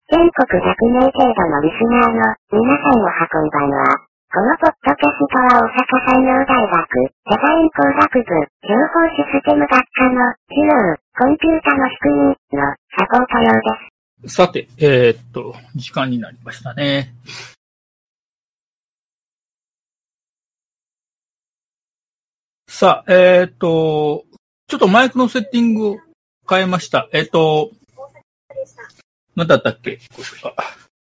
全国100名程度のリスナーの皆さんおはこんばんは。このポッドキャストは大阪産業大学デザイン工学部情報システム学科の知能コンピュータの仕組みのサポート用です。 さて、時間になりましたね。さあ、ちょっとマイクのセッティングを変えました。何だったっけ？これか。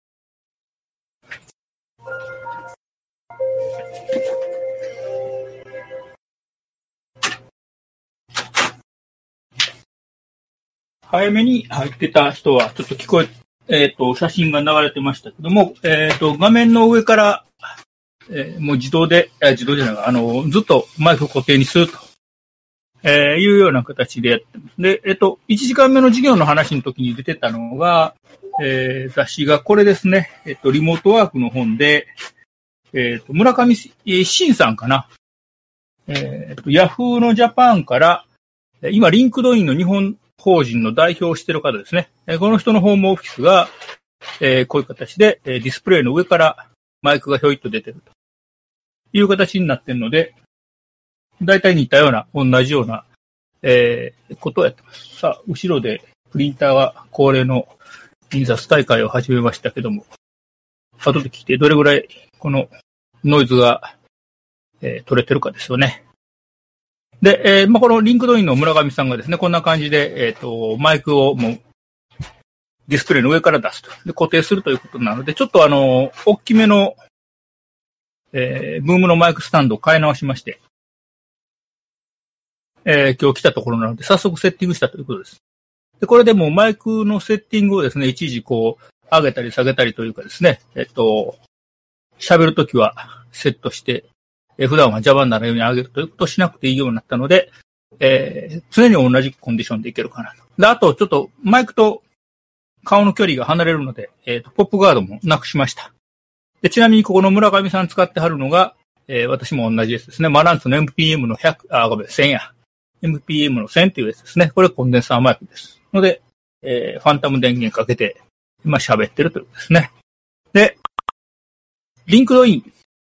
早めに入ってた人はちょっと聞こえ、写真が流れてましたけども、画面の上から、もう自動じゃない、ずっとマイクを固定にすると。いうような形でやってます。で、1時間目の授業の話の時に出てたのが、雑誌がこれですね。リモートワークの本で、村上慎さんかな。ヤフーのジャパンから、今、リンクドインの日本法人の代表をしている方ですね。この人のホームオフィスが、こういう形で、ディスプレイの上からマイクがひょいっと出てるという形になっているので、大体似たような、同じような、ことをやってます。さあ、後ろでプリンターは恒例の印刷大会を始めましたけども、後で聞いてどれぐらいこのノイズが、取れてるかですよね。で、このリンクドインの村上さんがですね、こんな感じで、マイクをもうディスプレイの上から出すと。で、固定するということなので、ちょっと大きめの、ブームのマイクスタンドを変え直しまして、今日来たところなので、早速セッティングしたということです。で、これでもうマイクのセッティングをですね、一時こう、上げたり下げたりというかですね、喋るときはセットして、普段は邪魔にならないように上げるということをしなくていいようになったので、常に同じコンディションでいけるかなと。で、あとちょっとマイクと顔の距離が離れるので、ポップガードもなくしました。で、ちなみにここの村上さん使ってはるのが、私も同じですね。マランツの MPM の1000や。MPM の1000っていうやつですね。これコンデンサーマイクです。ので、ファンタム電源かけて、今喋ってるということですね。で、リンクドイン。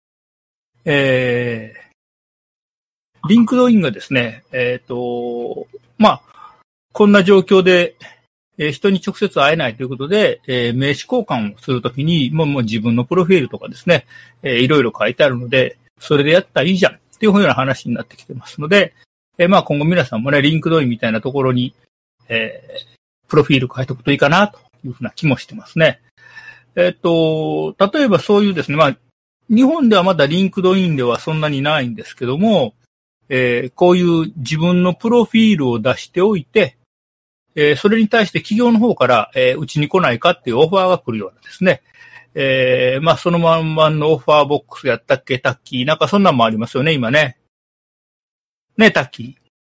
リンクドインがですね、こんな状況で、人に直接会えないということで、名刺交換をするときに、もう自分のプロフィールとかですね、いろいろ書いてあるので、それでやったらいいじゃんっていうふうな話になってきてますので、今後皆さんもね、リンクドインみたいなところに、プロフィール書いておくといいかなというふうな気もしてますね。例えばそういうですね、日本ではまだリンクドインではそんなにないんですけども、こういう自分のプロフィールを出しておいて、それに対して企業の方から、うちに来ないかっていうオファーが来るようなですね。そのまんまのオファーボックスやったっけ、タッキー。なんかそんなんもありますよね、今ね。ね、タッキー。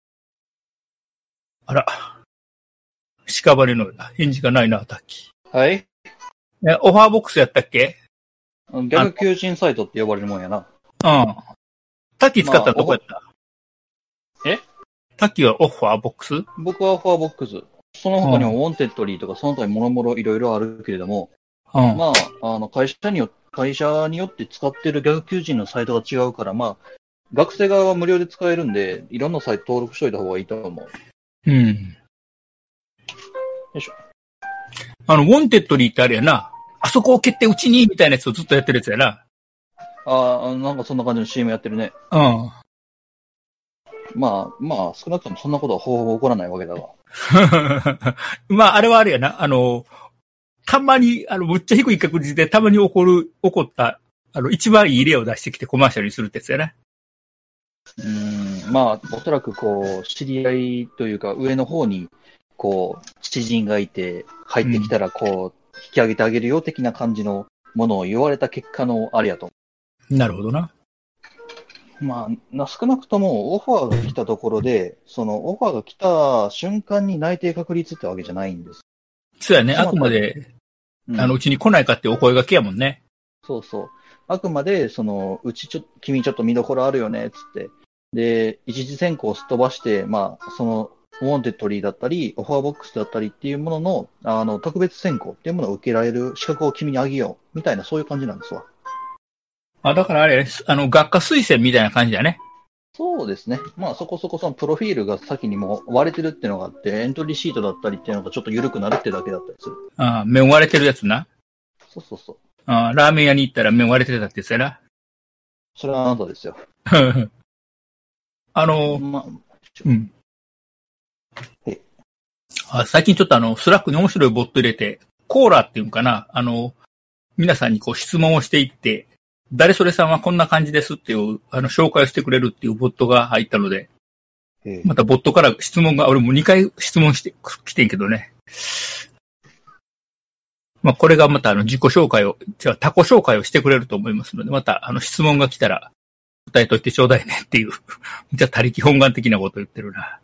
あら。屍のような返事がないな、タッキー。はい。 オファーボックスやったっけ？ 逆求人サイトって呼ばれるもんやな。 うん。タッキー使ったらどこやった？タッキーはオファーボックス？ 僕はオファーボックス。その他にもウォンテッドリーとかその他にもろもろいろいろあるけれども、会社によって使ってる逆求人のサイトが違うから、学生側は無料で使えるんで、いろんなサイト登録しといた方がいいと思う。 うん。よいしょ。ウォンテッドリーってあれやな。あそこを蹴ってうちにみたいなやつをずっとやってるやつやな。 なんかそんな感じの CM やってるね。 うん。 少なくともそんなことはほぼ起こらないわけだが。 あれはあれやな。たまに、むっちゃ低い確率でたまに起こった、一番いい例を出してきてコマーシャルにするってやつやな。 おそらく知り合いというか、上の方に、知人がいて、入ってきたら、引き上げてあげるよ的な感じのものを言われた結果のあれやと。 なるほどな。 少なくともオファーが来たところで、そのオファーが来た瞬間に内定確率ってわけじゃないんです。 そうやね。あくまで、うちに来ないかってお声掛けやもんね。 そうそう。あくまで、君ちょっと見どころあるよね、つって。で、一次選考をすっ飛ばして、そのウォンテッドリーだったり、オファーボックスだったりっていうものの、特別選考っていうものを受けられる資格を君にあげよう、みたいな、そういう感じなんですわ。 だからあれ、学科推薦みたいな感じだね。 そうですね。まあそこそこそのプロフィールが先にも割れてるっていうのがあって、エントリーシートだったりっていうのがちょっと緩くなるってだけだったりする。 面割れてるやつな。 そうそうそう。 ラーメン屋に行ったら面割れてたってやつやな。 それはあなたですよ。 うん。最近ちょっとスラックに面白いボット入れて、コーラっていうんかな、皆さんにこう質問をしていって、誰それさんはこんな感じですっていう、紹介をしてくれるっていうボットが入ったので、またボットから質問が、俺も2回質問してきてんけどね。まあ、これがまた自己紹介を、他己紹介をしてくれると思いますので、また質問が来たら答えといてちょうだいねっていう、じゃあ他力本願的なこと言ってるな。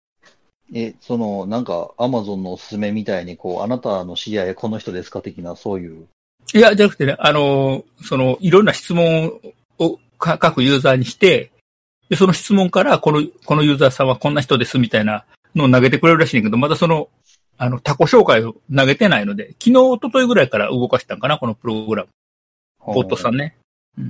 なんか、アマゾンのおすすめみたいに、あなたの知り合いこの人ですか的な、そういう。 いや、じゃなくてね、いろんな質問を各ユーザーにして、で、その質問から、このユーザーさんはこんな人ですみたいなのを投げてくれるらしいんだけど、まだ他己紹介を投げてないので、昨日、一昨日ぐらいから動かしたんかな、このプログラム。ボットさんね。うん。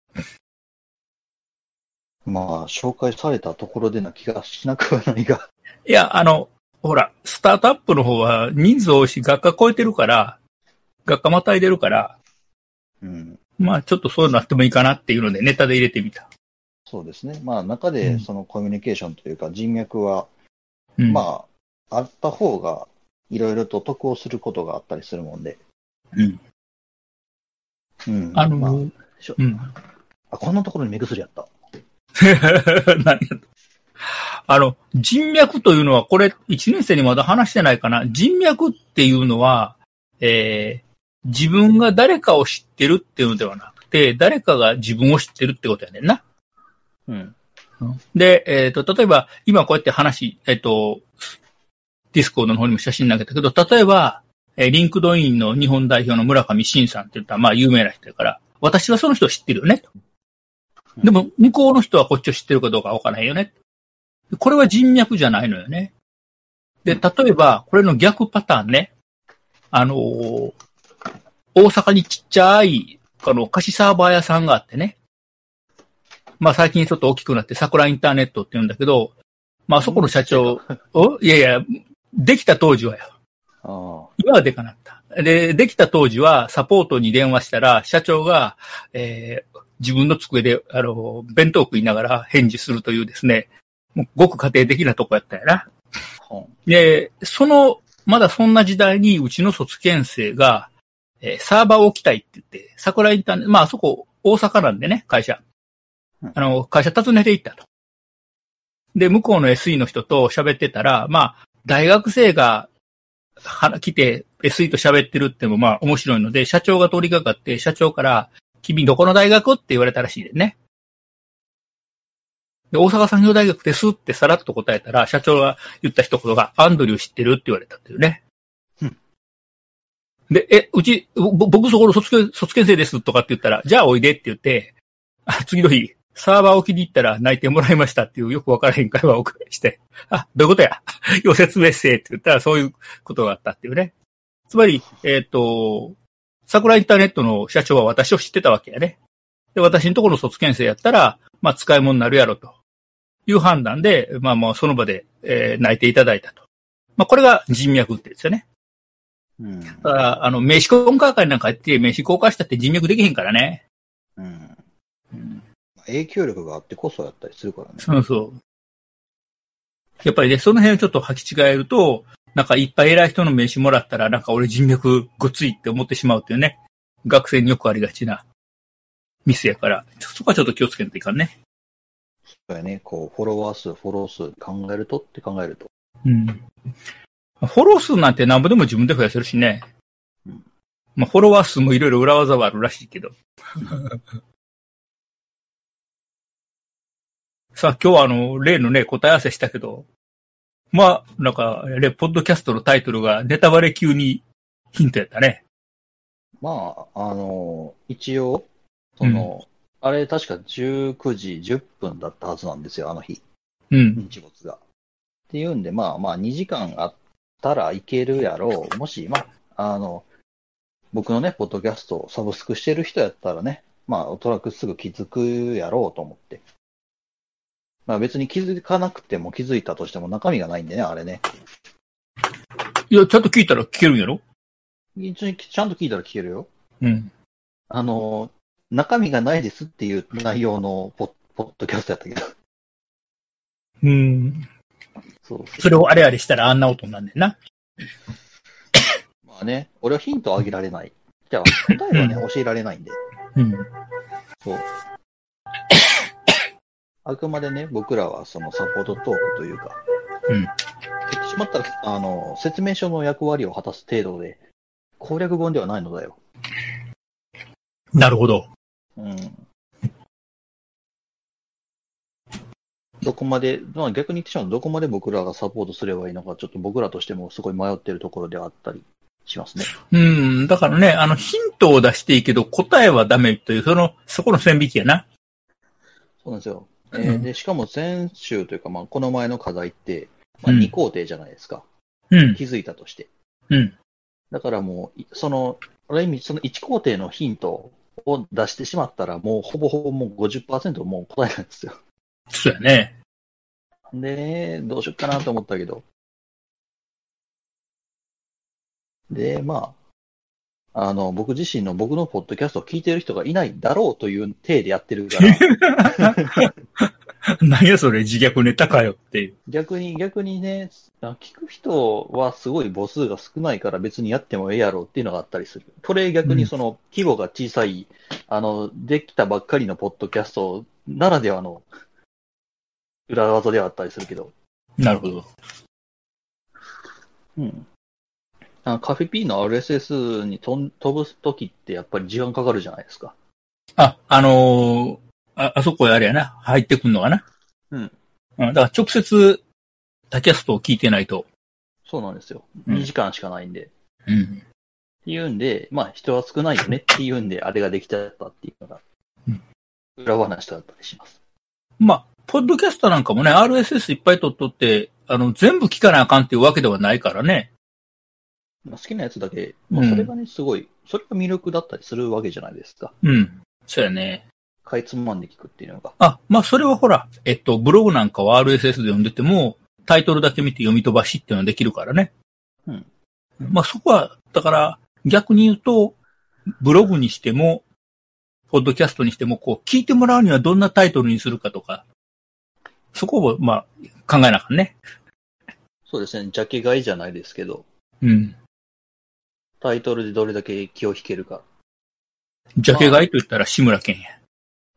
まあ、紹介されたところでな気がしなくはないが。 いや、ほら、スタートアップの方は人数多いし、学科超えてるから、学科またいでるから、 うん。 まあ、ちょっとそういうのあってもいいかなっていうので、ネタで入れてみた。 そうですね。まあ、中で、そのコミュニケーションというか、人脈は、 うん、 まあ、あった方が、いろいろと得をすることがあったりするもんで。 うん。 うん。 まあ、うん。 こんなところに目薬やった。 何や人脈というのは、これ、1年生にまだ話してないかな。人脈っていうのは、自分が誰かを知ってるっていうのではなくて、誰かが自分を知ってるってことやねんな。 うん。 で、例えば、今こうやって話、ディスコードの方にも写真投げたけど、例えば、リンクドインの日本代表の村上信さんって言ったら、まあ有名な人だから、私はその人を知ってるよね。でも、向こうの人はこっちを知ってるかどうかわからへんよね。これは人脈じゃないのよね。で、例えば、これの逆パターンね。大阪にちっちゃい、菓子サーバー屋さんがあってね。まあ最近ちょっと大きくなって桜インターネットって言うんだけど、まあそこの社長、いやいや、できた当時はよ。今はでかなった。できた当時はサポートに電話したら、社長が、自分の机で、弁当食いながら返事するというですね、もうごく家庭的なとこやったよな。で、まだそんな時代にうちの卒検生が、サーバーを置きたいって言って、桜インターネット、まあそこ大阪なんでね、会社。会社訪ねて行ったと。で、向こうの SE の人と喋ってたら、まあ、大学生が来て SE と喋ってるってもまあ面白いので、社長が通りかかって、社長から、君どこの大学って言われたらしいでね。で、大阪産業大学ですってさらっと答えたら、社長が言った一言が、アンドリュー知ってるって言われたっていうね。で、僕そこの卒検生ですとかって言ったら、じゃあおいでって言って、次の日、サーバー置きに行ったら内定もらいましたっていうよくわからへん会話をして、どういうことや要説明せって言ったらそういうことがあったっていうね。つまり、桜インターネットの社長は私を知ってたわけやね。で、私のところの卒検生やったら、まあ使い物になるやろという判断で、まあその場で、内定いただいたと。まあこれが人脈ってですよね。 うん。 だから、名刺交換会なんかやって名刺交換したって人脈できへんからね。 うん。影響力があってこそやったりするからね。 そうそう。やっぱりね、その辺をちょっと履き違えると、なんかいっぱい偉い人の名刺もらったら、なんか俺人脈ごついって思ってしまうっていうね。学生によくありがちなミスやから、そこはちょっと気をつけないといかんね。 そうやね。フォロワー数、フォロー数考えると。 うん。フォロー数なんて何ぼでも自分で増やせるしね。 うん、 まあフォロワー数もいろいろ裏技はあるらしいけど。さあ、今日は例のね、答え合わせしたけど、まあ、なんか、ポッドキャストのタイトルがネタバレ級にヒントやったね。 まあ、一応、あれ確か19時10分だったはずなんですよ、あの日。 うん。 日没が。 っていうんで、まあ2時間あったらいけるやろう。もし、僕のね、ポッドキャストをサブスクしてる人やったらね、おそらくすぐ気づくやろうと思って。別に気づかなくても気づいたとしても中身がないんでね、あれね。 いや、ちゃんと聞いたら聞けるんやろ？ 一応ちゃんと聞いたら聞けるよ。 うん。 中身がないですっていう内容のポッドキャストやったけど。そう。 それをあれあれしたらあんな音になんねんな。 まあね、俺はヒントをあげられない。じゃあ、答えはね、教えられないんで。そう。あくまでね、僕らはそのサポートトークというか、言ってしまったら、説明書の役割を果たす程度で、攻略本ではないのだよ。 なるほど。 どこまで、逆に言ってしまうとどこまで僕らがサポートすればいいのか、ちょっと僕らとしてもすごい迷っているところであったりしますね。 だからね、ヒントを出していいけど、答えはダメという、そこの線引きやな。 そうなんですよ。で、しかも先週というか、この前の課題って、2工程じゃないですか。気づいたとして。だからもう、ある意味、その1工程のヒントを出してしまったら、もうほぼほぼもう 50% もう答えなんですよ。 そうやね。 で、どうしよっかなと思ったけど。で、僕自身の僕のポッドキャストを聞いてる人がいないだろうという体でやってるから。 何やそれ、自虐ネタかよっていう。 逆にね、聞く人はすごい母数が少ないから別にやってもええやろうっていうのがあったりする。これ逆にその規模が小さい、できたばっかりのポッドキャストならではの裏技ではあったりするけど。 なるほど。 カフェ P の RSS に飛ぶときってやっぱり時間かかるじゃないですか。 あそこへあれやな、入ってくんのかな。だから直接、他キャストを聞いてないと。 そうなんですよ。2時間しかないんで。っていうんで、人は少ないよねっていうんで、あれができちゃったっていうのが、裏話だったりします。 ポッドキャストなんかもね、RSS いっぱい取っとって、全部聞かなあかんっていうわけではないからね。 好きなやつだけ、それがね、すごい、それが魅力だったりするわけじゃないですか。 そうやね。 かいつまんで聞くっていうのが。 それはほら、ブログなんかは RSS で読んでても、タイトルだけ見て読み飛ばしっていうのができるからね。そこは、だから、逆に言うと、ブログにしても、ポッドキャストにしても、聞いてもらうにはどんなタイトルにするかとか、そこを、考えなあかんね。 そうですね、ジャケ買いじゃないですけど。タイトルでどれだけ気を引けるか。 ジャケ買いと言ったら志村けんや。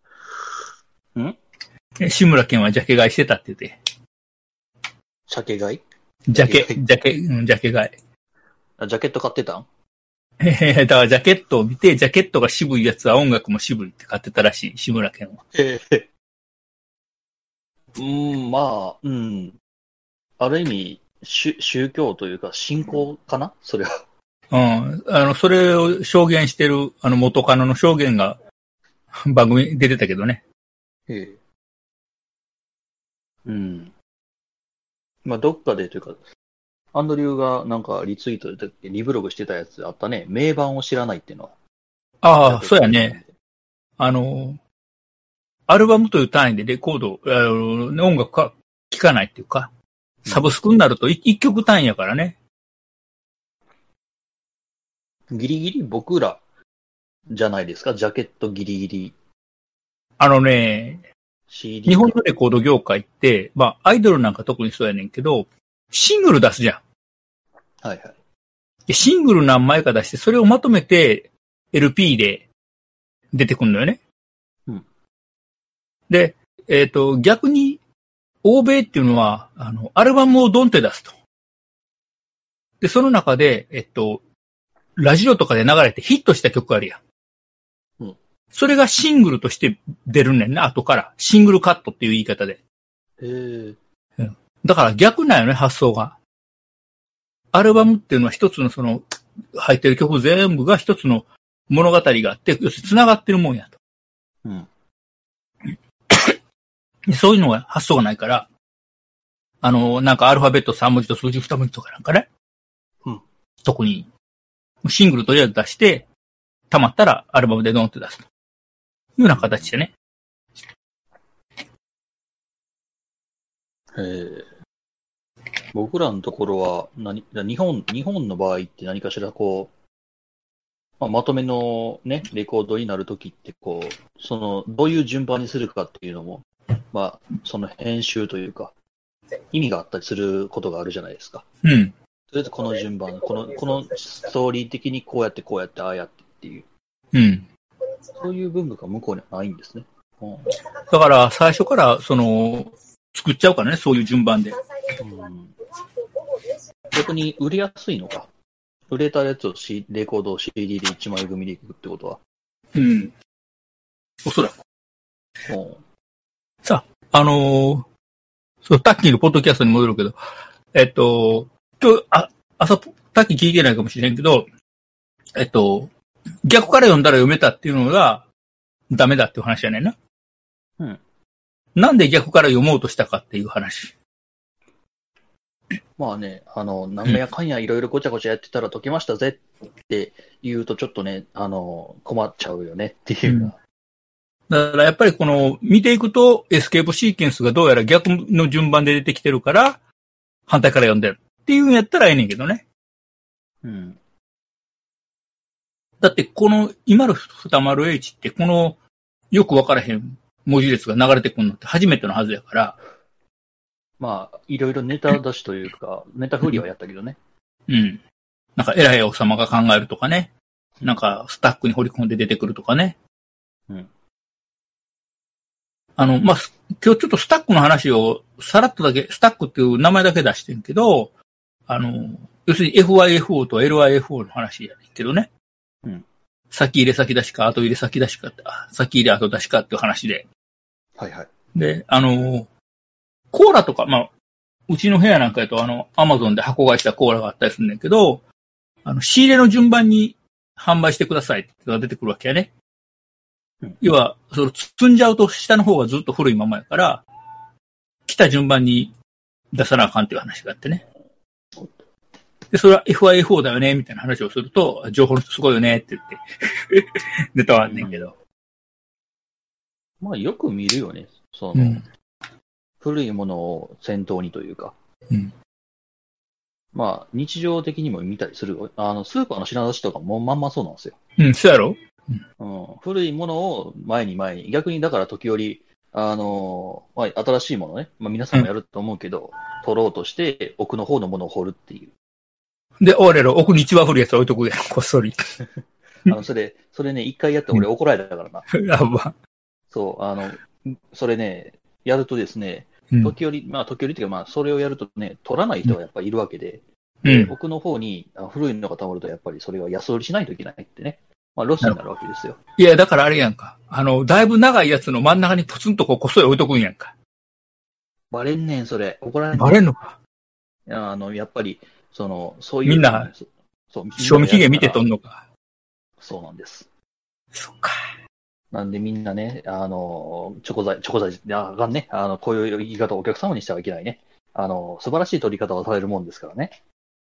志村けんはジャケ買いしてたって言って。 鮭買い？ ジャケ買い。 ジャケット買ってたん？ だからジャケットを見て、ジャケットが渋いやつは音楽も渋いって買ってたらしい、志村けんは。 ある意味、宗教というか信仰かな？それは。 それを証言してる、元カノの証言が番組に出てたけどね。 どっかでというか、アンドリューがなんかリツイートでリブログしてたやつあったね。名盤を知らないっていうのは。 そうやね。アルバムという単位でレコード、音楽か聴かないっていうか、サブスクになると1曲単位やからね。 ギリギリ僕らじゃないですか、ジャケットギリギリ。 日本のレコード業界って、アイドルなんか特にそうやねんけど、シングル出すじゃん。シングル何枚か出して、それをまとめて LP で出てくるのよね。で、逆に、欧米っていうのは、アルバムをドンって出すと。で、その中で、ラジオとかで流れてヒットした曲あるやん。それがシングルとして出るねんな、後から。シングルカットっていう言い方で。だから逆なんよね、発想が。アルバムっていうのは一つの入ってる曲全部が一つの物語があって、要するに繋がってるもんやと。そういうのが発想がないから、 なんかアルファベット3文字と数字2文字とかなんかね。 うん。 特に、シングルとりあえず出して、溜まったらアルバムでドンって出すと。いうような形でね。 僕らのところは日本の場合って何かしらこう、まとめのね、レコードになるときってこう、どういう順番にするかっていうのも、その編集というか、意味があったりすることがあるじゃないですか。 うん。 とりあえずこの順番、このストーリー的にこうやってああやってっていう。 うん。 そういう文化が向こうにはないんですね。 だから最初から作っちゃうからね、そういう順番で。 逆に売れやすいのか。売れたやつをレコードを CD で1枚組でいくってことは。 うん。おそらく。さあ、タッキーのポッドキャストに戻るけど、今日、朝、タッキー聞いてないかもしれんけど、逆から読んだら読めたっていうのがダメだっていう話じゃねえな。 うん。 なんで逆から読もうとしたかっていう話。 まあね、なんやかんやいろいろごちゃごちゃやってたら解けましたぜって言うとちょっとね、困っちゃうよねっていう。 だからやっぱり見ていくとエスケープシーケンスがどうやら逆の順番で出てきてるから反対から読んでるっていうんやったらええねんけどね。 うん。 だって今の二丸 H ってよくわからへん文字列が流れてくるのって初めてのはずやから。 まあ、いろいろネタ出しというか、ネタ振りはやったけどね。 うん。なんか偉いお様が考えるとかね。なんかスタックに掘り込んで出てくるとかね。 うん。 今日ちょっとスタックの話をさらっとだけ、スタックっていう名前だけ出してんけど、要するに FYFO と LYFO の話やねんけどね。 うん。 先入れ先出しか後入れ先出しか、先入れ後出しかっていう話で。 はいはい。 で、コーラとか、うちの部屋なんかやとアマゾンで箱買いしたコーラがあったりするんだけど、仕入れの順番に販売してくださいってのが出てくるわけやね。 うん、 要は、積んじゃうと下の方がずっと古いままやから、来た順番に出さなあかんっていう話があってね。で、それは FIFO だよね、みたいな話をすると、情報の人すごいよねって言って、ネタはあんねんけど。 まあ、よく見るよね。古いものを先頭にというか。 うん。 まあ、日常的にも見たりする。スーパーの品出しとかもまんまそうなんですよ。 うん、そうやろ？ うん。古いものを前に。逆にだから時折、新しいものね。皆さんもやると思うけど、取ろうとして奥の方のものを掘るっていう。 で、俺ら奥に一番古いやつ置いとくやん、こっそり。 それね、一回やって俺怒られたからな。 やば。 そう、それね、やるとですね、時折っていうかそれをやるとね、取らない人がやっぱりいるわけで、奥の方に古いのが溜まるとやっぱりそれは安売りしないといけないってね。ロスになるわけですよ。 いや、だからあれやんか。だいぶ長いやつの真ん中にポツンとこっそり置いとくんやんか。 バレんねん、それ。怒られんねん。 バレんのか。 やっぱり、そういう。 みんな、賞味期限見てとんのか。 そうなんです。 そっか。 なんでみんなね、チョコ材、あかんね。こういう言い方をお客様にしてはいけないね。素晴らしい取り方をされるもんですからね。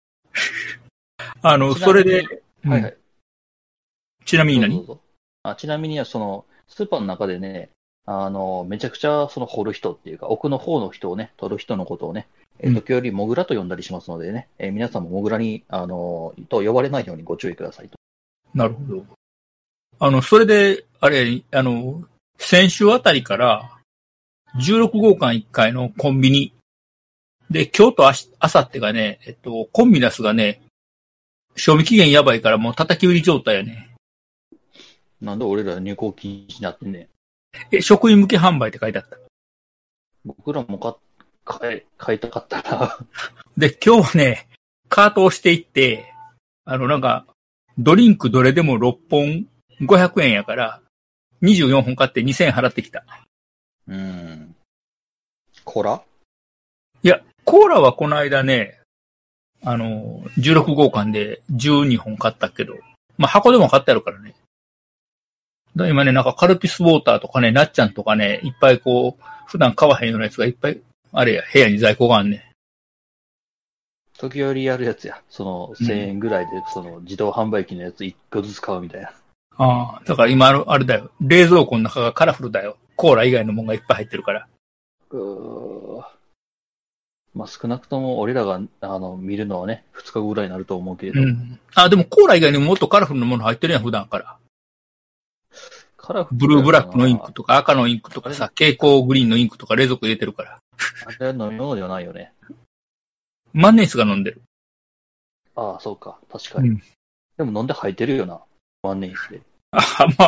それで、 はいはい。 ちなみに何？ ちなみには、スーパーの中でね、めちゃくちゃ掘る人っていうか、奥の方の人をね、取る人のことをね、時折モグラと呼んだりしますのでね、皆さんもモグラに、と呼ばれないようにご注意くださいと。 なるほど。それで、あれ、先週あたりから、16号館1階のコンビニ。で、今日とあさってがね、コンビナスがね、賞味期限やばいからもう叩き売り状態やね。 なんで俺ら入稿禁止になってんねん。職員向け販売って書いてあった。 僕らも買いたかったな。 で、今日はね、カートをしていって、なんか、ドリンクどれでも6本500円やから、24本買って2000円払ってきた。 コーラ？ いや、コーラはこの間ね、16号館で12本買ったけど、箱でも買ってあるからね。今ね、なんかカルピスウォーターとかね、なっちゃんとかね、いっぱい普段買わへんようなやつがいっぱい、あれや、部屋に在庫があんね。 時折やるやつや。その1000円ぐらいで、その自動販売機のやつ1個ずつ買うみたいな。 ああ、だから今あれだよ。冷蔵庫の中がカラフルだよ。コーラ以外のものがいっぱい入ってるから。 まあ少なくとも俺らが見るのはね、2日後ぐらいになると思うけれど。 あ、でもコーラ以外にもっとカラフルなもの入ってるやん、普段から。 カラフルブルーブラックのインクとか赤のインクとかさ、蛍光グリーンのインクとか冷蔵庫入れてるから。 あれは飲み物ではないよね。 万年筆が飲んでる。 ああ、そうか。確かに。でも飲んで吐いてるよな。万年筆で。 ま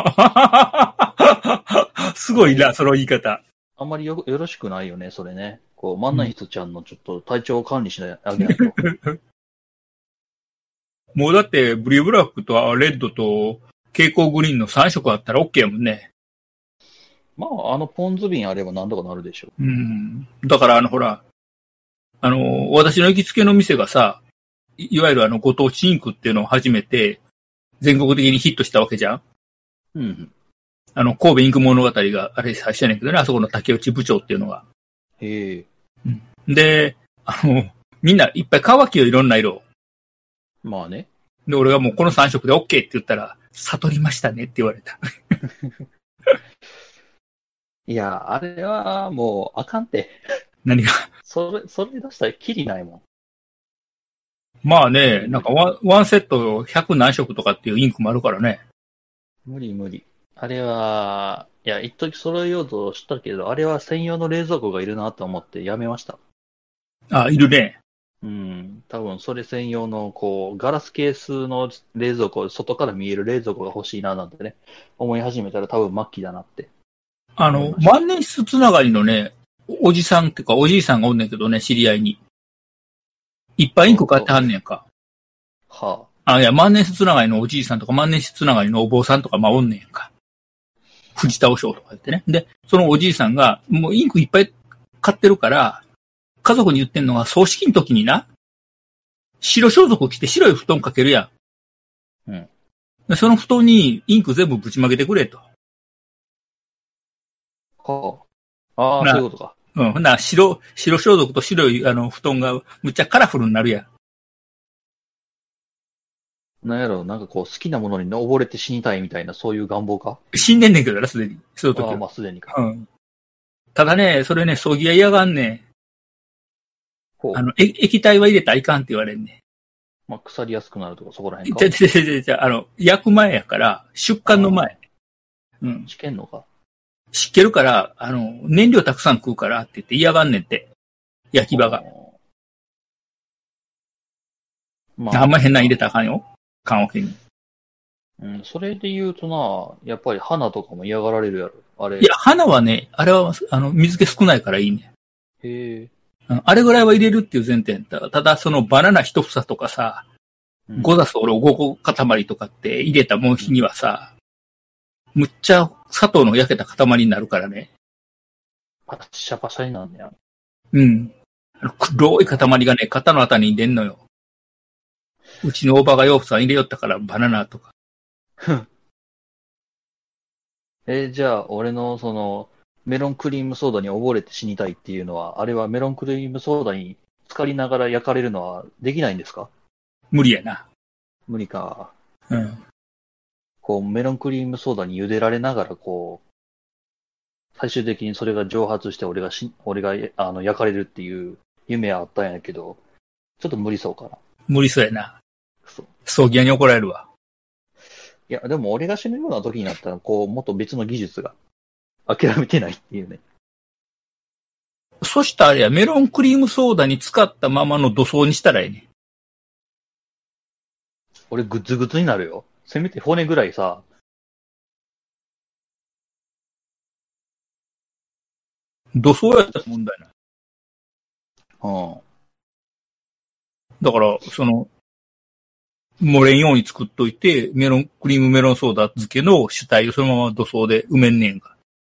あ、すごいな、その言い方。 あんまりよろしくないよね、それね。こう、万年筆ちゃんのちょっと体調を管理しないあげないと。 もうだって、ブリューブラックとレッドと蛍光グリーンの3色あったら OK やもんね。 まあ、ポン酢瓶あれば何とかなるでしょう。 だからほら、私の行きつけの店がさ、いわゆるご当地インクっていうのを始めて、全国的にヒットしたわけじゃん。神戸インク物語があれ最初やねんけどね、あそこの竹内部長っていうのが。 へえ。 で、みんないっぱい買うわけよ、いろんな色を。 まあね。 で、俺がもうこの3色で OK って言ったら、悟りましたねって言われた。 いや、あれはもうあかんて。 何がそれ出したらキリないもん。 まあね、なんかワンセット100何色とかっていうインクもあるからね。 無理。あれは、いや、一時揃えようとしたけど、あれは専用の冷蔵庫がいるなと思ってやめました。 あ、いるね。 多分それ専用の、こう、ガラスケースの冷蔵庫、外から見える冷蔵庫が欲しいななんてね、思い始めたら多分末期だなって。 万年筆つながりのね、おじさんっていうかおじいさんがおんねんけどね、知り合いに。いっぱいインク買ってはんねんか。 はあ。いや、万年筆つながりのおじいさんとか万年筆つながりのお坊さんとかまあおんねんか。藤田和尚とか言ってね。で、そのおじいさんが、もうインクいっぱい買ってるから、家族に言ってんのが、葬式の時にな、白装束着て白い布団かけるやん。でその布団にインク全部ぶちまけてくれと。 はあ。ああ、そういうことか。 ほんなら白装束と白い布団がむっちゃカラフルになるやん。なんやろ、なんかこう好きなものに溺れて死にたいみたいな、そういう願望か？ 死んでんねんけどな、すでに。そういう時は。 まあすでにか。 ただね、それね、葬儀が嫌がんねん。液体は入れたらいかんって言われんねん。 まあ腐りやすくなるとかそこら辺か。 焼く前やから、出棺の前。 しけんのか。 湿気るから、燃料たくさん食うからって言って嫌がんねんって。焼き場が。あんま変な入れたらあかんよ。棺桶に。 それで言うとな、やっぱり花とかも嫌がられるやろ。あれ。 いや、花はね、あれは、水気少ないからいいね。 へえ。 あれぐらいは入れるっていう前提だ。ただ、そのバナナ一房とかさ、ゴザソール5個塊とかって入れたもん日にはさ、むっちゃ砂糖の焼けた塊になるからね。 パシャパシャになんねや。 黒い塊がね、肩のあたりに出んのよ。うちのおばが洋服さん入れよったからバナナとか。 じゃあ、俺のその、メロンクリームソーダに溺れて死にたいっていうのは、あれはメロンクリームソーダに浸かりながら焼かれるのはできないんですか？ 無理やな。 無理か。こう、メロンクリームソーダに茹でられながら、こう、最終的にそれが蒸発して俺が焼かれるっていう夢はあったんやけど、ちょっと無理そうかな。 無理そうやな。葬儀屋に怒られるわ。 いや、でも俺が死ぬような時になったら、こう、もっと別の技術が諦めてないっていうね。 そしたらあれや、メロンクリームソーダに使ったままの土葬にしたらええね。 俺グッズグッズになるよ。せめて骨ぐらいさ。 土葬やったら問題ない。だから、漏れんように作っといて、クリームメロンソーダ漬けの主体をそのまま土葬で埋めんねんか。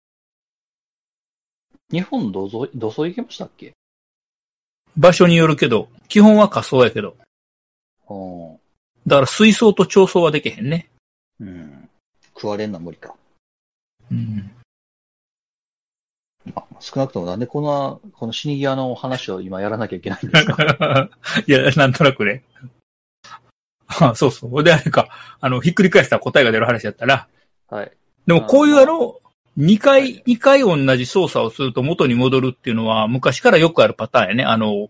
日本土葬行けましたっけ？ 場所によるけど、基本は火葬やけど。だから水槽と調層はできへんね。 食われんのは無理か。 少なくともなんでこの死に際の話を今やらなきゃいけないんですか？ いや、なんとなくね。そうそう。で、あれか、ひっくり返したら答えが出る話だったら。 はい。 でもこういう2回同じ操作をすると元に戻るっていうのは昔からよくあるパターンやね。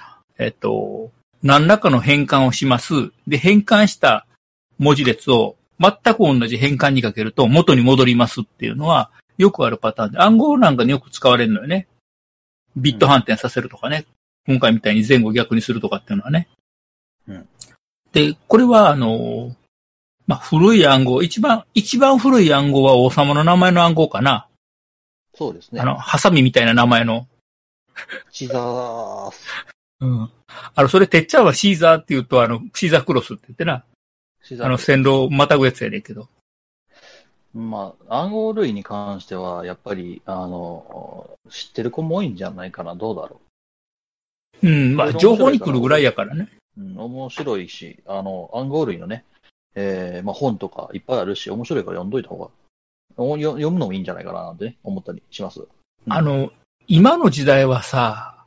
何らかの変換をします。で、変換した文字列を全く同じ変換にかけると元に戻りますっていうのはよくあるパターンで、暗号なんかによく使われるのよね。ビット反転させるとかね。今回みたいに前後逆にするとかっていうのはね。 うん、 で、これは古い暗号、一番古い暗号は王様の名前の暗号かな。 そうですね。 ハサミみたいな名前の。 シザース。 うん。それ、てっちゃんはシーザーって言うと、シーザークロスって言ってな。線路をまたぐやつやねんけど。 まあ、暗号類に関しては、やっぱり、知ってる子も多いんじゃないかな。どうだろう。うん、まあ、情報に来るぐらいやからね。 うん、面白いし、暗号類のね、本とかいっぱいあるし、面白いから読んどいた方が、読むのもいいんじゃないかななんてね、思ったりします。 うん、今の時代はさ、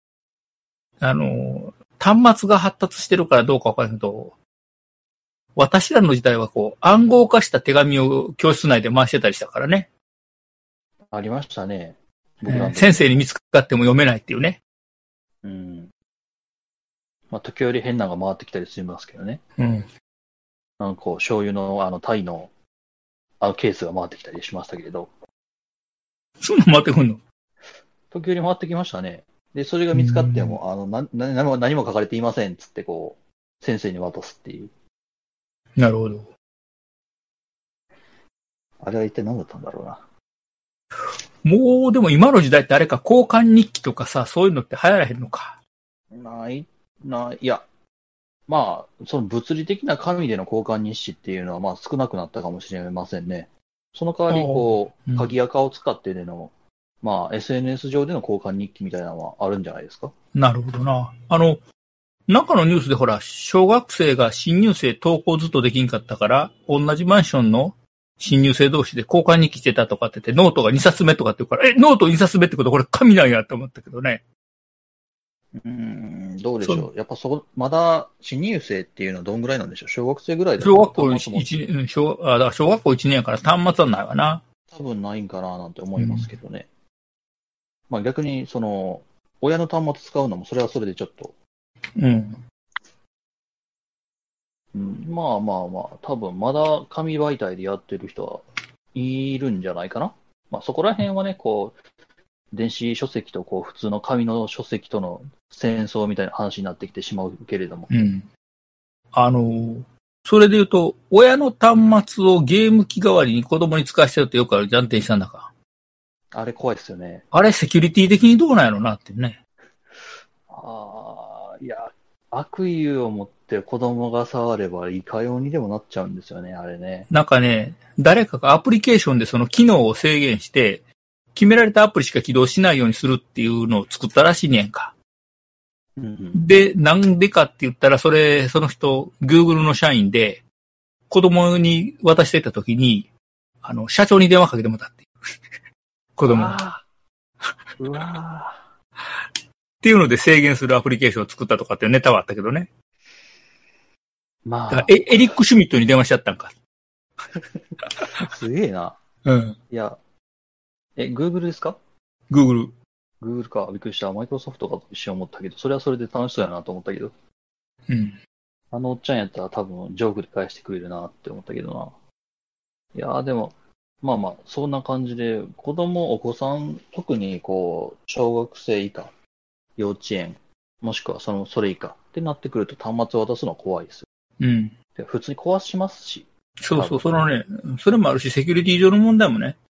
端末が発達してるからどうかわからないけど、私らの時代は暗号化した手紙を教室内で回してたりしたからね。 ありましたね。 先生に見つかっても読めないっていうね。 うん。まあ、時折変なのが回ってきたりしますけどね。 うん。 なんか醤油のタイのケースが回ってきたりしましたけれど。 そんな回ってくんの？ 時折回ってきましたね。で、それが見つかっても、何も書かれていませんっつって先生に渡すっていう。 なるほど。 あれは一体何だったんだろうな。 もう、でも今の時代ってあれか、交換日記とかさ、そういうのって流行らへんのか。 いや、まあ、その物理的な紙での交換日誌っていうのは、まあ少なくなったかもしれませんね。その代わり、鍵垢を使ってでの、まあ SNS 上での交換日記みたいなのはあるんじゃないですか。 なるほどな。中のニュースでほら、小学生が新入生登校ずっとできんかったから、同じマンションの新入生同士で交換日記してたとかって言って、ノートが2冊目とかって言うから、ノート2冊目ってことこれ紙なんやって思ったけどね。 どうでしょう。やっぱまだ新入生っていうのはどんぐらいなんでしょう。小学生ぐらいだ小学校1年、小学校1年やから端末はないわな。 多分ないんかななんて思いますけどね。まあ逆に、親の端末使うのもそれはそれでちょっと。 うん。 まあ、多分まだ紙媒体でやってる人はいるんじゃないかな。まあそこら辺はね、電子書籍と普通の紙の書籍との戦争みたいな話になってきてしまうけれども。 うん。それで言うと、親の端末をゲーム機代わりに子供に使わせてるってよくあるじゃん、電子なんだか。 あれ怖いですよね。 あれセキュリティ的にどうなんやろなってね。 いや、悪意を持って子供が触ればいかようにでもなっちゃうんですよね、あれね。 なんかね、誰かがアプリケーションでその機能を制限して、決められたアプリしか起動しないようにするっていうのを作ったらしいねんか。 うんうん、 で、なんでかって言ったら、その人、Google の社員で、子供に渡してた時に、社長に電話かけてもらったっていう。子供が。 うわっていうので制限するアプリケーションを作ったとかっていうネタはあったけどね。 まあ。 エリック・シュミットに電話しちゃったんか。 すげえな。 うん。 いや、Google ですか？ Google。 Google か。びっくりした。マイクロソフトかと一瞬思ったけど、それはそれで楽しそうやなと思ったけど。 うん。 おっちゃんやったら多分ジョークで返してくれるなって思ったけどな。いやーでも、まあ、そんな感じで、お子さん、特に小学生以下、幼稚園、もしくはそれ以下ってなってくると端末を渡すのは怖いですよ。 うん。 で普通に壊しますし。 そう、それもあるし、セキュリティ上の問題もね。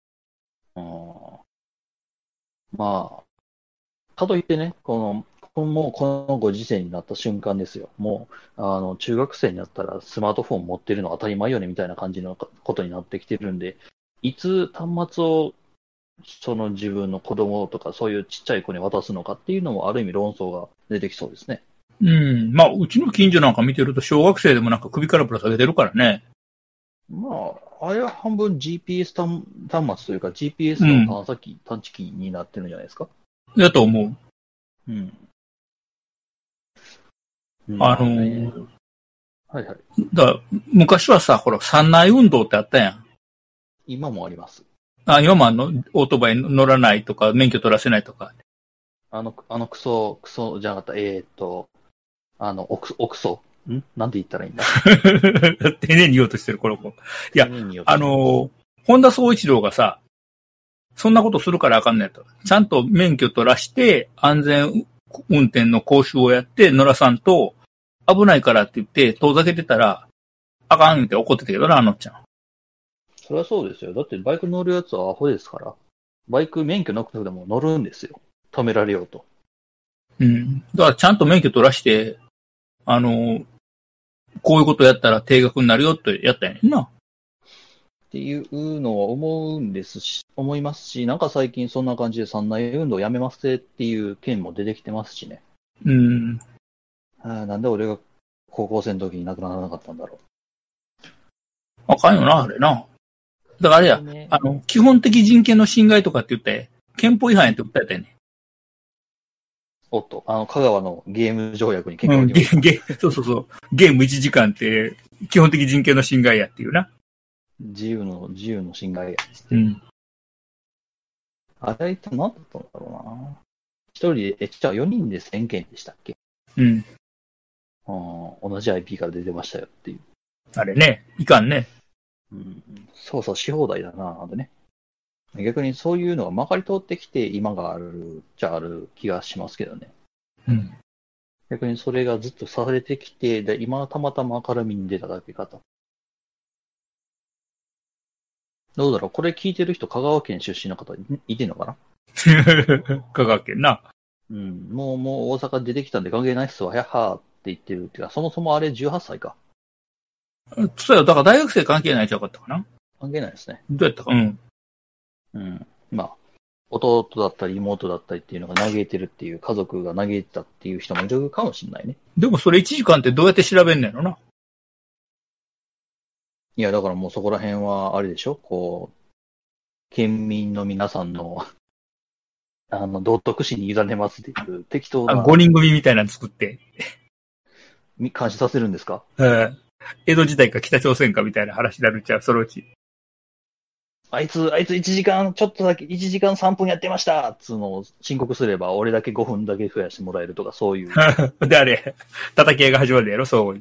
まあ、かといってね、もうこのご時世になった瞬間ですよ。もう、中学生になったらスマートフォン持ってるの当たり前よねみたいな感じのことになってきてるんで、いつ端末を自分の子供とかそういうちっちゃい子に渡すのかっていうのもある意味論争が出てきそうですね。 うん。まあ、うちの近所なんか見てると小学生でもなんか首からぶら下げてるからね。 まあ、あれは半分 GPS 端末というか GPS の探知機になってるんじゃないですか。 だと思う。 うん。はいはい。 昔はさ、ほら、山内運動ってあったやん。 今もあります。 今もオートバイ乗らないとか、免許取らせないとか。 クソじゃなかった、オクソなんて言ったらいいんだ。 丁寧に言おうとしてる、この子。いや、本田宗一郎がさ、そんなことするからあかんねんと。ちゃんと免許取らして、安全運転の講習をやって乗らさんと、危ないからって言って遠ざけてたら、あかんって怒ってたけどな、あのちゃん。 そりゃそうですよ。だってバイク乗るやつはアホですから。バイク免許なくても乗るんですよ。止められようと。 うん。だからちゃんと免許取らして、こういうことやったら定額になるよってやったんやねんな。 っていうのは思いますし、なんか最近そんな感じで山内運動やめますっていう件も出てきてますしね。 うん。 なんで俺が高校生の時に亡くならなかったんだろう。 あかんよな、あれな。だからあれや、ね、基本的人権の侵害とかって言って、憲法違反やって訴えたよね。 おっと、香川のゲーム条約に結構そうそうそう。ゲーム1時間って基本的人権の侵害やっていうな。 自由の侵害やって。 うん。 あれって何だったんだろうな。一人で、じゃあ4人で1000件でしたっけ？ うん。 同じ IP から出てましたよっていう。 あれね、いかんね。 うん、そうそう、し放題だな、なんでね。逆にそういうのがまかり通ってきて、今があるじゃある気がしますけどね。 うん。 逆にそれがずっとされてきて、で今たまたま明るみに出ただけかと。どうだろう、これ聞いてる人、香川県出身の方いてんのかな？ 香川県な。 うん、もう大阪出てきたんで関係ないっすわ、やっはーって言ってるっていうか、そもそもあれ18歳か。 そうや、だから大学生関係ないんちゃうかったかな。 関係ないですね。 どうやったか、うん。 うん。まあ、弟だったり妹だったりっていうのが嘆いてるっていう、家族が嘆いてたっていう人もいるかもしれないね。 でもそれ1時間ってどうやって調べんねんのな。 いや、だからもうそこら辺は、あれでしょ、こう、県民の皆さんの、道徳心に委ねますっていう適当な。 5人組みたいなの作って。 監視させるんですか？ 江戸時代か北朝鮮かみたいな話になるんちゃう、そのうち。 あいつ1時間、ちょっとだけ、1時間3分やってましたつうのを申告すれば、俺だけ5分だけ増やしてもらえるとか、そういう。 で、あれ、叩き合いが始まるやろ、そう。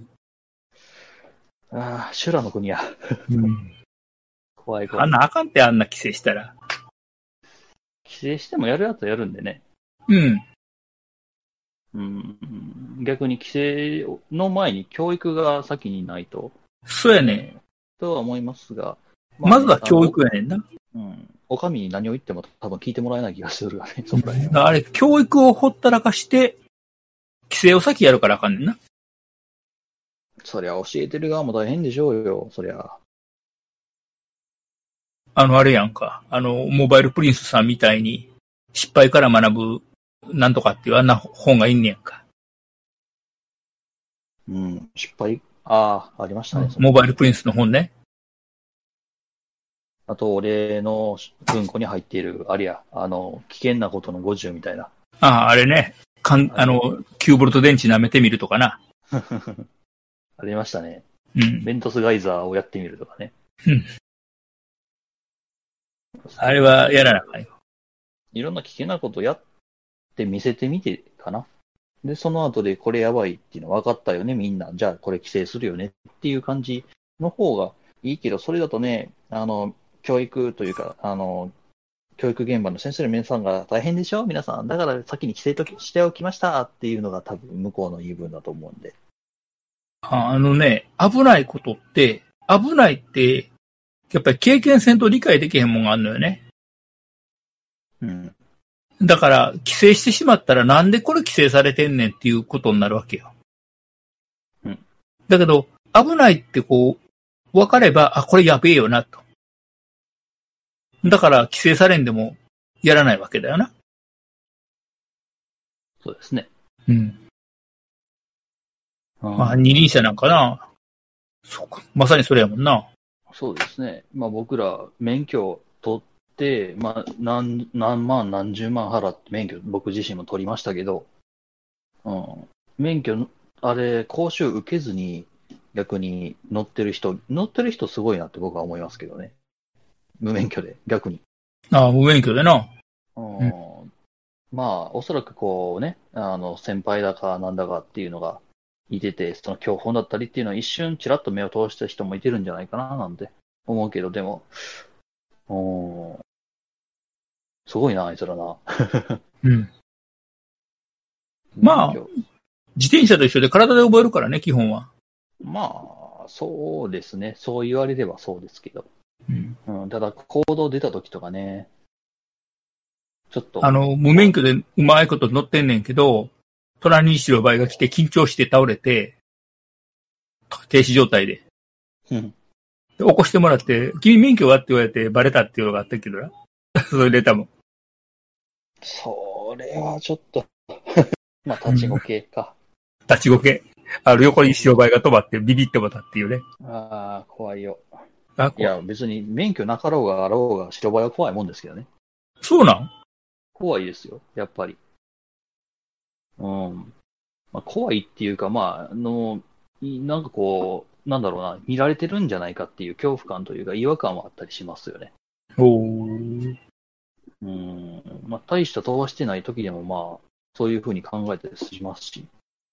ああ、修羅の国や。 うん、 怖い怖い。 あんなあかんって、あんな規制したら。 規制してもやるやつはやるんでね。 うん。 うん、逆に規制の前に教育が先にないと。 そうやね。 とは思いますが。 まずは教育やねんな。 うん。お上に何を言っても多分聞いてもらえない気がするわね。そこら辺あれ、教育をほったらかして、規制を先やるからあかんねんな。 そりゃ教えてる側も大変でしょうよ、そりゃ。 あれやんか。モバイルプリンスさんみたいに、失敗から学ぶ、なんとかっていうあんな本がいんねやんか。 うん、失敗ありましたね。 モバイルプリンスの本ね。 あと、俺の文庫に入っている、あれや、危険なことの50みたいな。 あれね。9ボルト電池舐めてみるとかな。 ありましたね。 うん。 ベントスガイザーをやってみるとかね。 うん。あれはやらなあかんよ。 いろんな危険なことやって見せてみてかな。で、その後でこれやばいっていうの分かったよね、みんな。じゃあこれ規制するよねっていう感じの方がいいけど、それだとね、教育というか、教育現場の先生の皆さんが大変でしょ皆さん。だから先に規制しておきましたっていうのが多分向こうの言い分だと思うんで。 危ないことって、危ないって、やっぱり経験せんと理解できへんもんがあるのよね。 うん。 だから、規制してしまったらなんでこれ規制されてんねんっていうことになるわけよ。 うん。 だけど、危ないってこう、分かれば、これやべえよなと。だから、規制されんでもやらないわけだよな。 そうですね。 うん。二輪車なんかな。そうか。まさにそれやもんな。 そうですね。まあ僕ら免許を取って、まあ何万何十万払って免許僕自身も取りましたけど、免許、あれ、講習受けずに逆に乗ってる人すごいなって僕は思いますけどね。無免許で、逆に。 ああ、無免許でな。 まあ、おそらくこうね、先輩だかなんだかっていうのがいてて、その教本だったりっていうのは一瞬ちらっと目を通した人もいてるんじゃないかななんて思うけど、でも、すごいな、あいつらな。 うん。まあ、自転車と一緒で体で覚えるからね、基本は。 まあ、そうですね。そう言われればそうですけど。ただ、行動出た時とかね、ちょっと。 無免許でうまいこと乗ってんねんけど、隣に白バイが来て緊張して倒れて、停止状態で。で起こしてもらって、君免許はって言われてバレたっていうのがあったけどな。それで多分。 それはちょっと。まあ、立ちごけか。 立ちごけ。横に白バイが止まってビビってもたっていうね。 ああ、怖いよ。いや、別に免許なかろうがあろうが白バイは怖いもんですけどね。 そうなん？ 怖いですよ、やっぱり。まあ、怖いっていうか、まあ、なんかこう、なんだろうな、見られてるんじゃないかっていう恐怖感というか違和感はあったりしますよね。まあ、大した飛ばしてない時でもまあ、そういうふうに考えたりしますし。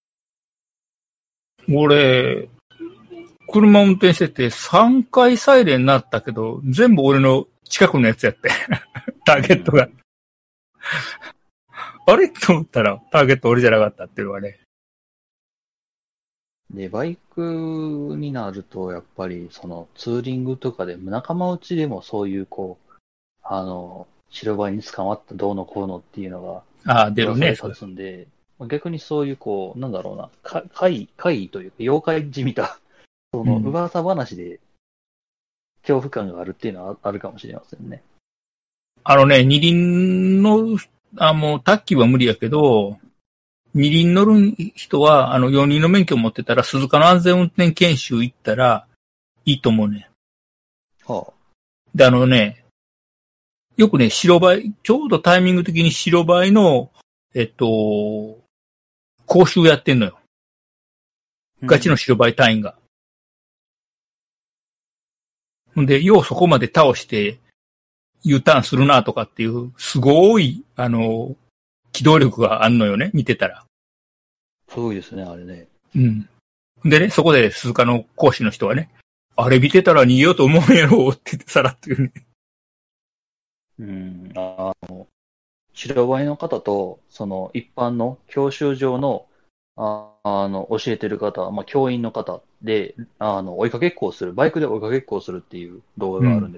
俺、車運転してて3回サイレンになったけど、全部俺の近くのやつやって。ターゲットが。あれと思ったら、ターゲット俺じゃなかったっていうのはね。 で、バイクになると、やっぱり、ツーリングとかで、仲間内でもそういう、こう、白バイに捕まったどうのこうのっていうのが、 出るね。 立つんで、逆にそういう、こう、なんだろうな、怪異というか、妖怪じみた、噂話で、恐怖感があるっていうのはあるかもしれませんね。 二輪の、もう、タッキーは無理やけど、二輪乗る人は、四輪の免許持ってたら、鈴鹿の安全運転研修行ったら、いいと思うね。 はあ。 で、よくね、白バイ、ちょうどタイミング的に白バイの、講習やってんのよ。ガチの白バイ隊員が。で、ようそこまで倒して、U ターンするなとかっていう、すごい、機動力があんのよね、見てたら。 すごいですね、あれね。 でね、そこで鈴鹿の講師の人はね、あれ見てたら逃げようと思うんやろって言ってさらっていうね。 白バイの方と、一般の教習所の、教えてる方、まあ、教員の方で、追いかけっこをする、バイクで追いかけっこをするっていう動画があるんです。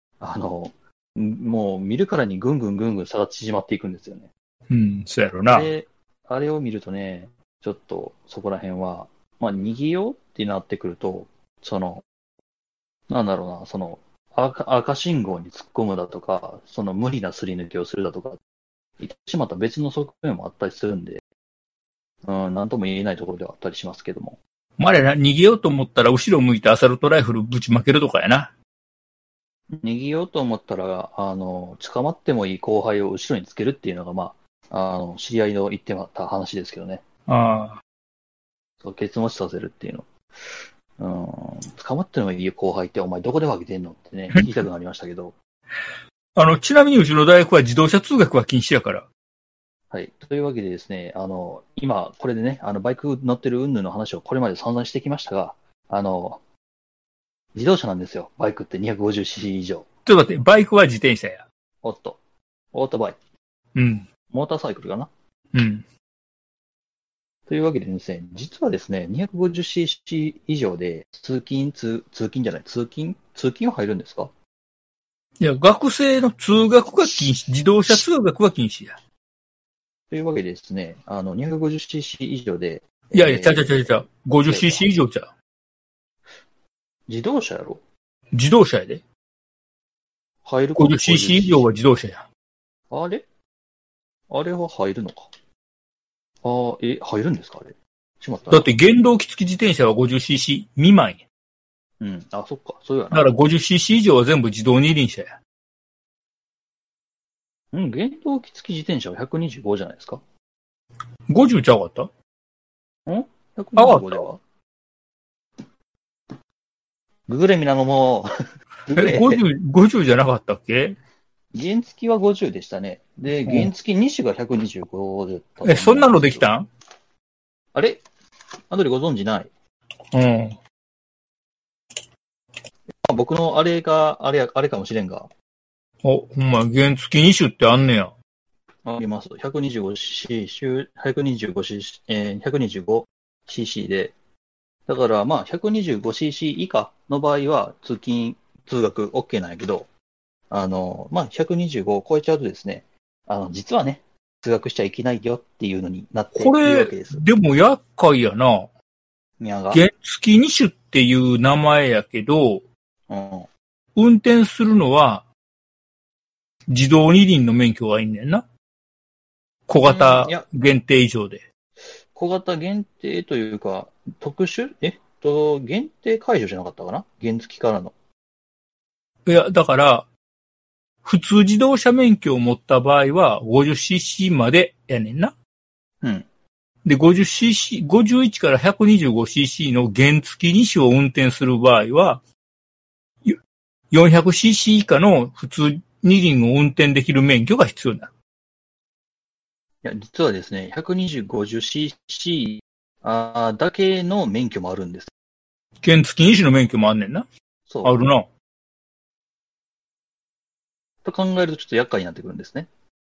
もう見るからにぐんぐん差が縮まっていくんですよね。 そうやろな。 で、あれを見るとね、ちょっとそこら辺は、まあ、逃げようってなってくると、なんだろうな、赤信号に突っ込むだとか、無理なすり抜けをするだとか、言ってしまった別の側面もあったりするんで、なんとも言えないところではあったりしますけども。 まあ、逃げようと思ったら後ろ向いてアサルトライフルぶちまけるとかやな。 逃げようと思ったら、捕まってもいい後輩を後ろにつけるっていうのが、まあ、知り合いの言ってまった話ですけどね。そう、ケツ持ちさせるっていうの。捕まってもいい後輩ってお前どこで分けてんのってね、言いたくなりましたけど。 ちなみにうちの大学は自動車通学は禁止やから。 はい。というわけでですね、今、これでね、バイク乗ってる云々の話をこれまで散々してきましたが、自動車なんですよ。バイクって 250cc 以上。 ちょっと待って、バイクは自転車や。 オートバイ。モーターサイクルかな。というわけでですね、実はですね、250cc 以上で通勤は入るんですか？ いや、学生の通学が禁止、自動車通学は禁止や。 というわけでですね、250cc 以上で。 いや、ちゃう。50cc 以上ちゃう。 自動車やろ？ 自動車やで。 入るか。 50cc 以上は自動車や。 あれは入るのか。入るんですかあれ。しまった。 だって原動機付き自転車は 50cc 未満や。 うん。あ、そっか。そうやな。 だから 50cc 以上は全部自動二輪車や。 うん、原動機付き自転車は125じゃないですか。 50ちゃうかったん ?125 ではググレミなのも、 50じゃなかったっけ？ 原付きは50でしたね。で、原付き2種が125でった。 そんなのできたん？ あれアドリご存知ない？ うん。 僕のあれかもしれんが。 ほんま、原付2種ってあんねや。 あります。125cc、125cc で。だからまあ 125cc 以下の場合は通勤、通学 OK なんやけど、まあ125を超えちゃうとですね、実はね、通学しちゃいけないよっていうのになっているわけです。 でも厄介やな。 原付2種っていう名前やけど、 うん、 運転するのは自動二輪の免許がいいんねんな。小型限定以上で。 小型限定というか、特殊限定解除じゃなかったかな？原付からの。 いや、だから、普通自動車免許を持った場合は 50cc までやねんな。 うん。 で、50cc、51から 125cc の原付2種を運転する場合は、400cc 以下の普通二輪を運転できる免許が必要になる。 いや、実はですね、120-50cc だけの免許もあるんです。 原付2種の免許もあんねんな。 そう。 あるな。 と考えるとちょっと厄介になってくるんですね。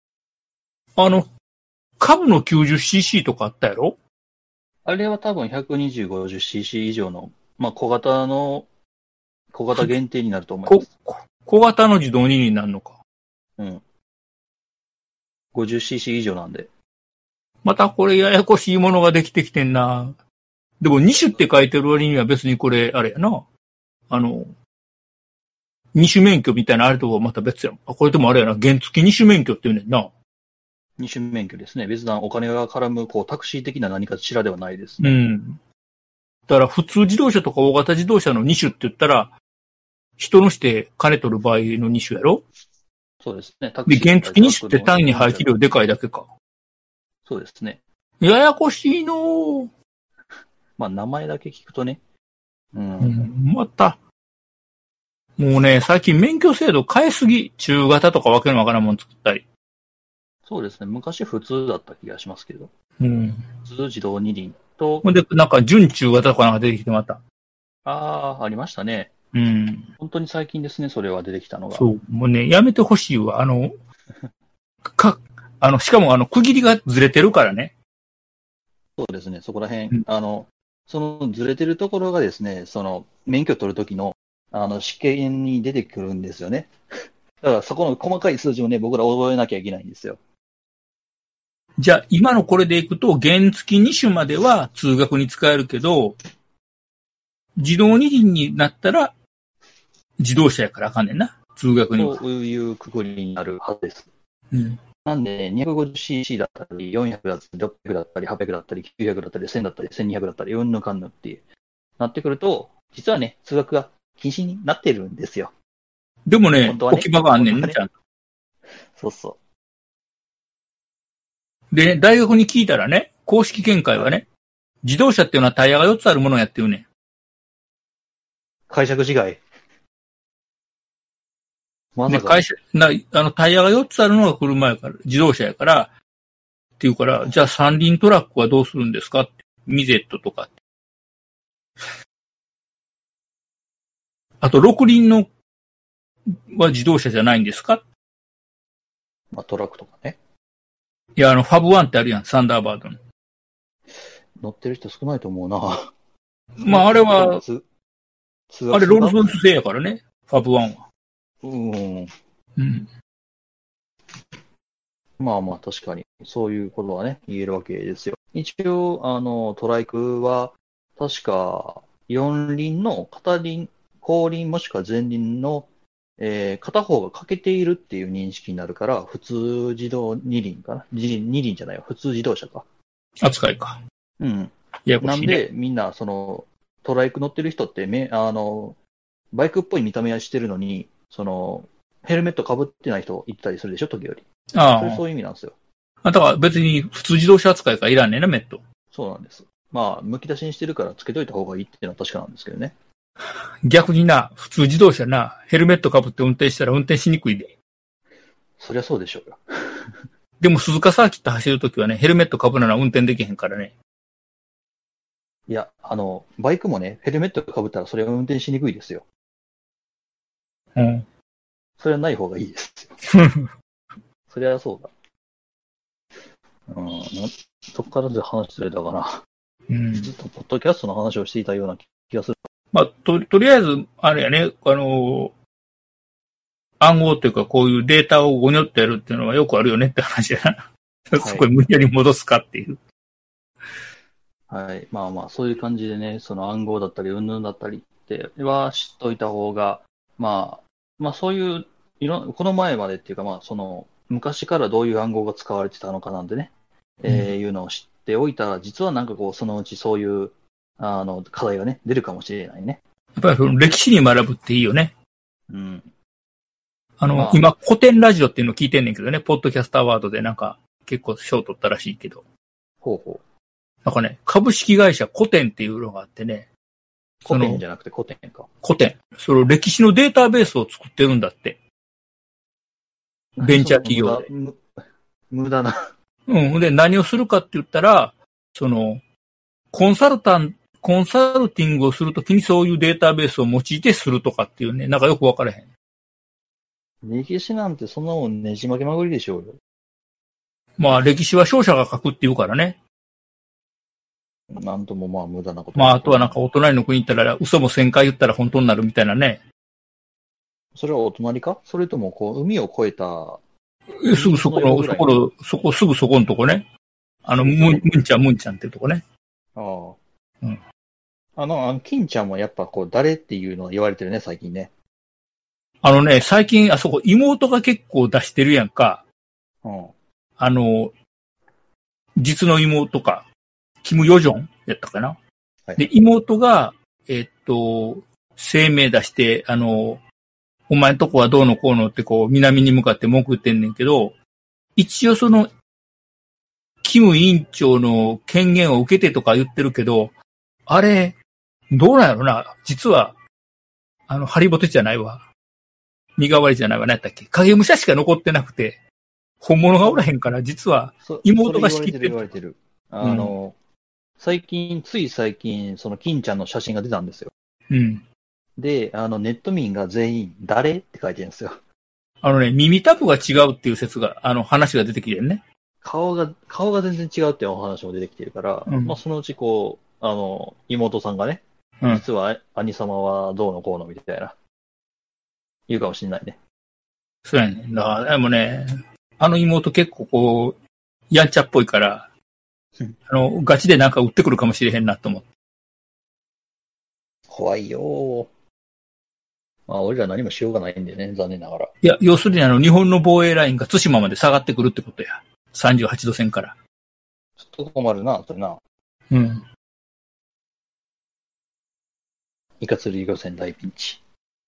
株の 90cc とかあったやろ？ あれは多分 120-50cc 以上の、まあ小型限定になると思います。 小型の自動二輪になるのか。 うん。50cc 以上なんで。 またこれややこしいものができてきてんな。でも2種って書いてる割には別にこれ、あれやな。二種免許みたいなあれとはまた別やん。これでもあれやな。原付二種免許って言うねんな。 二種免許ですね。別段お金が絡む、タクシー的な何かしらではないですね。 うん。だから普通自動車とか大型自動車の二種って言ったら、人のして金取る場合の二種やろ？ そうですね。 で、原付二種って単に排気量でかいだけか。 そうですね。 ややこしいのー。 まあ、名前だけ聞くとね。 また。もうね、最近免許制度変えすぎ。中型とかわけのわからんもん作ったり。 そうですね。昔普通だった気がしますけど。 普通自動二輪と。 ほんで、なんか準中型とかなんか出てきてまた。 ありましたね。本当に最近ですね、それは出てきたのが。 そう。もうね、やめてほしいわ。しかも区切りがずれてるからね。 そうですね、そこら辺。そのずれてるところがですね、免許取るときの、試験に出てくるんですよね。だからそこの細かい数字をね、僕ら覚えなきゃいけないんですよ。 じゃあ、今のこれでいくと、原付2種までは通学に使えるけど、自動二輪になったら、自動車やからあかんねんな。通学には。 そういうくくりになるはずです。 うんなんで、250cc だったり、400だったり、600だったり、800だったり、900だったり、1000だったり、1200だったり、うんぬかんぬってなってくると、実はね、通学が禁止になってるんですよ。 でもね、置き場があんねんね、ちゃんと。 そうそう。 で、大学に聞いたらね、公式見解はね、自動車っていうのはタイヤが4つあるものをやってるねん。 解釈違い。 で、タイヤが4つあるのが車やから、自動車やから、っていうから、じゃあ三輪トラックはどうするんですかって。ミゼットとか。あと、6輪のは自動車じゃないんですか？ まあ、トラックとかね。 いや、ファブ1ってあるやん、サンダーバードの。 乗ってる人少ないと思うな。 まあ、あれは、あれ、ロールスロイス製やからね、ファブ1は。 まあまあ、確かに、そういうことはね、言えるわけですよ。一応、トライクは、確か、4輪の片輪、後輪もしくは前輪の、片方が欠けているっていう認識になるから、普通自動二輪かな。二輪じゃないよ。普通自動車か。 扱いか。 なんで、みんな、 トライク乗ってる人ってバイクっぽい見た目はしてるのに、ヘルメット被ってない人行ったりするでしょ、時折。そういう意味なんですよ。 だから別に普通自動車扱いからいらんねんな、メット。 そうなんです。まあ、剥き出しにしてるからつけといた方がいいっていうのは確かなんですけどね。 逆にな、普通自動車な、ヘルメット被って運転したら運転しにくいで。 そりゃそうでしょうよ。 でも鈴鹿サーキット走るときはね、ヘルメット被るなら運転できへんからね。 いや、バイクもね、ヘルメット被ったらそれは運転しにくいですよ。 うん。 それはない方がいいですよ。そりゃそうだ。そっからで話してたかな。ずっとポッドキャストの話をしていたような気がする。 まあ、とりあえず、あれやね、暗号というかこういうデータをごにょってやるっていうのはよくあるよねって話やな。はい、そこに無理やり戻すかっていう。 はい。まあまあ、そういう感じでね、その暗号だったり、云々だったりっては知っといた方が、まあそういう、この前までっていうか、昔からどういう暗号が使われてたのかなんでね、いうのを知っておいたら、実はなんかこう、そのうちそういう、課題がね、出るかもしれないね。 やっぱりその歴史に学ぶっていいよね。 うん。 今、古典ラジオっていうのを聞いてんねんけどね、ポッドキャストアワードでなんか結構賞取ったらしいけど。 ほうほう。 なんかね、株式会社古典っていうのがあってね。 古典じゃなくて古典か。 古典。その歴史のデータベースを作ってるんだって。ベンチャー企業で。 無駄な。 うん。で、何をするかって言ったら、コンサルティングをするときにそういうデータベースを用いてするとかっていうね、なんかよくわからへん。 歴史なんてそんなもんねじ曲げまぐりでしょうよ。 まあ歴史は勝者が書くって言うからね。 なんともまあ無駄なこと。 まああとはなんかお隣の国行ったら嘘も1000回言ったら本当になるみたいなね。 それはお隣か？それともこう海を越えた。 すぐそこのとこね。ムンちゃんっていうとこね。 ああ。うん。金ちゃんもやっぱこう誰っていうのは言われてるね、最近ね。 最近あそこ妹が結構出してるやんか。 うん。 実の妹か。キム・ヨジョンやったかな。 はい、 で、妹が、声明出して、お前んとこはどうのこうのってこう、南に向かって文句言ってんねんけど、一応キム委員長の権限を受けてとか言ってるけど、あれ、どうなんやろな。実は、ハリボテじゃないわ。身代わりじゃないわ。何やったっけ。影武者しか残ってなくて、本物がおらへんから、実は、妹が仕切ってる。 言われてる。つい最近、その金ちゃんの写真が出たんですよ。 うん。 で、ネット民が全員、誰って書いてるんですよ。 耳たぶが違うっていう説が、話が出てきてるね。 顔が全然違うっていうお話も出てきてるから、まあそのうちこう、妹さんがね、実は兄様はどうのこうのみたいな、言うかもしれないね。 そうやね。だから、でもね、妹結構こう、やんちゃっぽいから、ガチでなんか撃ってくるかもしれへんなと思って。 怖いよー。まあ、俺ら何もしようがないんでね、残念ながら。 いや、要するに日本の防衛ラインが対馬まで下がってくるってことや。38度線から。 ちょっと困るな、それな。 うん。 イカ釣り漁船大ピンチ。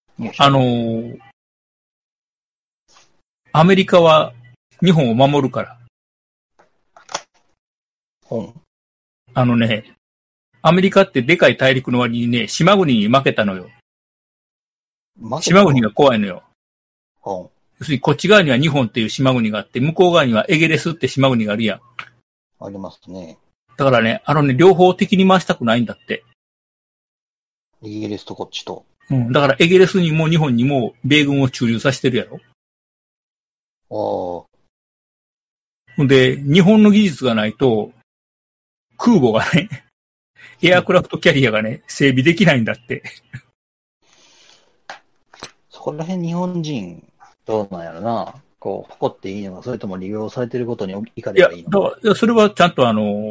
アメリカは日本を守るから。アメリカってでかい大陸の割にね、島国に負けたのよ。島国が怖いのよ。要するにこっち側には日本っていう島国があって、向こう側にはエゲレスって島国があるやん。 ありますね。 だからね、両方敵に回したくないんだって。 イギリスとこっちと。 うん。だからエゲレスにも日本にも米軍を駐留させてるやろ。ほんで、日本の技術がないと、空母がね、エアクラフトキャリアがね、整備できないんだって。 そこら辺日本人、どうなんやろな。こう、誇っていいのか、それとも利用されてることに怒りがいいのか。 いや、それはちゃんと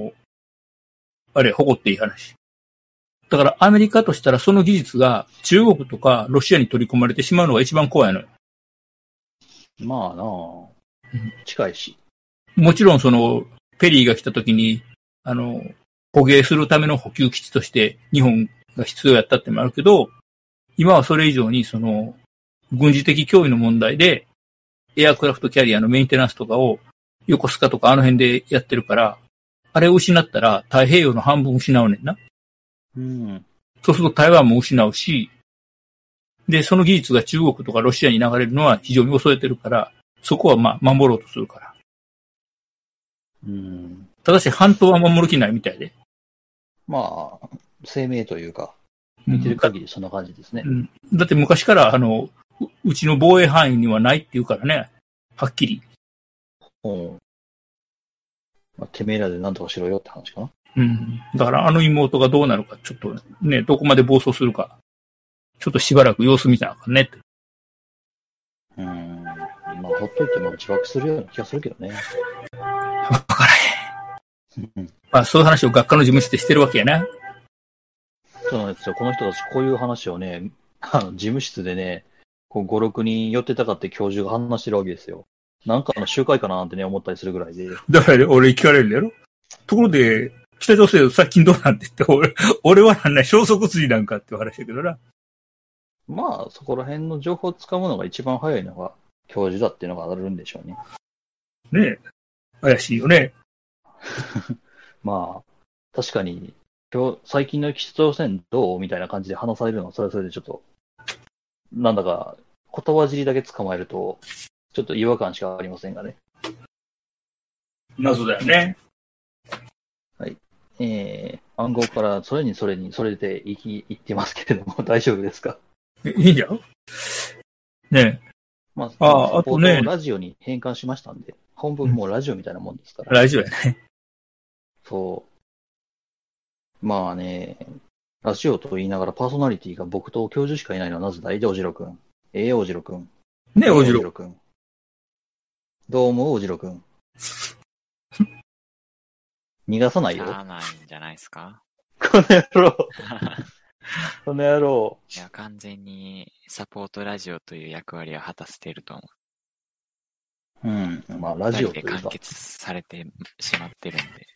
誇っていい話。だからアメリカとしたらその技術が中国とかロシアに取り込まれてしまうのが一番怖いのよ。 まあなあ、近いし。 もちろんペリーが来た時に、捕鯨するための補給基地として日本が必要やったってのもあるけど、今はそれ以上に軍事的脅威の問題で、エアクラフトキャリアのメンテナンスとかを横須賀とかあの辺でやってるから、あれを失ったら太平洋の半分失うねんな。 うん。 そうすると台湾も失うし、で、その技術が中国とかロシアに流れるのは非常に恐れてるから、そこは守ろうとするから。 うん。 ただし半島は守る気ないみたいで。 まあ、声明というか、見てる限りそんな感じですね。 うん。だって昔からうちの防衛範囲にはないって言うからね。はっきり。 まあ、てめえらで何とかしろよって話かな。 うん。だから妹がどうなるか、ちょっとね、どこまで暴走するか、ちょっとしばらく様子見たのかねって。 まあ、ほっといても自爆するような気がするけどね。 わからへん。まあ、そういう話を学科の事務室でしてるわけやな。 そうなんですよ。この人たちこういう話をね、事務室でね、こう5、6人寄ってたかって教授が話してるわけですよ。なんかの集会かなってね、思ったりするぐらいで。 だから俺聞かれるんだよ。ところで、北朝鮮最近どうなんて言って、俺はなんない消息筋なんかっていう話だけどな。 まあ、そこら辺の情報をつかむのが一番早いのが教授だっていうのがあるんでしょうね。 ねえ。怪しいよね。 まあ、確かに、最近の北朝鮮どうみたいな感じで話されるのは、それはそれでちょっと、なんだか、言葉尻だけ捕まえると、ちょっと違和感しかありませんがね。 謎だよね。 はい。暗号からそれで言ってますけれども、大丈夫ですか？ いいんじゃんねえ。 まあ、あとね、ラジオに変換しましたんで、本文もうラジオみたいなもんですから。 ラジオやね。 そう。まあね、ラジオと言いながらパーソナリティが僕と教授しかいないのはなぜだいで、おじろくん。おじろくん。 ねえ、おじろくん。どうも、おじろくん。逃がさないよ。 しゃあないんじゃないですか？ この野郎。この野郎。 いや、完全にサポートラジオという役割を果たしていると思う。 うん。まあ、ラジオというか。 完結されてしまってるんで。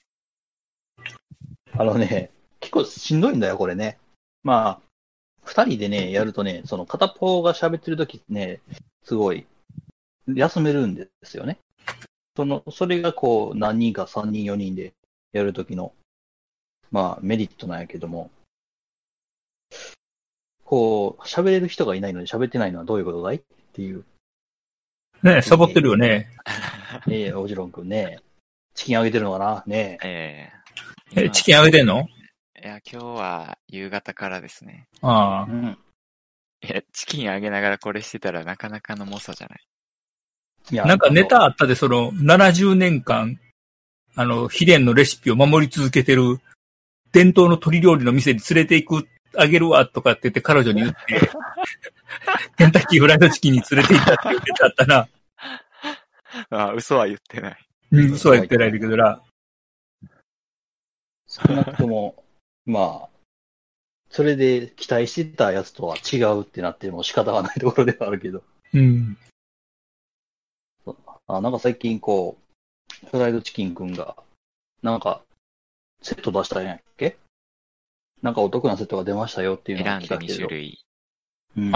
結構しんどいんだよ、これね。まあ、二人でね、やるとね、その片方が喋ってるときね、すごい、休めるんですよね。それがこう、何人か3人4人でやるときの、まあ、メリットなんやけども、こう、喋れる人がいないのに喋ってないのはどういうことだいっていう。 ねえ、サボってるよね。 おじろんくんね。チキンあげてるのかなねチキンあげてんの？ いや、今日は夕方からですね。 ああ。 うん。 いや、チキンあげながらこれしてたらなかなかの猛者じゃない。 いや、 なんかネタあったで、70年間、秘伝のレシピを守り続けてる、伝統の鶏料理の店に連れて行く、あげるわ、とかって言って彼女に言って、ケンタッキーフライドチキンに連れて行ったって言ってたったな。 あ、嘘は言ってない。 嘘は言ってないんだけどな。 少なくとも、まあ、それで期待してたやつとは違うってなっても仕方がないところではあるけど。 うん。 なんか最近こう、フライドチキンくんが、なんか、セット出したんやっけ？なんかお得なセットが出ましたよっていうのを選んで2 聞いたけど。 種類。 うん。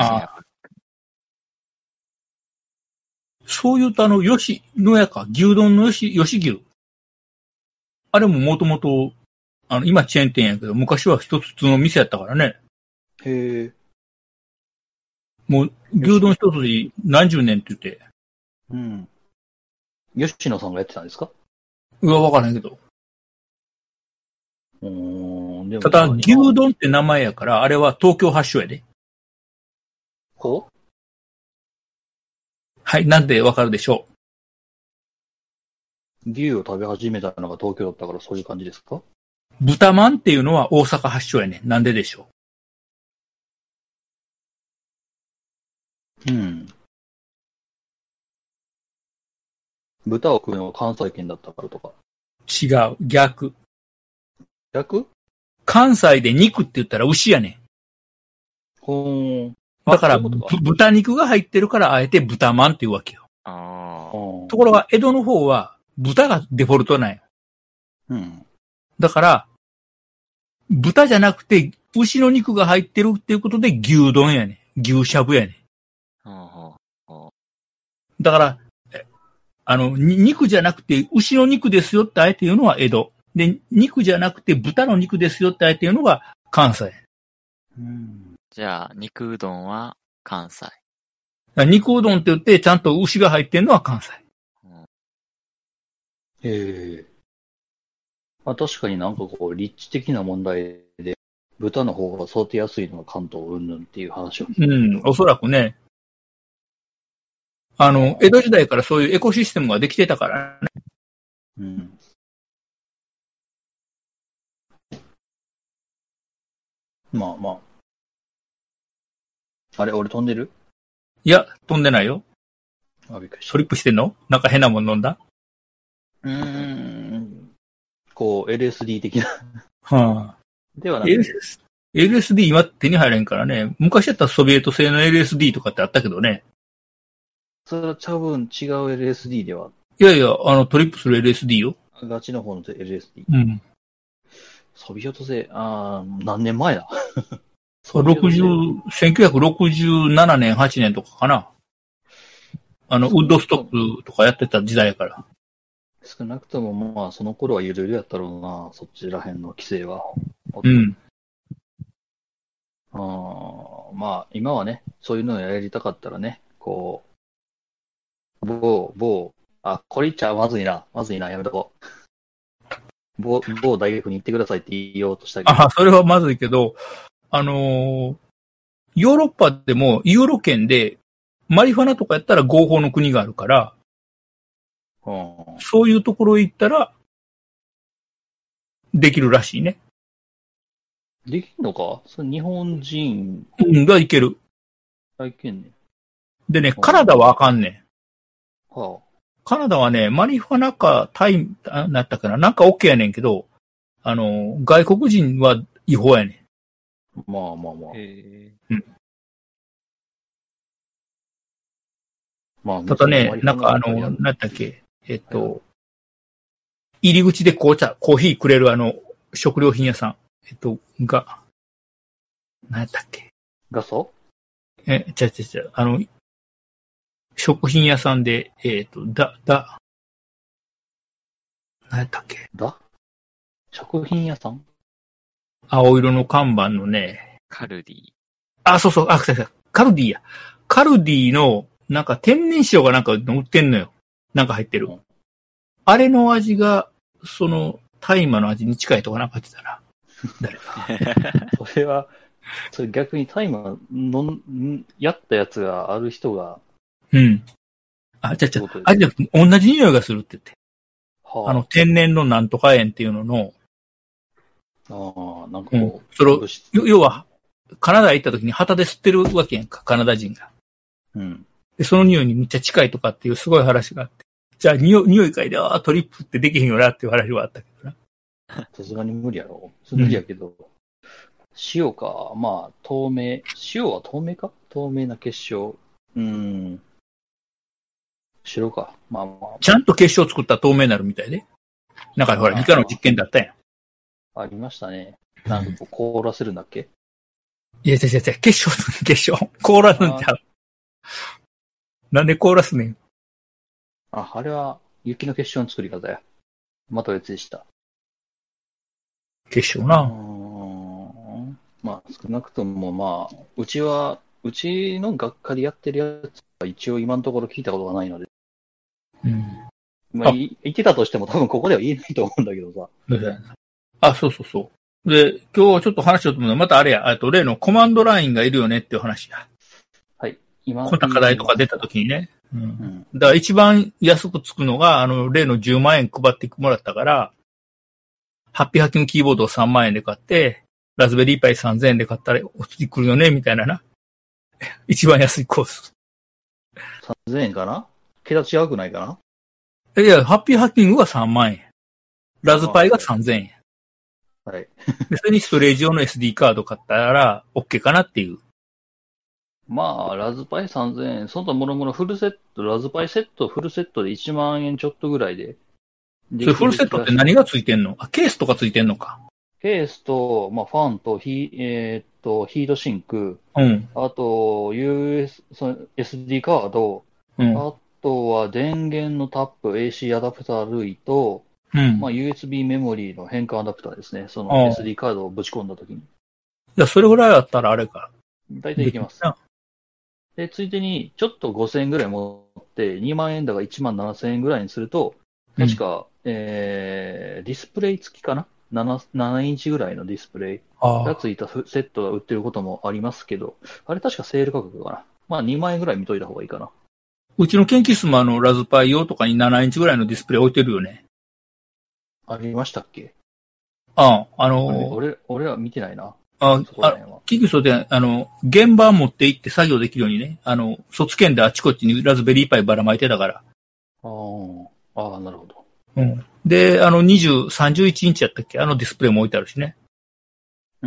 そう言うと吉野家か、牛丼の吉牛。あれももともと、今チェーン店やけど、昔は一つ普通の店やったからね。 へえ。 もう、牛丼一つで何十年って言って。 うん。吉野さんがやってたんですか？ わからへんけど。 でもただ、牛丼って名前やから、あれは東京発祥やで。 ほう？ はい、なんでわかるでしょう。牛を食べ始めたのが東京だったからそういう感じですか？ 豚まんっていうのは大阪発祥やねん。なんででしょう。うん。豚を食うのは関西圏だったからとか。 違う、逆。 逆？ 関西で肉って言ったら牛やねん。 ほーん。 だから、豚肉が入ってるから、あえて豚まんって言うわけよ。ところが、江戸の方は、豚がデフォルトなんよ。 うん。 だから、 豚じゃなくて、牛の肉が入ってるっていうことで牛丼やねん。牛しゃぶやねん。だから、肉じゃなくて牛の肉ですよってあえて言うのは江戸。で、肉じゃなくて豚の肉ですよってあえて言うのが関西。 じゃあ、肉うどんは関西。 肉うどんって言って、ちゃんと牛が入ってるのは関西。 まあ確かになんかこう、立地的な問題で、豚の方が育てやすいのが関東云々っていう話を聞いて。 おそらくね。江戸時代からそういうエコシステムができてたからね。 まあまあ。あれ、俺飛んでる？ いや、飛んでないよ。 びっくりした。 トリップしてんの？なんか変なもん飲んだ？ こう、LSD 的な。 はぁ。ではなくて。 LSD 今手に入れんからね。昔やったらソビエト製の LSD とかってあったけどね。 それは多分違う LSD では。 いやいや、トリップする LSD よ。 ガチの方の LSD。ソビエト製、何年前だ 1967年、8年とかかな。ウッドストックとかやってた時代やから。 少なくともまあ、その頃はゆるゆるやったろうな、そっちら辺の規制は。まあ、今はね、そういうのをやりたかったらね、こう、これ言っちゃまずいな、やめとこう。某大学に行ってくださいって言おうとしたけど。 それはまずいけど、ヨーロッパでもユーロ圏で、マリファナとかやったら合法の国があるから、そういうところへ行ったら、できるらしいね。 できんのか？それ日本人がいける。 いけんね。 でね、カナダはあかんねん。 はあ、 カナダはね、マリファナかタイ、なったかななんか OK やねんけど、外国人は違法やねん。 まあ。まあ、 ただね、なんかなんだっけ、入り口でコーヒーくれる食料品屋さん。何やったっけ？ ガソ？ 食品屋さんで、何やったっけ？ 食品屋さん？ 青色の看板のね。 カルディ。 そうそう、カルディや。カルディの、なんか天然塩がなんか売ってんのよ。なんか入ってる。あれの味が、大麻の味に近いとかなんか言ってたな。誰か。 それ逆に大麻やったやつがある人が。 味じゃなくて同じ匂いがするって言って。天然のなんとか園っていうのの。 なんかこう。要は、カナダ行った時に旗で吸ってるわけやんか、カナダ人が。で、その匂いにめっちゃ近いとかっていうすごい話があって。じゃあ、匂い嗅いで、トリップってできへんよなっていう話はあったけどな。 さすがに無理やろ。無理やけど。塩か。まあ、透明。塩は透明か？透明な結晶。白か。まあ。 ちゃんと結晶作ったら透明になるみたいで。なんかほら、理科の実験だったやん。 ありましたね。なんか凍らせるんだっけ？ いや、結晶。凍らすんちゃう。なんで凍らすねん。 あれは雪の結晶の作り方や。また別でした。 結晶な。 まあ、少なくともまあ、うちの学科でやってるやつは一応今のところ聞いたことがないので。まあ、言ってたとしても多分ここでは言えないと思うんだけどさ。そう。で、今日ちょっと話しようと思うのは、またあれや、例のコマンドラインがいるよねっていう話や。 はい。今。 こんな課題とか出た時にね。だから一番安くつくのが、例の10万円配ってもらったから、ハッピーハッキングキーボードを3万円で買って、ラズベリーパイ3000円で買ったらお釣り来るよね、みたいなな。一番安いコース。 3000円かな？桁違うくないかな？いや、ハッピーハッキングが3万円。ラズパイが3000円。 はい。 で、それにストレージ用の SD カード買ったら OK かなっていう。 まあ、ラズパイ3000円、その他もろもろフルセット、ラズパイセット、フルセットで1万円ちょっとぐらいで。 それフルセットって何がついてんの？ケースとかついてんのか。 ケースと、まあ、ファンとヒートシンク、 うん。 あと、その SD カード、 うん。 あとは電源のタップ、AC アダプター類と、 うん。 まあ、USB メモリーの変換アダプターですね。そのああ。 SD カードをぶち込んだときに。 いや、それぐらいあったらあれか。 大体いけます。で、ついでに、ちょっと5000円ぐらい持って、2万円だか1万7000円ぐらいにすると、確か、ディスプレイ付きかな 7 インチぐらいのディスプレイがついたセットが売ってることもありますけど、あれ確かセール価格かな。まあ2万円ぐらい見といた方がいいかな。 うちの研究室もラズパイ用とかに7インチぐらいのディスプレイ置いてるよね。 ありましたっけ？ 俺ら見てないな。 研究室で、現場持って行って作業できるようにね、卒検であちこちにラズベリーパイばらまいてたから。 ああ、なるほど。 うん。で、20、31インチやったっけ？ディスプレイも置いてあるしね。 うん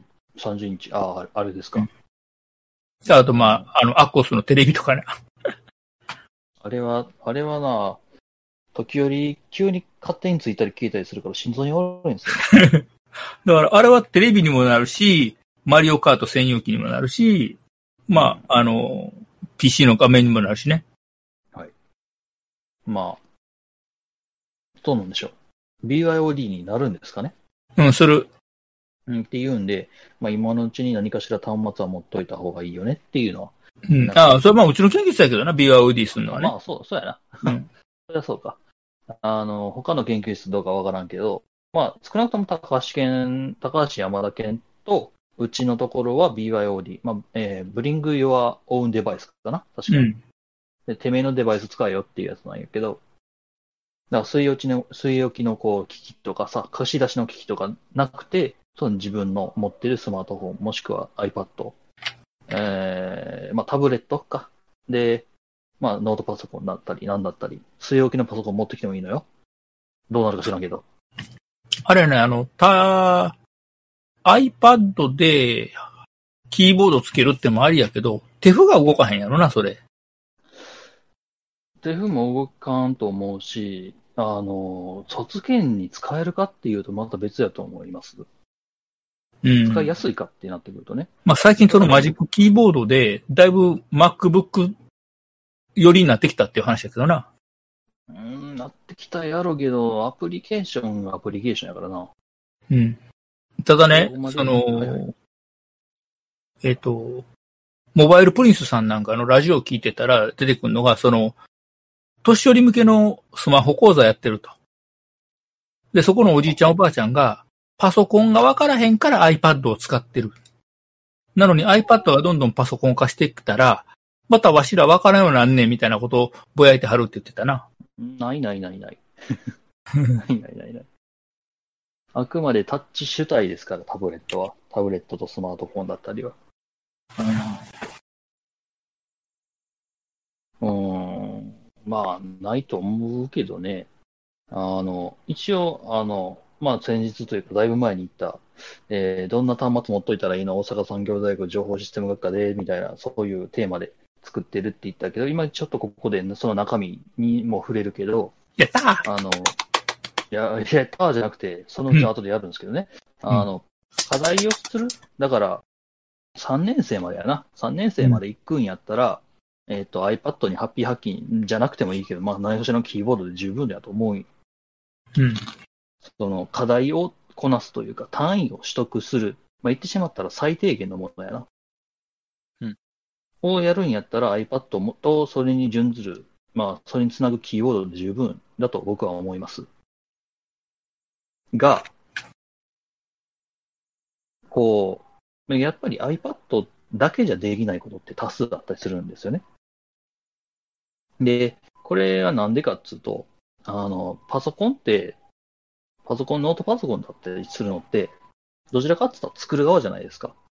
。30インチ。あれですか。 あと、まあ、アッコスのテレビとかね。 あれはな、時折、急に勝手についたり消えたりするから心臓に悪いんですよ、ね。 だから、あれはテレビにもなるし、マリオカート専用機にもなるし、まあ、PC の画面にもなるしね。 はい。まあ、どうなんでしょう。BYOD になるんですかね。 うん、する。 っていうんで、まあ今のうちに何かしら端末は持っといた方がいいよねっていうのは。 うん。それはまあうちの研究室だけどな、BYOD するのはね。 まあそうやな。 うん。 そりゃそうか。他の研究室どうかわからんけど、まあ少なくとも高橋山田県と、うちのところは BYOD。まあ、Bring Your Own Device かな確かに。 うん。 で、てめえのデバイス使えよっていうやつなんやけど、だから据え置きのこう機器とかさ、貸し出しの機器とかなくて、その自分の持ってるスマートフォン、もしくは iPad、まあタブレットか。で、まあノートパソコンだったり、なんだったり、据え置きのパソコン持ってきてもいいのよ。どうなるか知らんけど。 あれね、iPad でキーボードつけるってもありやけど、手符が動かへんやろな、それ。 手符も動かんと思うし、卒検に使えるかっていうとまた別やと思います。 うん。 使いやすいかってなってくるとね。 まあ最近そのマジックキーボードで、だいぶ MacBook 寄りになってきたっていう話だけどな。 なってきたやろうけど、アプリケーションがアプリケーションやからな。 うん。ただね、モバイルプリンスさんなんかのラジオを聞いてたら出てくるのが、年寄り向けのスマホ講座やってると。で、そこのおじいちゃんおばあちゃんが、パソコンがわからへんから iPad を使ってる。なのに iPad がどんどんパソコン化してきたら、またわしらわからんようになんねんみたいなことをぼやいてはるって言ってたな。 ない。ない。あくまでタッチ主体ですから、タブレットは。タブレットとスマートフォンだったりは。まあ、ないと思うけどね。一応、まあ、先日というか、だいぶ前に言った、どんな端末持っといたらいいの大阪産業大学情報システム学科で、みたいな、そういうテーマで作ってるって言ったけど、今ちょっとここでその中身にも触れるけど、 やったーやったーじゃなくて、そのうち後でやるんですけどね。課題をするだから、3年生までやな。3年生まで行くんやったら、iPad にハッピーハッキンじゃなくてもいいけど、まあ、何かしらのキーボードで十分だと思う。その課題をこなすというか、単位を取得する。まあ、言ってしまったら最低限のものやな。をやるんやったら iPad とそれに準ずる、まあ、それにつなぐキーボードで十分だと僕は思います。が、やっぱり iPad だけじゃできないことって多数だったりするんですよね。で、これはなんでかっつうと、パソコン、ノートパソコンだったりするのって、どちらかって言ったら作る側じゃないですか。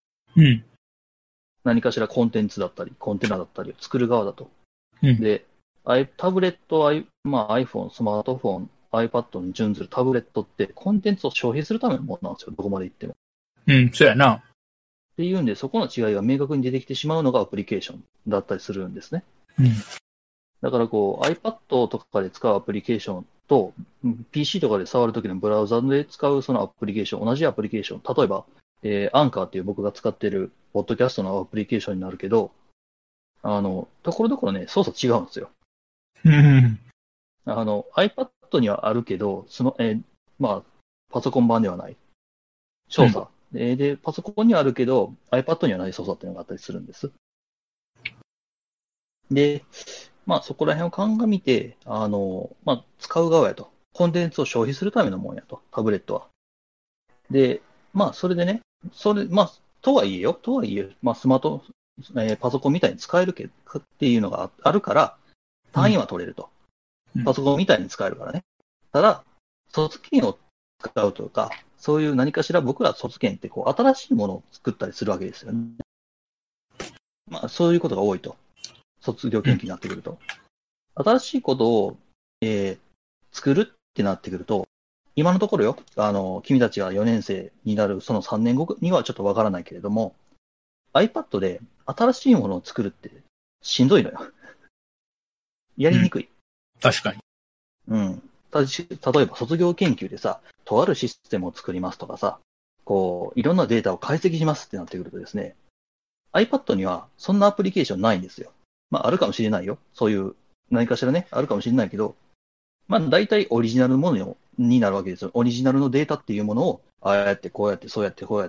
何かしらコンテンツだったり、コンテナだったりを作る側だと。で、タブレット、iPhone、スマートフォン、iPad に準ずるタブレットってコンテンツを消費するためのものなんですよ、どこまで行っても。 そうやな。 っていうんで、そこの違いが明確に出てきてしまうのがアプリケーションだったりするんですね。だからiPad とかで使うアプリケーションと、PC とかで触るときのブラウザで使うそのアプリケーション、同じアプリケーション、例えば、アンカーっていう僕が使っているポッドキャストのアプリケーションになるけど、ところどころね、操作違うんですよ。iPad にはあるけど、パソコン版ではない。操作。で、パソコンにはあるけど、iPad にはない操作っていうのがあったりするんです。で、そこら辺を鑑みて、使う側やと。コンテンツを消費するためのもんやと、タブレットは。で、それでね、とはいえ、スマート、パソコンみたいに使えるっていうのがあるから、単位は取れると。パソコンみたいに使えるからね。ただ、卒検を使うとか、そういう何かしら僕ら卒検って新しいものを作ったりするわけですよね。そういうことが多いと。卒業研究になってくると。新しいことを、作るってなってくると、今のところよ、君たちが4年生になるその3年後にはちょっとわからないけれども、iPad で新しいものを作るってしんどいのよ。やりにくい。 確かに。 例えば卒業研究でさ、とあるシステムを作りますとかさ、いろんなデータを解析しますってなってくるとですね、iPad にはそんなアプリケーションないんですよ。あるかもしれないよ。そういう何かしらね、あるかもしれないけど、大体オリジナルものになるわけですよ。オリジナルのデータっていうものを、ああやって、こうやって、そうやって、こうやって。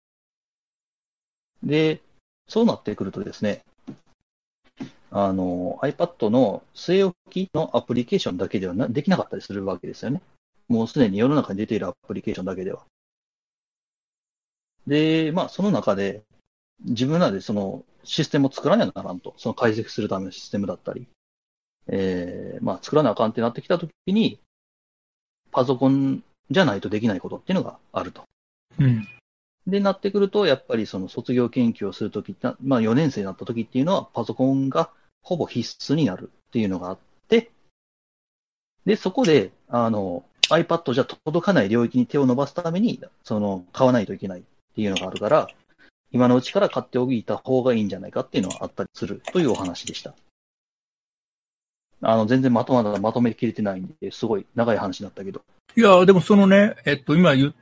で、そうなってくるとですね、iPad の据え置きのアプリケーションだけではできなかったりするわけですよね。もうすでに世の中に出ているアプリケーションだけでは。で、その中で、自分らでそのシステムを作らなきゃならんと。その解析するためのシステムだったり。作らなあかんってなってきたときに、パソコンじゃないとできないことっていうのがあると。で、なってくると、やっぱりその卒業研究をするとき、4年生になったときっていうのは、パソコンがほぼ必須になるっていうのがあって、で、そこで、iPad じゃ届かない領域に手を伸ばすために、買わないといけないっていうのがあるから、今のうちから買っておいた方がいいんじゃないかっていうのはあったりするというお話でした。全然まとめきれてないんで、すごい長い話になったけど。 いや、でも今言った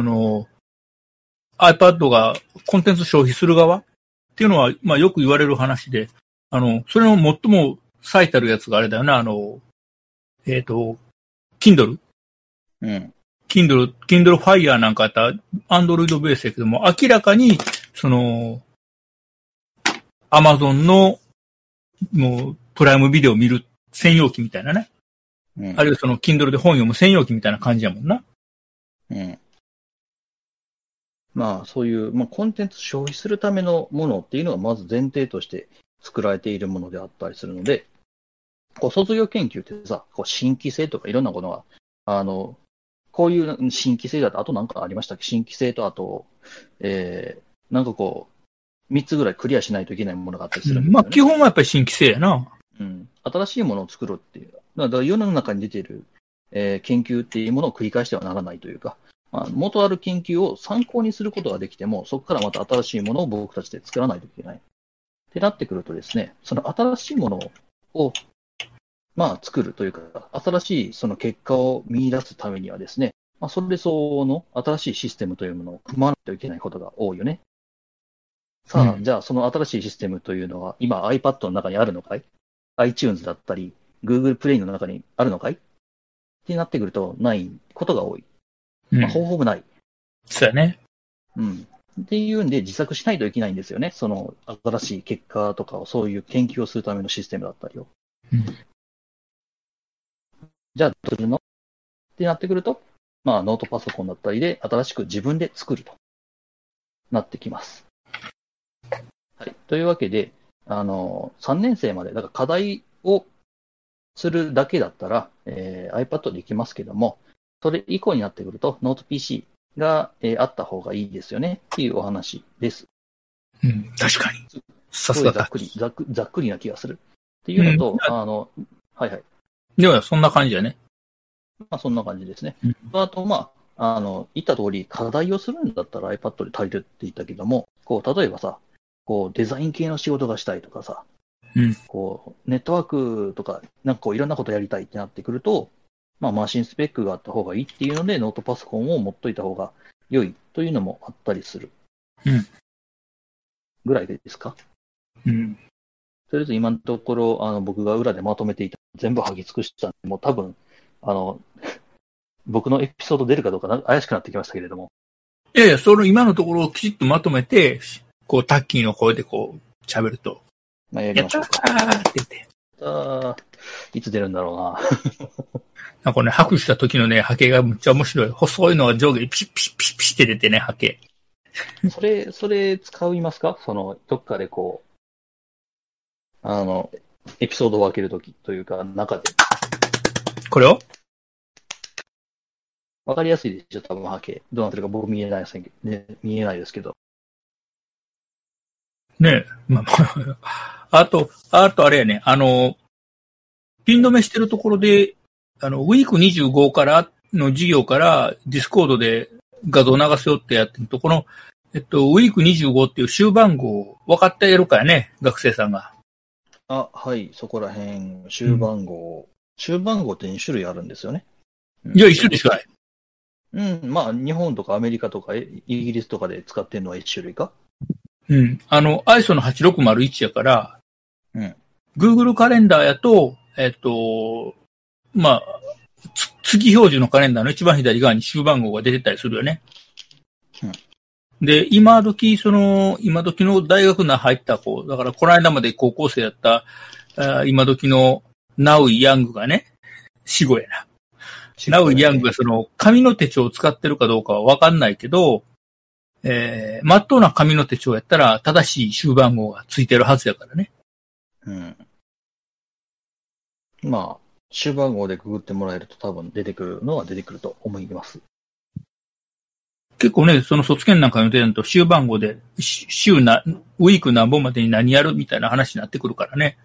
、iPad がコンテンツ消費する側っていうのは、よく言われる話で、それの最も最たるやつがあれだよな、Kindle。Kindle Fire なんかあった Android ベースやけども、明らかに、Amazon の、もう、プライムビデオを見る専用機みたいなね。あるいはKindle で本読む専用機みたいな感じやもんな。 そういう、コンテンツ消費するためのものっていうのがまず前提として作られているものであったりするので、卒業研究ってさ、新規性とかいろんなことが、こういう新規性だと、あとなんかありましたっけ？新規性と、あと、3つぐらいクリアしないといけないものがあったりするんですよね。 基本はやっぱり新規性やな。 新しいものを作ろうっていう。だから世の中に出ている、研究っていうものを繰り返してはならないというか、元ある研究を参考にすることができても、そこからまた新しいものを僕たちで作らないといけない。ってなってくるとですね、その新しいものを、作るというか、新しいその結果を見出すためにはですね、それで相応の新しいシステムというものを組まないといけないことが多いよね。さあ、じゃあその新しいシステムというのは、今 iPad の中にあるのかい？ iTunes だったり、Google Play の中にあるのかい？ってなってくると、ないことが多い。ほぼほぼない。 そうやね。 っていうんで自作しないといけないんですよね。その新しい結果とかを、そういう研究をするためのシステムだったりを。じゃあどうするのってなってくると、ノートパソコンだったりで新しく自分で作るとなってきます。はい。というわけで、3年生まで、だから課題をするだけだったら、iPad でいきますけども、それ以降になってくると、ノート PC が、あった方がいいですよねっていうお話です。 確かに。さすがだ。 ざっくりな気がする。っていうのと、はいはい。 では、そんな感じだね。 そんな感じですね。あと、言った通り、課題をするんだったら iPad で足りるって言ったけども、例えばさ、デザイン系の仕事がしたいとかさ、ネットワークとか、いろんなことやりたいってなってくると、 まあ、マシンスペックがあった方がいいっていうので、ノートパソコンを持っといた方が良いというのもあったりする。 うん。 ぐらいですか？ うん。 とりあえず今のところ、僕が裏でまとめていた全部剥ぎ尽くしたんで、もう多分、僕のエピソード出るかどうか怪しくなってきましたけれども。 いやいや、その今のところをきちっとまとめて、こう、タッキーの声でこう、喋ると。 まあ、やりましょうか。 やったーって言って。 いつ出るんだろうな。 なんかね、拍手した時のね、波形がむっちゃ面白い。細いのが上下にピシッピシッピシッピシッって出てね、波形。 それ使いますか？どっかでこう、エピソードを分けるときというか、中で。 これをわかりやすいでしょ、多分波形。どうなってるか僕見えないですけど。 ねえ。まあ、あとあれやね、ピン止めしてるところで、ウィーク25からの授業からディスコードで画像流すよってやってると、この、ウィーク25っていう週番号分かってやるからね、学生さんが。 はい、そこら辺、週番号って2種類あるんですよね。 いや、一緒ですかい。 まあ、日本とかアメリカとかイギリスとかで使ってるのは1種類か？ ISO の8601やから、Google カレンダーやと、まあ、月表示のカレンダーの一番左側に週番号が出てたりするよね。で、今時の大学に入った子、だからこの間まで高校生やった、今時のナウイ・ヤングがね、死後やな。ナウイ・ヤングが紙の手帳を使ってるかどうかはわかんないけど、まっとうな紙の手帳やったら正しい週番号がついてるはずやからね。 まあ、週番号でググってもらえると多分出てくるのは出てくると思います。 結構ね、その卒検なんかの出ると週番号で、ウィーク何本までに何やるみたいな話になってくるからね。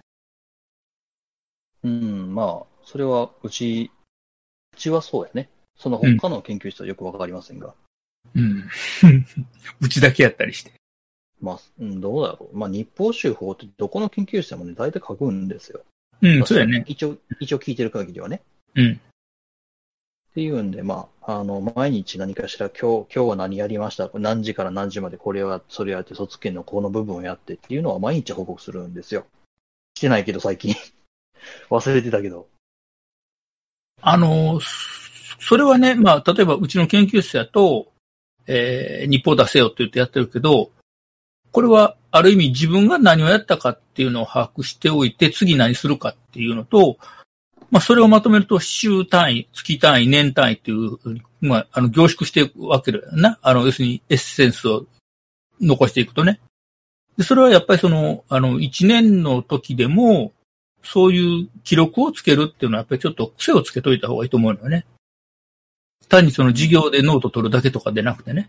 まあ、それはうちはそうやね。その他の研究室はよくわかりませんが。 うちだけやったりして。 まあ、どうだろう。まあ、日報集法ってどこの研究室でもね、大体書くんですよ。 そうやね。 一応聞いてる限りはね。っていうんで、まあ、毎日何かしら今日は何やりました。何時から何時までそれやって、卒検のこの部分をやってっていうのは毎日報告するんですよ。してないけど最近。忘れてたけど。 それはね、まあ、例えばうちの研究室やと、日報出せよって言ってやってるけど、これはある意味自分が何をやったかっていうのを把握しておいて、次何するかっていうのと、まあ、それをまとめると週単位、月単位、年単位っていう、まあ、凝縮していくわけだよな。要するにエッセンスを残していくとね。で、それはやっぱり1年の時でも、そういう記録をつけるっていうのはやっぱりちょっと癖をつけといた方がいいと思うのよね。単に授業でノート取るだけとかでなくてね。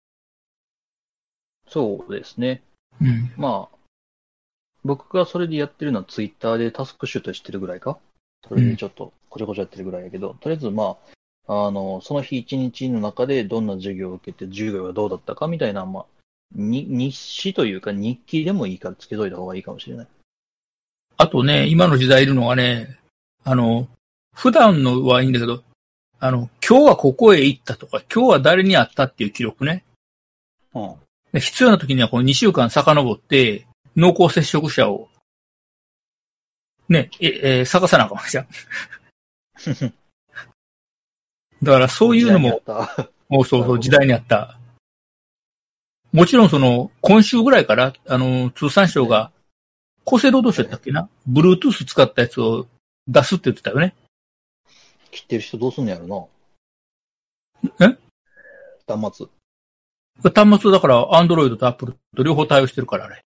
そうですね。まあ、僕がそれでやってるのはツイッターでタスクシュートしてるぐらいか。それでちょっとこちょこちょやってるぐらいやけど、とりあえずまあ、その日一日の中でどんな授業を受けて、授業がどうだったかみたいな、まあ、日誌というか日記でもいいからつけといた方がいいかもしれない。 あとね、今の時代いるのはね、普段のはいいんだけど、今日はここへ行ったとか、今日は誰に会ったっていう記録ね。必要な時にはこの2週間遡って、濃厚接触者を、ね、探さなあかんわけじゃん。だからそういうのも、そう、時代にあった。もちろん今週ぐらいから、通産省が、厚生労働省だったっけな、Bluetooth 使ったやつを出すって言ってたよね。 切ってる人どうすんのやろな。 端末だから、Android と Apple と両方対応してるからね。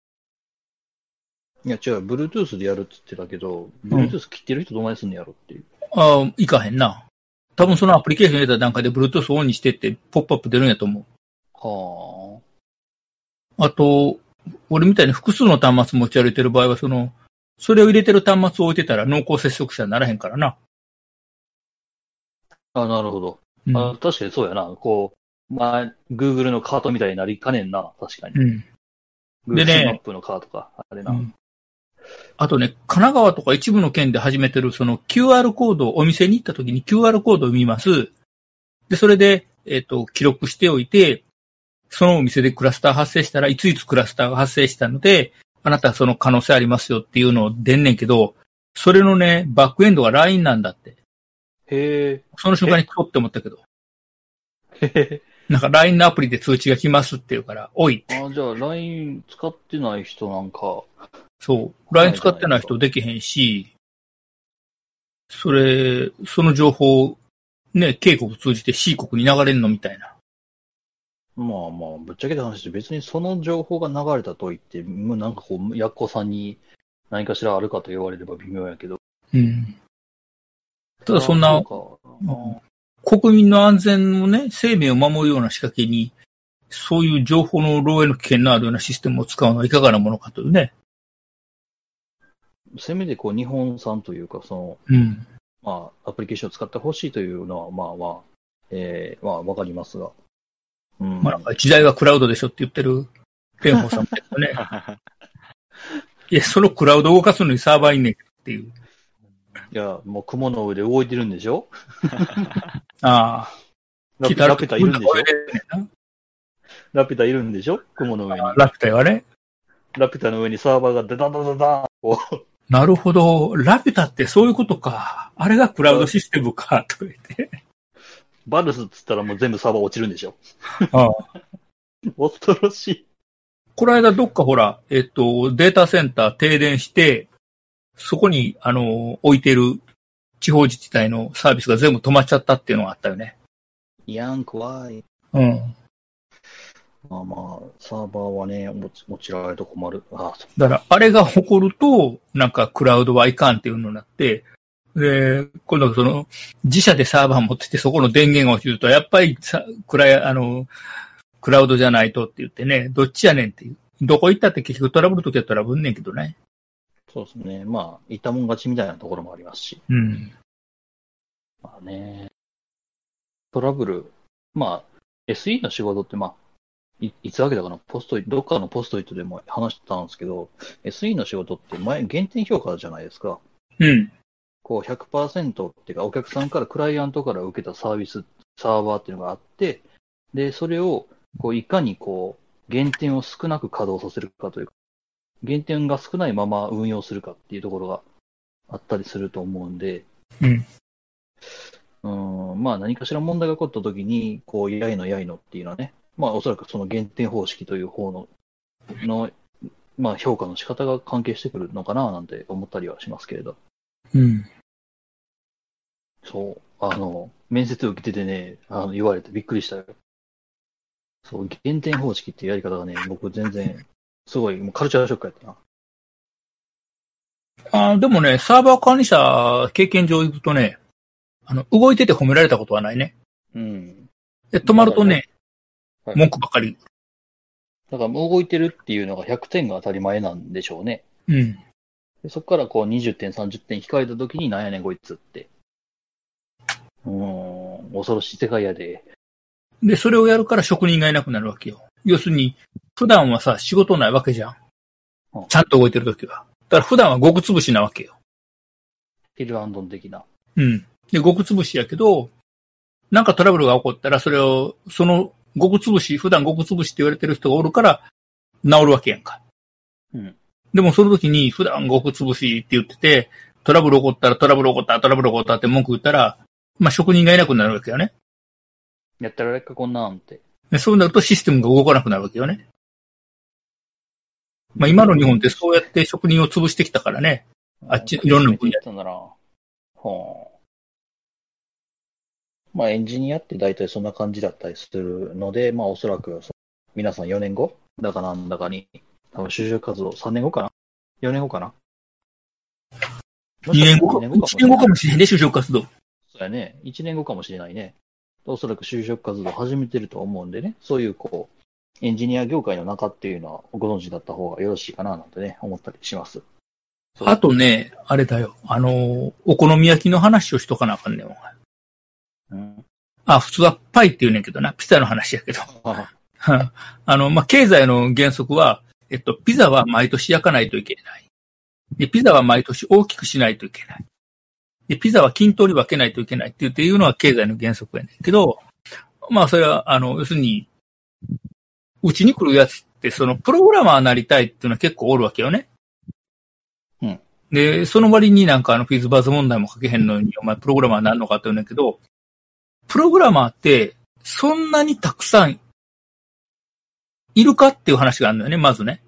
いや違う、Bluetooth でやるって言ってたけど、Bluetooth 切ってる人どうまですんのやろっていう。 いかへんな。多分そのアプリケーション入れた段階で Bluetooth オンにしてってポップアップ出るんやと思う。あと、俺みたいに複数の端末持ち歩いてる場合は、それを入れてる端末を置いてたら濃厚接触者にならへんからな。 なるほど。確かにそうやな。まあ、Google のカートみたいになりかねんな。確かに。 でね、 Google マップのカートか。あれな。 あとね、神奈川とか一部の県で始めてるその QR コードをお店に行った時に QR コードを見ます。で、それで、記録しておいて、そのお店でクラスター発生したらいついつクラスターが発生したので、あなたはその可能性ありますよっていうのを出んねんけど、それのね、バックエンドが LINE なんだって。 へえ。 その瞬間にとって思ったけど。 へへ。 なんか LINE のアプリで通知が来ますって言うから、おいって。 じゃあ LINE 使ってない人なんか。 そう。LINE 使ってない人できへんし、その情報、ね、K 国通じて C 国に流れんのみたいな。 まあまあ、ぶっちゃけた話で別にその情報が流れたといって、もうなんかこう、やっこさんに何かしらあるかと言われれば微妙やけど。 うん。ただそんな、国民の安全をね、生命を守るような仕掛けに、そういう情報の漏洩の危険のあるようなシステムを使うのはいかがなものかというね。 せめてこう日本産というか、まあ、アプリケーションを使ってほしいというのは、まあ、わかりますが。 まあ、なんか時代はクラウドでしょって言ってる蓮舫さんもね。いや、そのクラウドを動かすのにサーバーいんねんっていう。 いや、もう雲の上で動いてるんでしょああ。 ラピュタいるんでしょラピュタいるんでしょ雲の上に。 ラピュタはね。 ラピュタの上にサーバーがダダダダダーン。 なるほど。ラピュタってそういうことか。あれがクラウドシステムか、とか言って。 バルスっつったらもう全部サーバー落ちるんでしょ。 ああ。 恐ろしい。 この間どっかほら、データセンター停電して、そこに、置いてる地方自治体のサービスが全部止まっちゃったっていうのがあったよね。 いやん、怖い。 うん。 まあ、サーバーはね、持ちられると困る。 だから、あれが起こると、なんかクラウドはいかんっていうのになって、で、今度自社でサーバー持っててそこの電源が落ちると、やっぱりクラウドじゃないとって言ってね、どっちやねんっていう。どこ行ったって結局トラブルときはトラブルんねんけどね。 そうですね。まあ、いたもん勝ちみたいなところもありますし。 うん。 まあね、トラブル、まあ、SE の仕事ってまあ、いつわけだかな、どっかのポストイットでも話してたんですけど、SE の仕事って減点評価じゃないですか。 うん。 こう 100% っていうか、お客さんから、クライアントから受けたサーバーっていうのがあって、で、それを、いかに減点を少なく稼働させるかというか、減点が少ないまま運用するかっていうところがあったりすると思うんで、まあ何かしら問題が起こった時に、やいのっていうのはね、まあおそらくその減点方式という方の、まあ評価の仕方が関係してくるのかななんて思ったりはしますけれど。 うん。 そう、面接を受けててね、言われてびっくりしたよ。そう、減点方式っていうやり方がね、僕全然、すごい、もうカルチャーショックやったな。 でもね、サーバー管理者経験上行くとね、動いてて褒められたことはないね。 うん。 で、止まるとね、文句ばかり。 だから動いてるっていうのが100点が当たり前なんでしょうね。 うん。 でそこから20点、30点控えた時になんやねんこいつって。恐ろしい世界やで。 で、それをやるから職人がいなくなるわけよ。要するに、普段はさ、仕事ないわけじゃん。ちゃんと動いてるときは。だから普段はごくつぶしなわけよ。 ヒルアンドン的な。 うん。で、ごくつぶしやけど、なんかトラブルが起こったら、それを、その、ごくつぶし、普段ごくつぶしって言われてる人がおるから、治るわけやんか。 うん。 でもその時に、普段ごくつぶしって言ってて、トラブル起こったって文句言ったら、まあ、職人がいなくなるわけよね。 やったられっかこんなんて。 でそうなるとシステムが動かなくなるわけよね。まあ、今の日本ってそうやって職人を潰してきたからね。いろんな分野。 まあエンジニアって大体そんな感じだったりするので、まあおそらく皆さん4年後だかなんだかに、多分就職活動3年後かな ?4 年後かな ?2 年後か。1年後かもしれないね、就職活動。 そうやね。1年後かもしれないね。おそらく就職活動を始めてると思うんでね、そういうエンジニア業界の中っていうのはご存知だった方がよろしいかななんてね、思ったりします。 あとね、あれだよ。お好み焼きの話をしとかなあかんねん。 うん、 普通はパイって言うねんけどな。ピザの話やけど。まあ、経済の原則は、ピザは毎年焼かないといけない。 で、ピザは毎年大きくしないといけない。で、ピザは均等に分けないといけないっていうのは経済の原則やねんけど、まあそれは、要するに、うちに来るやつって、そのプログラマーになりたいっていうのは結構おるわけよね。 うん。 で、その割になんかフィズバズ問題も書けへんのに、お前プログラマーになるのかって言うんだけど、プログラマーって、そんなにたくさんいるかっていう話があるのよね、まずね。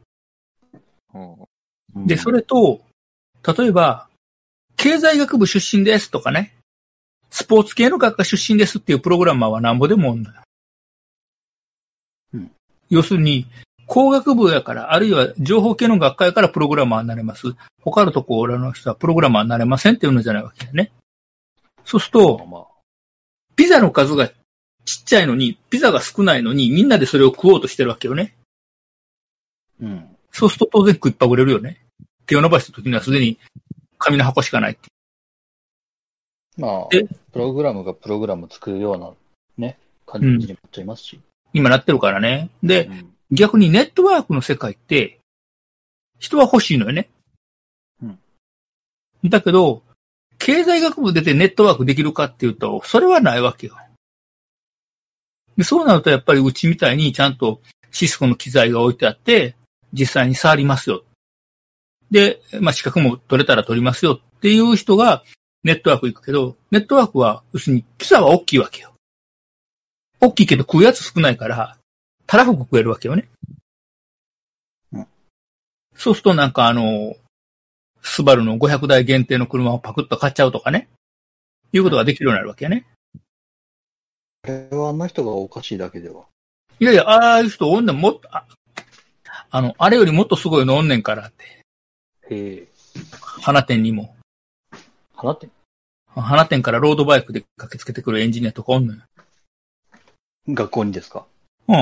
で、それと、例えば、経済学部出身ですとかね、スポーツ系の学科出身ですっていうプログラマーはなんぼでもおるのよ。 うん、 要するに、工学部やから、あるいは情報系の学科やからプログラマーになれます。他のところの人はプログラマーになれませんっていうのじゃないわけだよね。そうすると、ピザの数がちっちゃいのに、ピザが少ないのに、みんなでそれを食おうとしてるわけよね。 うん。 そうすると当然食いっぱぐれるよね。手を伸ばした時にはすでに紙の箱しかないって。 まあ、プログラムがプログラム作るようなね、感じになっちゃいますし。 今なってるからね。で、逆にネットワークの世界って、人は欲しいのよね。 うん。 だけど、経済学部出てネットワークできるかっていうと、それはないわけよ。で、そうなるとやっぱりうちみたいにちゃんとシスコの機材が置いてあって、実際に触りますよ。で、まあ、資格も取れたら取りますよっていう人がネットワーク行くけど、ネットワークは、要するにピザは大きいわけよ。大きいけど食うやつ少ないから、たらふく食えるわけよね。 うん。 そうするとなんかスバルの500台限定の車をパクッと買っちゃうとかね。いうことができるようになるわけよね。 あれはあんな人がおかしいだけでは。 いやいや、ああいう人おんねん、もっと、あれよりもっとすごいのおんねんからって。 へえ。 花店にも。 花店からロードバイクで駆けつけてくるエンジニアとかおんのよ。 学校にですか？ うん。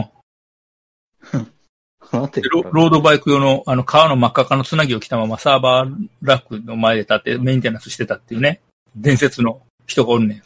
花店ロードバイク用の革の真っ赤のつなぎを着たままサーバーラックの前で立ってメンテナンスしてたっていうね。伝説の人がおるねん。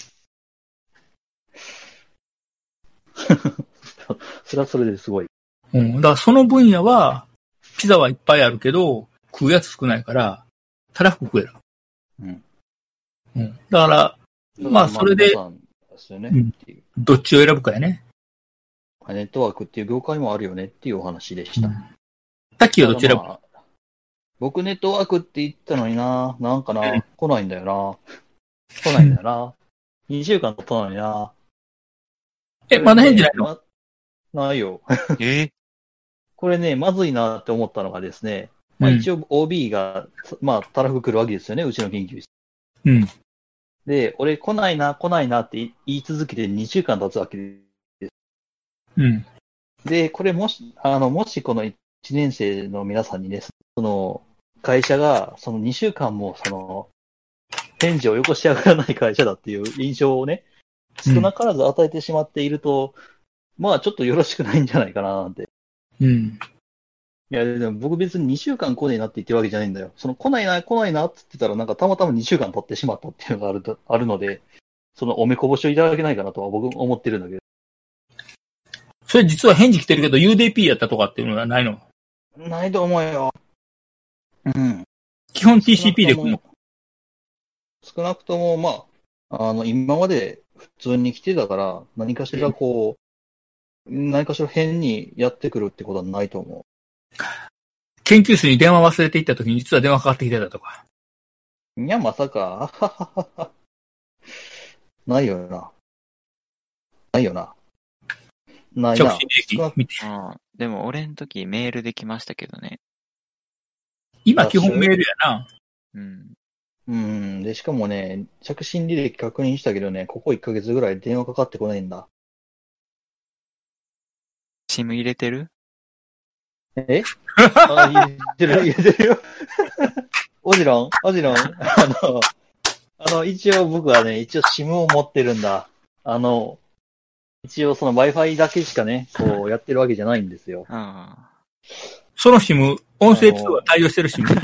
それはそれですごい。 うん。だからその分野は、ピザはいっぱいあるけど、食うやつ少ないから、たらふく食える。 うん。 うん。だから、まあそれで、 ですよね、うん、 どっちを選ぶかやね。 ネットワークっていう業界もあるよねっていうお話でした。 タッキーはどちらも、 僕ネットワークって言ったのにな、なんかな、来ないんだよな。来ないんだよな。2週間経ったのにな。 まだ返事ないの？ ないよ。これね、まずいなって思ったのがですね、まあ、一応 OB が、まあ、たらふく来るわけですよね、うちの研究室。 うん。 で、俺来ないなって言い続けて2週間経つわけです。 うん。 で、これもしこの1年生の皆さんにね、その、会社が、その2週間も、その、返事をよこし上がらない会社だっていう印象をね、少なからず与えてしまっていると、まあちょっとよろしくないんじゃないかななんて。 うん。 いや、でも僕別に2週間来ねえなって言ってるわけじゃないんだよ。その来ないなって言ってたら、なんかたまたま2週間経ってしまったっていうのがあるので、そのおめこぼしをいただけないかなとは僕思ってるんだけど。 それ実は返事来てるけど UDP やったとかっていうのはないの？ ないと思うよ。うん。 基本 TCP で来るの？ 少なくとも、まあ、今まで普通に来てたから、何かしら変にやってくるってことはないと思う。 研究室に電話忘れていった時に実は電話かかってきてたとか。 いや、まさか。ないよな。ないな。 直進履歴見て。 でも俺の時メールで来ましたけどね。 今基本メールやな。 うん。 うん。で、しかもね、着信履歴確認したけどね、ここ1ヶ月ぐらい電話かかってこないんだ。 SIM 入れてる？ 入れてるよ。もちろん。一応僕はね、SIM を持ってるんだ。一応その Wi-Fi だけしかね、こうやってるわけじゃないんですよ。 その SIM、音声通話対応してる SIM。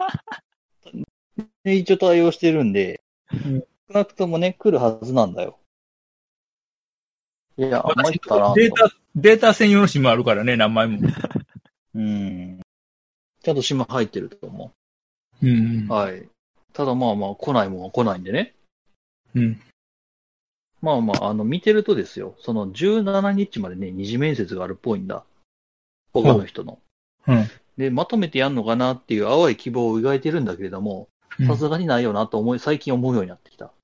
一応対応してるんで、少なくともね、来るはずなんだよ。いや、参ったな。 データ専用の SIM あるからね、何枚も。 ちゃんとSIM入ってると思うん。 はい。ただまあまあ、来ないもんは来ないんでね。 うん。 まあまあ、見てるとですよ、その17日までね、二次面接があるっぽいんだ。他の人の。 うん。 で、まとめてやんのかなっていう淡い希望を描いてるんだけれども、さすがにないよなと最近思うようになってきた。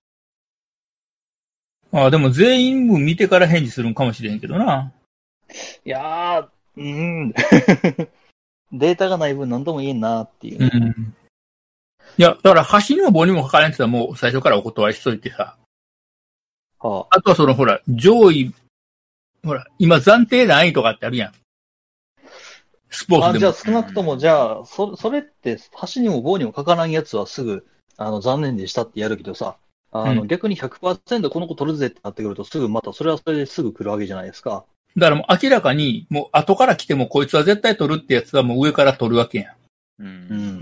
ああ、でも全員分見てから返事するんかもしれへんけどな。 いやー、データがない分何とも言えんなっていう、ね。 うん。いや、だから橋にも棒にもかからんって言ったらもう最初からお断りしといてさ。 はあとはそのほら、上位、ほら、今暫定何位とかってあるやん。スポーツでも。 じゃあ少なくとも、じゃあ、それって、橋にも棒にもかからんやつはすぐ、残念でしたってやるけどさ、逆に 100% この子取るぜってなってくると、すぐまた、それはそれですぐ来るわけじゃないですか。 だからもう明らかに、もう後から来てもこいつは絶対取るってやつはもう上から取るわけやん。 うん。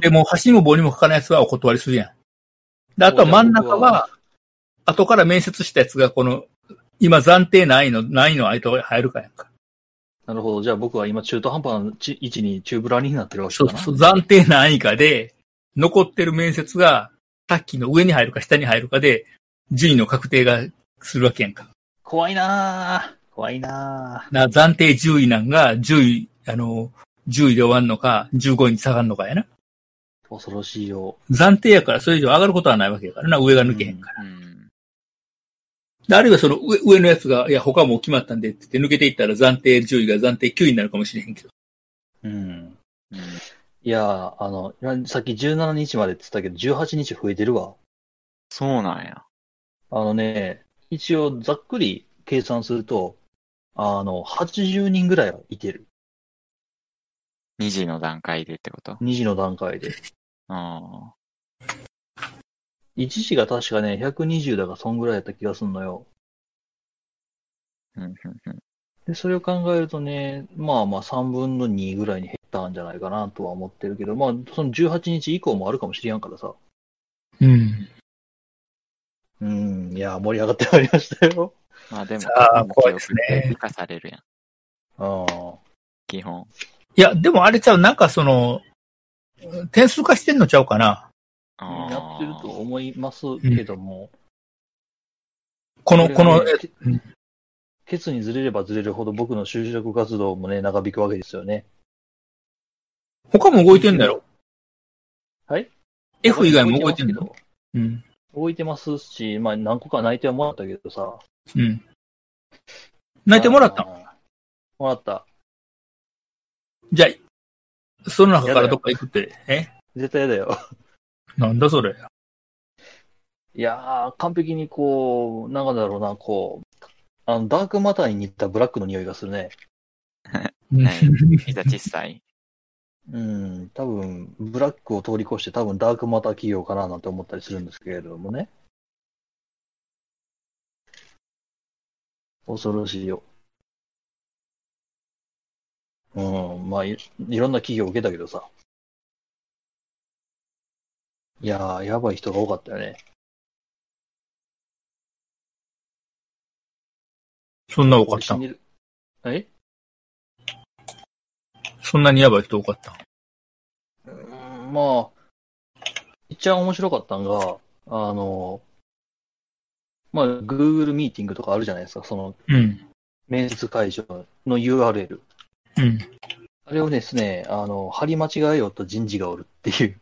で、もう橋にも棒にもかからんやつはお断りするやん。で、あとは真ん中は、後から面接したやつがこの、今暫定何位の間に入るかやんか。 なるほど。じゃあ僕は今中途半端な位置に中ブラになってるわけかな。 そう、暫定何位かで、残ってる面接が、さっきの上に入るか下に入るかで、順位の確定がするわけやんか。 怖いなぁ。怖いなぁ。 暫定10位なんが、10位で終わんのか、15位に下がるのかやな。 恐ろしいよ。 暫定やからそれ以上上がることはないわけやからな、上が抜けへんから。あるいはその上のやつが、いや、他も決まったんでって言って抜けていったら暫定10位が暫定9位になるかもしれへんけど。 いや、さっき17日までって言ったけど、18日増えてるわ。 そうなんや。 一応ざっくり計算すると、80人ぐらいはいてる。 2次の段階でってこと ?2 次の段階で。 ああ。 1次が確かね、120だかそんぐらいやった気がすんのよ。で、それを考えるとね、まあまあ3分の2ぐらいに減ったんじゃないかなとは思ってるけど、まあその18日以降もあるかもしれんからさ。いや、盛り上がってまいりましたよ。 まあでも、 怖いですね。 生かされるやん。基本。 いや、でもあれちゃう、なんかその、点数化してんのちゃうかな。 やってると思いますけども。 この、 ケツにずれればずれるほど僕の就職活動もね、長引くわけですよね。 他も動いてんだろ？ はい ?F 以外も動いてんの？ 動いてますし、まあ何個か内定はもらったけどさ。 内定もらったの？ もらった。 じゃあ、その中からどっか行くって、 絶対嫌だよ。 なんだそれ。 いやー、完璧にこう、なんだろうな、こう、ダークマターに似たブラックの匂いがするね。 ピザ小さい。 多分、ブラックを通り越して多分ダークマター企業かななんて思ったりするんですけれどもね。恐ろしいよ。まあいろんな企業を受けたけどさ。いやー、やばい人が多かったよね。 そんな多かったん？そんなにやばい人多かったん？ まあ、一番面白かったのが、まあ、Google ミーティングとかあるじゃないですか、その、面接会場の URL。あれをですね、貼り間違えようと人事がおるっていう。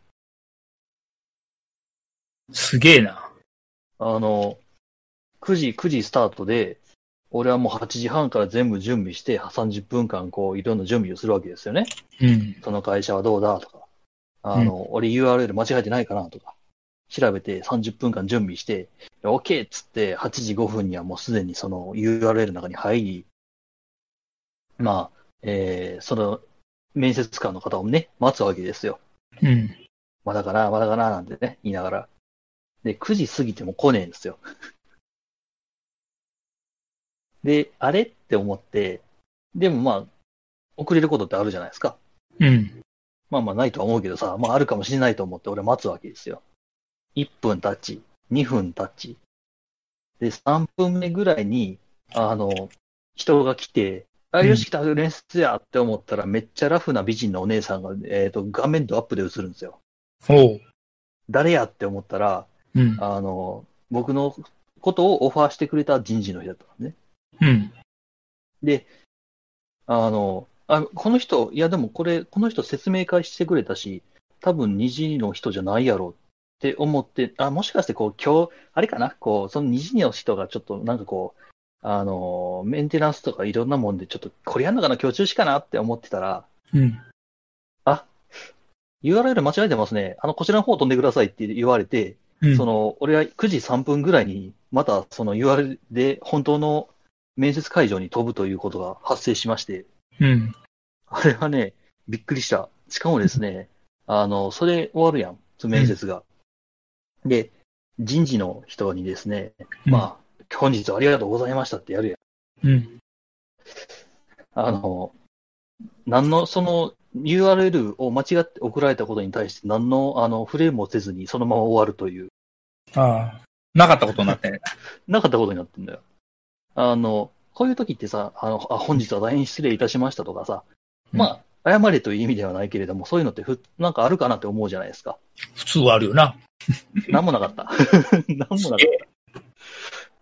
すげえな。 9時スタートで、俺はもう8時半から全部準備して、30分間こう、いろんな準備をするわけですよね。その会社はどうだとか、俺 URL 間違えてないかなとか、調べて30分間準備して、OK っつって8時5分にはもうすでにその URL の中に入り、まあ、その面接官の方をね、待つわけですよ。まだかな、なんてね、言いながら。で、9時過ぎても来ねえんですよ。で、あれって思って、でもまあ、遅れることってあるじゃないですか。まあまあないとは思うけどさ、まああるかもしれないと思って俺待つわけですよ。1分経ち、2分経ち。で、3分目ぐらいに、人が来て、よし来た、面接やって思ったらめっちゃラフな美人なお姉さんが、画面ドアップで映るんですよ。 誰やって思ったら、 うん。 僕のことをオファーしてくれた人事の人だったんですね。 うん。 で、この人、いやでもこの人説明会してくれたし、多分虹の人じゃないやろって思って、もしかして今日、あれかなその虹の人がちょっとなんかメンテナンスとかいろんなもんでちょっとこれやんのかな今日中止かなって思ってたら、 うん。 URL 間違えてますね。こちらの方飛んでくださいって言われて、 うん。 俺は9時3分ぐらいに、またその URL で本当の面接会場に飛ぶということが発生しまして、 うん。 あれはね、びっくりした。しかもですね、それ終わるやん、面接が。で、人事の人にですね、本日はありがとうございましたってやるやん。 うん。 何のその URL を間違って送られたことに対して何のフレームをせずにそのまま終わるという。 ああ。なかったことになってね。 なかったことになってんだよ。こういう時ってさ、本日は大変失礼いたしましたとかさ、謝れという意味ではないけれども、そういうのってなんかあるかなって思うじゃないですか。 普通はあるよな。 なんもなかった。なんもなかった。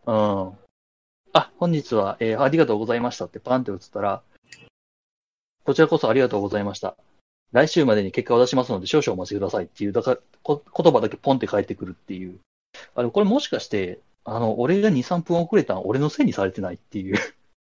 本日は、ありがとうございましたってパンって打ったら、こちらこそありがとうございました。来週までに結果を出しますので少々お待ちくださいっていう、だから言葉だけポンって返ってくるっていう。これもしかして、俺が2、3分遅れたん俺のせいにされてないっていう。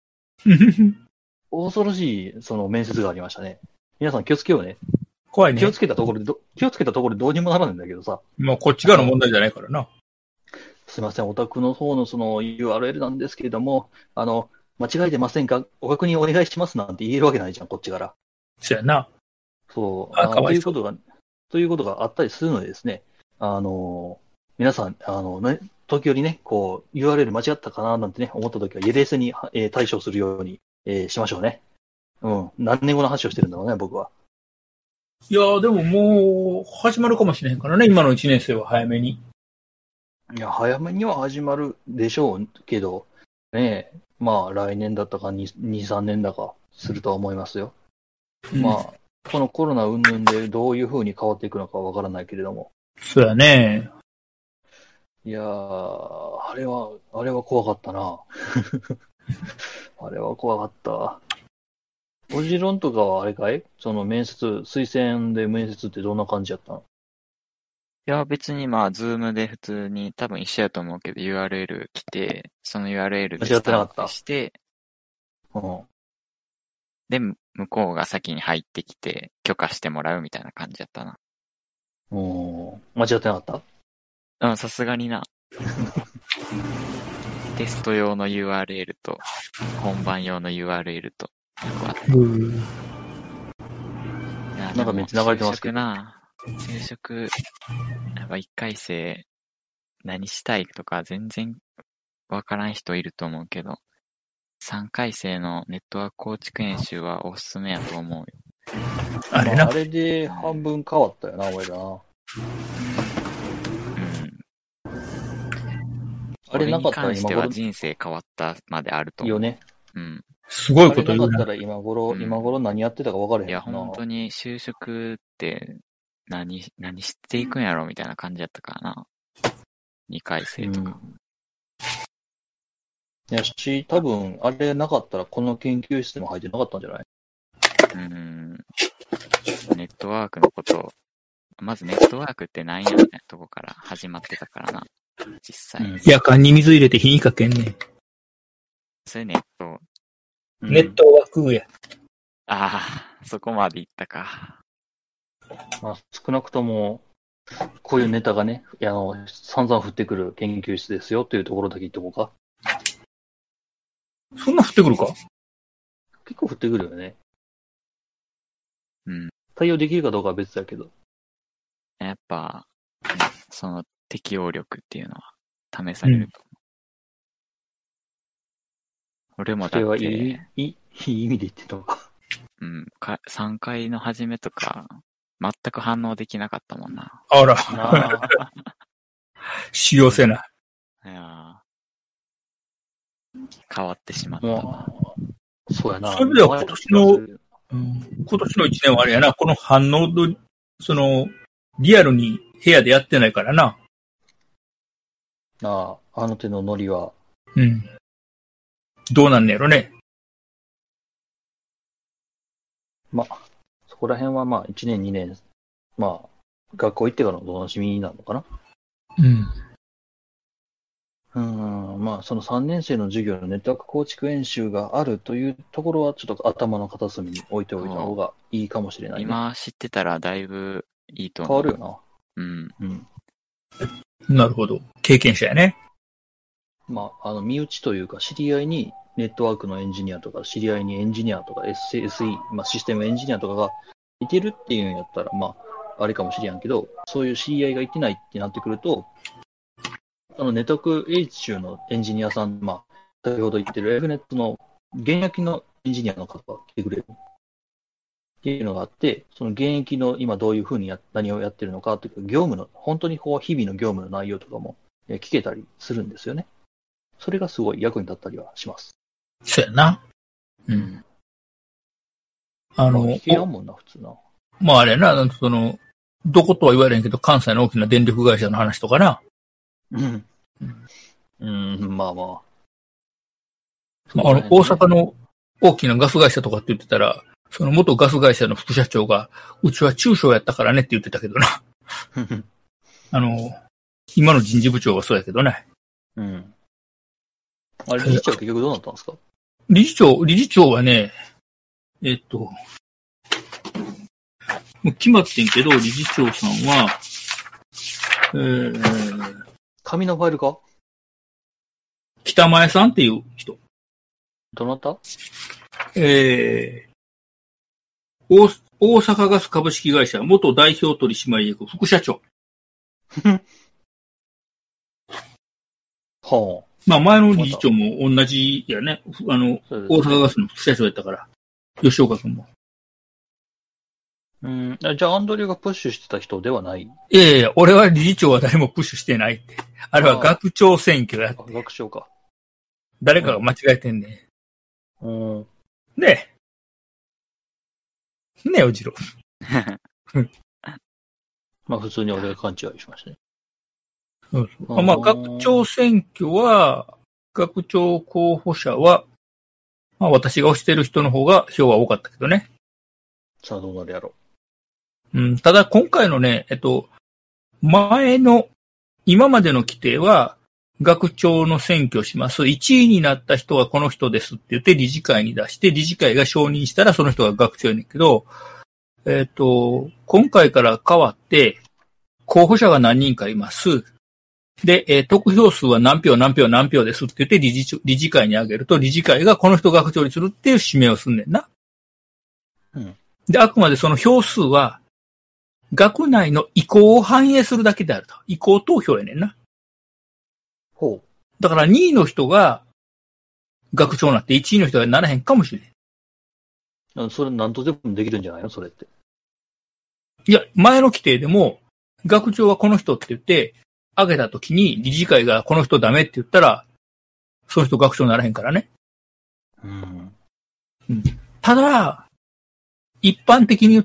恐ろしい、その面接がありましたね。皆さん気をつけようね。 怖いね。 気をつけたところでどうにもならないんだけどさ。 もうこっち側の問題じゃないからな。 すいません、お宅の方のその URL なんですけれども、間違えてませんかご確認お願いしますなんて言えるわけないじゃん、こっちから。 そうやな。 そう。 かわいそう。 ということがあったりするのでですね、皆さん、時折ね、URL 間違ったかななんてね、思った時は、冷静に、対処するように、しましょうね。うん。何年後の話をしてるんだろうね、僕は。 いやー、でももう、始まるかもしれへんからね、今の1年生は早めに。 いや、早めには始まるでしょうけど、ねえ、来年だったか2、3年だかするとは思いますよ。 うん、 このコロナ云々でどういう風に変わっていくのかわからないけれども。 そうやね。 いやー、あれは怖かったな。あれは怖かった。おじろんとかはあれかい？その推薦で面接ってどんな感じやったの？ いや、別にズームで普通に多分一緒やと思うけど URL 来て、その URL でスタンプして、で、向こうが先に入ってきて許可してもらうみたいな感じやったな。 間違ってなかった？ さすがにな。テスト用の URL と本番用の URL と。 なんかめっちゃ流れてますけど。 就職、やっぱ1回生何したいとか全然わからん人いると思うけど、3回生のネットワーク構築演習はおすすめやと思うよ。 あれで半分変わったよな、俺らな。あれなかったら今頃。 俺に関しては人生変わったまであると思う。 よね。 すごいこと言うな。 なかったら今頃何やってたか分からへんな。 いや、本当に就職って何していくんやろみたいな感じやったからな。2回生とか。 いやし、多分、あれなかったらこの研究室にも入ってなかったんじゃない？ ネットワークのことを、まずネットワークって何やみたいなとこから始まってたからな。実際。 夜間に水入れて火にかけんねん。 それネット。 ネットワークや。 そこまで行ったか。 少なくとも、こういうネタがね、散々降ってくる研究室ですよっていうところだけ言っておこうか。 そんな降ってくるか？ 結構降ってくるよね。対応できるかどうかは別だけど。 やっぱ、その適応力っていうのは試されると思う。俺もだって。 それはいい意味で言ってたのか。 3回の初めとか、全く反応できなかったもんな。 あら。幸せな。 いや変わってしまった。 そうやな。 それでは今年の1年はあれやな、この反応と、リアルに部屋でやってないからな。 ああ、あの手のノリは。 うん。どうなんねやろね。 まあ、そこら辺はまあ、1年、2年、まあ、学校行ってからのお楽しみになるのかな。まあ、その3年生の授業のネットワーク構築演習があるというところは、ちょっと頭の片隅に置いておいた方がいいかもしれないね。 今知ってたらだいぶいいと思う。 変わるよな。うん。 なるほど。経験者やね。 まあ、身内というか、知り合いにネットワークのエンジニアとか、知り合いにエンジニアとか、SE、まあ、システムエンジニアとかがいてるっていうんやったら、まあ、あれかもしれんけど、そういう知り合いがいてないってなってくると、ネットワーク H のエンジニアさん、まあ、先ほど言ってる FNET の現役のエンジニアの方が来てくれるっていうのがあって、その現役の今どういうふうに何をやってるのかというか、業務の、本当にこう日々の業務の内容とかも聞けたりするんですよね。それがすごい役に立ったりはします。 そうやな。うん。 聞けやんもんな、普通な。 まああれやな、どことは言われへんけど、関西の大きな電力会社の話とかな。 まあまあ。 大阪の大きなガス会社とかって言ってたら、その元ガス会社の副社長が、うちは中小やったからねって言ってたけどな。今の人事部長はそうやけどね。 あれ、理事長は結局どうなったんですか？ 理事長はね、もう決まってんけど、理事長さんは、 紙のファイルか？ 北前さんっていう人。 どなた？ 大阪ガス株式会社元代表取締役副社長。 はあ。 まあ前の理事長も同じやね。大阪ガスの副社長やったから。吉岡君も。 じゃあアンドリューがプッシュしてた人ではない？ いやいや、俺は理事長は誰もプッシュしてないって。あれは学長選挙やって。 学長か。 誰かが間違えてんね。ねえ。ねえ、おじろ。 まあ普通に俺が勘違いしましたね。 そうそう。まあ学長選挙は、学長候補者は、まあ私が推してる人の方が票は多かったけどね。 さあどうなるやろ。 ただ今回のね、今までの規定は、学長の選挙します。1位になった人はこの人ですって言って理事会に出して、理事会が承認したらその人が学長やねんけど、今回から変わって、候補者が何人かいます。で、得票数は何票何票何票ですって言って理事会にあげると、理事会がこの人学長にするっていう指名をすんねんな。で、あくまでその票数は、学内の意向を反映するだけであると。意向投票やねんな。 ほう。 だから2位の人が学長になって1位の人がならへんかもしれん。 それ何とでもできるんじゃないのそれって。 いや、前の規定でも、学長はこの人って言って、挙げたときに理事会がこの人ダメって言ったら、その人学長にならへんからね。ただ、一般的に言って、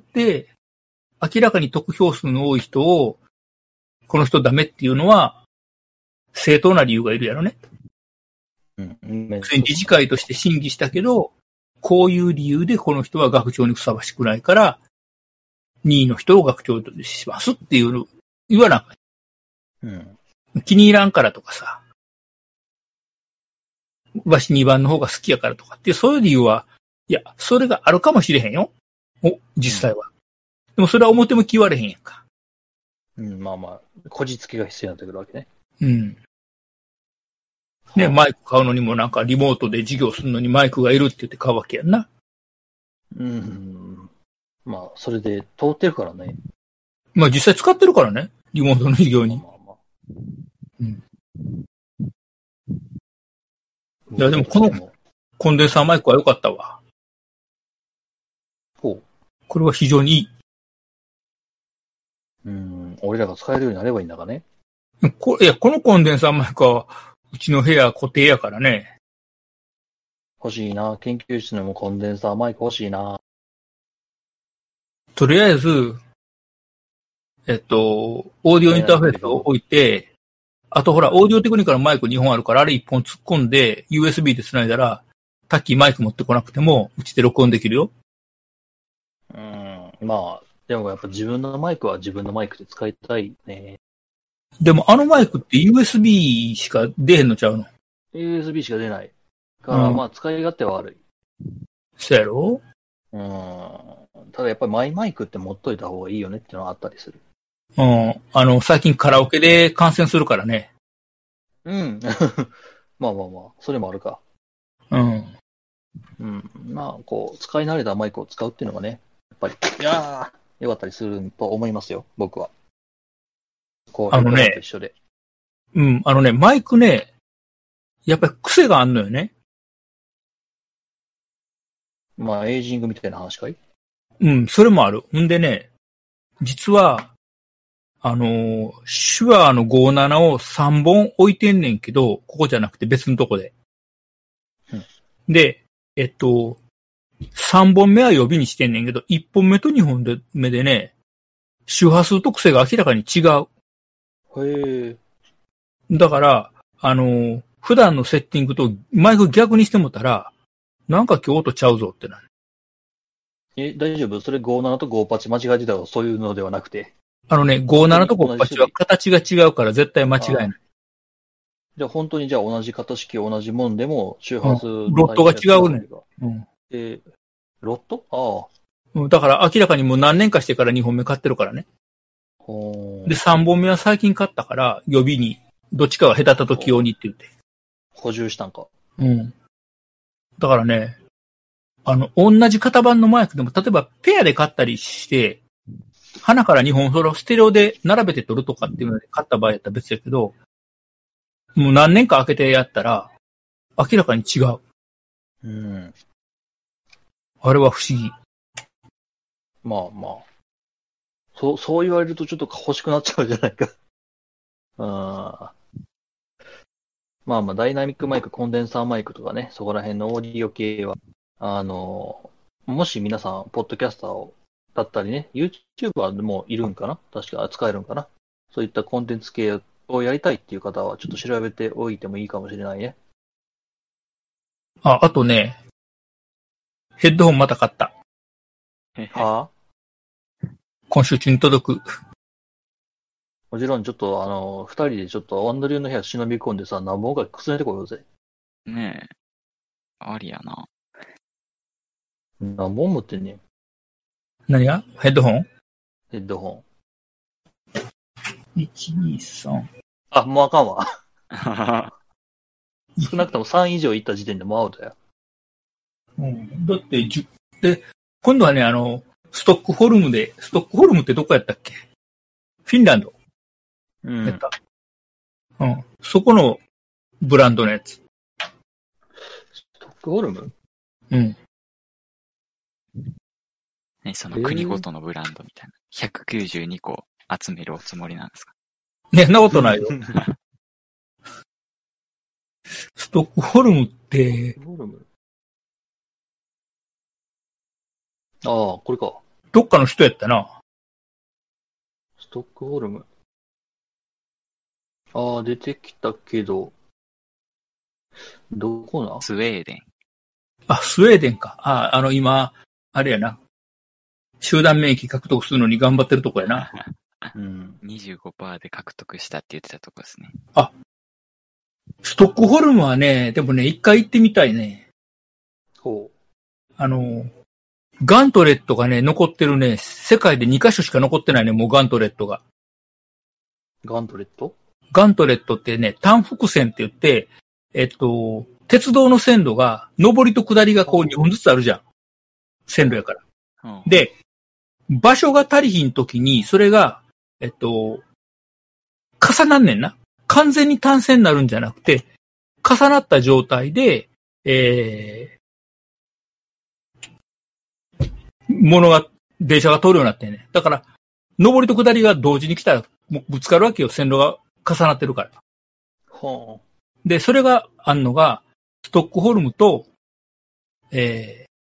明らかに得票数の多い人を、この人ダメっていうのは、正当な理由がいるやろね。理事会として審議したけど、こういう理由でこの人は学長にふさわしくないから、2位の人を学長としますっていうの言わなかった。気に入らんからとかさ、わし2番の方が好きやからとかっていう、そういう理由は、いや、それがあるかもしれへんよ。実際は。でもそれは表向き言われへんやんか。 まあまあ、こじつけが必要になってくるわけね。 ね、マイク買うのにもなんかリモートで授業するのにマイクがいるって言って買うわけやんな。 まあ、それで通ってるからね。 まあ実際使ってるからね。リモートの授業に。いやでもこのコンデンサーマイクは良かったわ。 ほう。 これは非常にいい。 俺らが使えるようになればいいんだがね。 このコンデンサーマイクは、うちの部屋固定やからね。 欲しいな。研究室にもコンデンサーマイク欲しいな。 とりあえず、 オーディオインターフェースを置いて、あとほら、オーディオテクニカのマイク2本あるから、あれ1本突っ込んで、USB で繋いだら、タッキーマイク持ってこなくても、うちで録音できるよ。 まあ、でもやっぱ自分のマイクは自分のマイクで使いたいね。 でもあのマイクって USB しか出へんのちゃうの？ USB しか出ない。から、まあ使い勝手は悪い。 そうやろ？ ただやっぱりマイマイクって持っといた方がいいよねっていうのがあったりする。 最近カラオケで観戦するからね。 まあ、それもあるか。まあ、こう、使い慣れたマイクを使うっていうのがね、やっぱり、よかったりすると思いますよ、僕は。こう、と一緒で。 マイクね、やっぱり癖があんのよね。 まあ、エイジングみたいな話かい？ それもある。んでね、実は、シュアーの57を3本置いてんねんけど、ここじゃなくて別のとこで。で、3本目は予備にしてんねんけど、1本目と2本目でね、周波数と癖が明らかに違う。 へえ。 だから、普段のセッティングとマイク逆にしてもたら、なんか今日音ちゃうぞってなる。 大丈夫？それ57と58間違えてたらそういうのではなくて。 57と58は形が違うから絶対間違いない。 じゃあ本当に同じ型式同じもんでも周波数のロットが違うね。 ロット？ だから明らかにもう何年かしてから2本目買ってるからね。で、3本目は最近買ったから、予備に、どっちかが下手った時用にって言って。 補充したんか。 だからね、同じ型番のマイクでも、例えばペアで買ったりして、鼻から2本それをステレオで並べて撮るとかっていうので買った場合やったら別だけど、もう何年か開けてやったら、明らかに違う。あれは不思議。 まあ。そう言われるとちょっと欲しくなっちゃうじゃないか。まあ、ダイナミックマイク、コンデンサーマイクとかね、そこら辺のオーディオ系は、もし皆さん、ポッドキャスターだったりね、YouTuber でもいるんかな？確か使えるんかな？そういったコンテンツ系をやりたいっていう方は、ちょっと調べておいてもいいかもしれないね。 あとね、ヘッドホンまた買った。 はぁ？ 今週中に届く。 もちろんちょっと二人でちょっとアンドリューの部屋忍び込んでさ、何本かくすねてこようぜ。 ねえ。ありやな。 何本持ってんねん。 何が？ヘッドホン？ ヘッドホン。1、2、3。 あ、もうあかんわ。少なくとも3以上いった時点でもうアウトや。 だってで、今度はね、ストックホルムってどこやったっけ？フィンランド。やった。そこのブランドのやつ。 ストックホルム？ ね、その国ごとのブランドみたいな。192個集めるおつもりなんですか？ ね、そんなことないよ。ストックホルムって、 これか。 どっかの人やったな。 ストックホルム。出てきたけど、どこな？ スウェーデン。 スウェーデンか。今、あれやな。集団免疫獲得するのに頑張ってるとこやな。 25% で獲得したって言ってたとこですね。 ストックホルムはね、でもね、一回行ってみたいね。 ほう。 ガントレットがね、残ってるね、世界で2カ所しか残ってないね、もうガントレットが。 ガントレット？ ガントレットってね、単複線って言って、鉄道の線路が、上りと下りがこう2本ずつあるじゃん。線路やから。で、場所が足りひんときに、それが、重なんねんな。完全に単線になるんじゃなくて、重なった状態で、電車が通るようになってんね。だから、上りと下りが同時に来たら、もうぶつかるわけよ、線路が重なってるから。で、それがあんのが、ストックホルムと、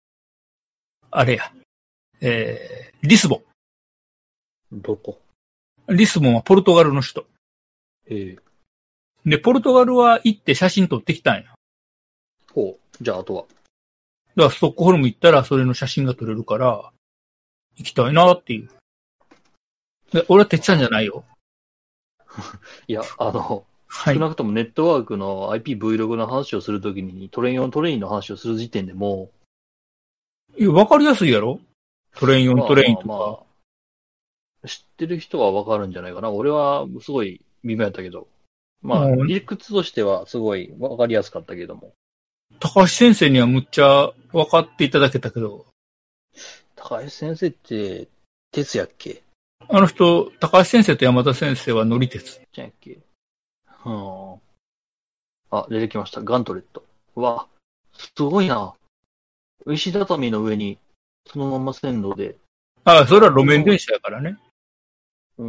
あれや、リスボン。 どこ？ リスボンはポルトガルの首都。で、ポルトガルは行って写真撮ってきたんや。 ほう。じゃあ、あとは。 だからストックホルム行ったらそれの写真が撮れるから、行きたいなっていう。で、俺はてっちゃんじゃないよ。 いや、 は少い。 なくともネットワークの IPv6 の話をするときにトレインの話をする時点でもいや、わかりやすいやろトレインオントレインとか。 まあ、知ってる人はわかるんじゃないかな。俺はすごい微妙やったけど。まあ、理屈としてはすごいわかりやすかったけども。 高橋先生にはむっちゃ分かっていただけたけど。 高橋先生って、鉄やっけ？ あの人、高橋先生と山田先生は乗り鉄。 じゃやっけ？あ、出てきました。ガントレット。うわ、すごいな。石畳の上に、そのまま線路で。 ああ、それは路面電車やからね。 うん。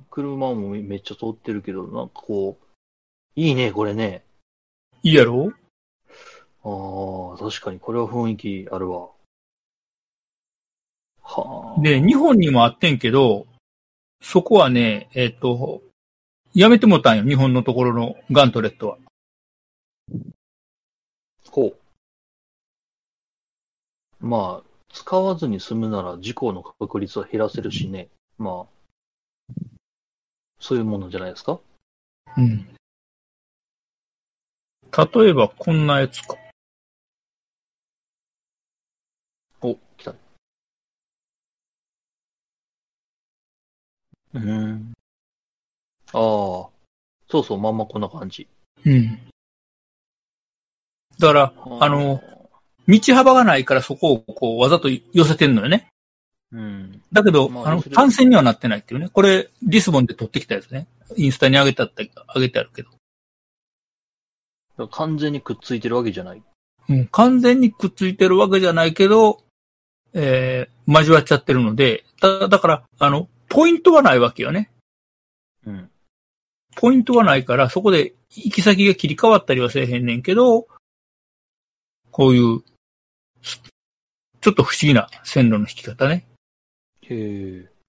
車もめっちゃ通ってるけど、なんかこう、いいね、これね。 いいやろ？ ああ、確かにこれは雰囲気あるわ。はあ。 で、日本にもあってんけど、そこはね、やめてもったんよ、日本のところのガントレットは。 ほう。まあ、使わずに済むなら事故の確率は減らせるしね。まあ、そういうものじゃないですか？ うん。例えば、こんなやつか。 お、来た。ああ、そうそう、まんまこんな感じ。 うん。だから、道幅がないからそこをこうわざと寄せてんのよね。 うん。 だけど、 まあ単線にはなってないっていうね。これ、リスボンで撮ってきたやつね。インスタに上げてあるけど。 完全にくっついてるわけじゃない。 うん。完全にくっついてるわけじゃないけど、交わっちゃってるので、だから、ポイントはないわけよね。 うん。 ポイントはないから、そこで行き先が切り替わったりはせえへんねんけど、こういう、ちょっと不思議な線路の引き方ね。 へえ。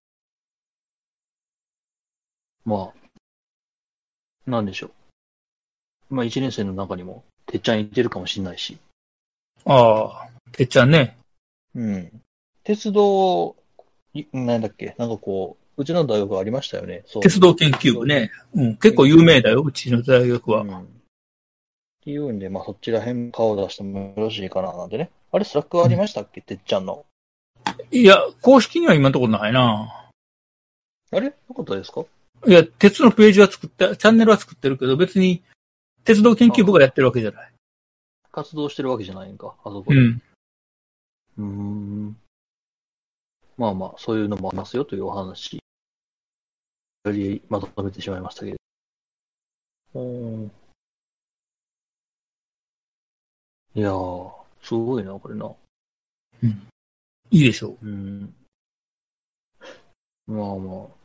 まあ、なんでしょう。まあ、一年生の中にも、てっちゃんいてるかもしれないし。 ああ、てっちゃんね。 うん。鉄道、なんだっけ、なんかこう、うちの大学ありましたよね。そう。 鉄道研究部ね。うん、結構有名だよ、うちの大学は。 っていうんで、まあそっちら辺顔出してもよろしいかななんてね。あれ、スラックありましたっけ、てっちゃんの。 いや、公式には今のところないな。 あれなかったですか？ いや、鉄のページはチャンネルは作ってるけど、別に鉄道研究部がやってるわけじゃない。 活動してるわけじゃないんか、あそこで。まあまあ、そういうのもありますよというお話。よりまとめてしまいましたけど。いやー、すごいな、これな。 うん。いいでしょう。 まあまあ。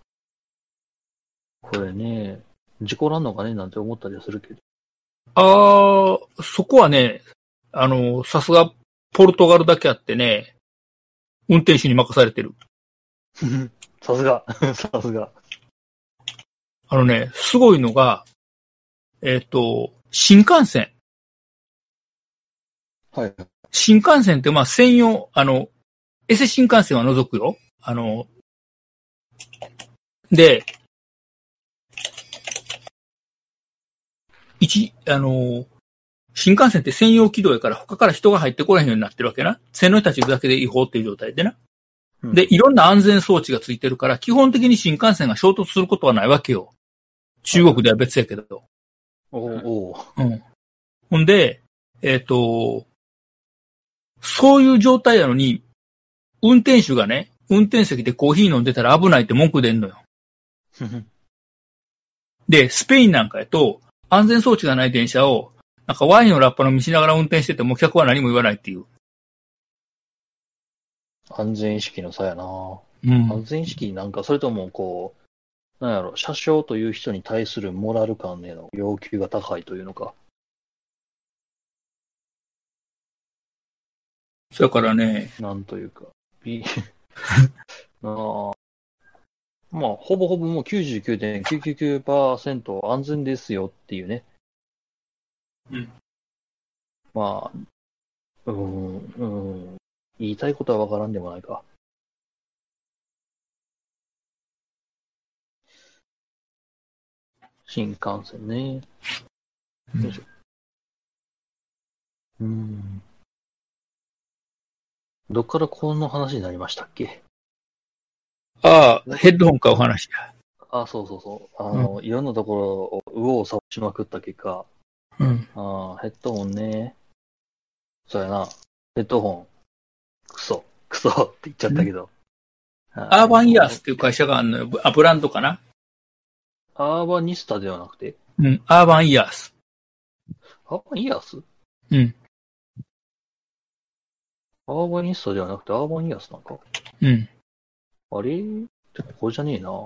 これね、事故なんのかねなんて思ったりはするけど。 そこはね、さすがポルトガルだけあってね、運転手に任されてる。 さすが、さすが。 すごいのが、新幹線。 はい。 新幹線ってまあ専用、エセ新幹線は除くよ。で、新幹線って専用軌道やから他から人が入ってこれへんようになってるわけな。線路に立ちるだけで違法っていう状態でな。で、いろんな安全装置がついてるから、基本的に新幹線が衝突することはないわけよ。中国では別やけど。ほんで、そういう状態やのに、運転手がね、運転席でコーヒー飲んでたら危ないって文句出んのよ。で、スペインなんかやと、安全装置がない電車を、なんかワインのラッパ飲みしながら運転してても客は何も言わないっていう。 安全意識の差やな。安全意識なんか、それともこう、なんやろ、車掌という人に対するモラル感への要求が高いというのか。 だからね。 なんというか。ままあ、ほぼほぼもう 99.999% 安全ですよっていうね。 うん。 まあ、言いたいことはわからんでもないか。新幹線ね。よいしょ。どっからこの話になりましたっけ？ ああ、ヘッドホン買う話や。 あ、そうそうそう。いろんなところを右往左往しまくった結果、 うん。 ヘッドホンね。そうやな。ヘッドホン、クソって言っちゃったけど。 アーバンイヤースっていう会社があるのよ。ブランドかな。 アーバニスタではなくて、 うん、アーバンイヤース。 アーバンイヤース？ うん。 アーバニスタではなくてアーバンイヤースなんか？ うん。 あれってここじゃねえな。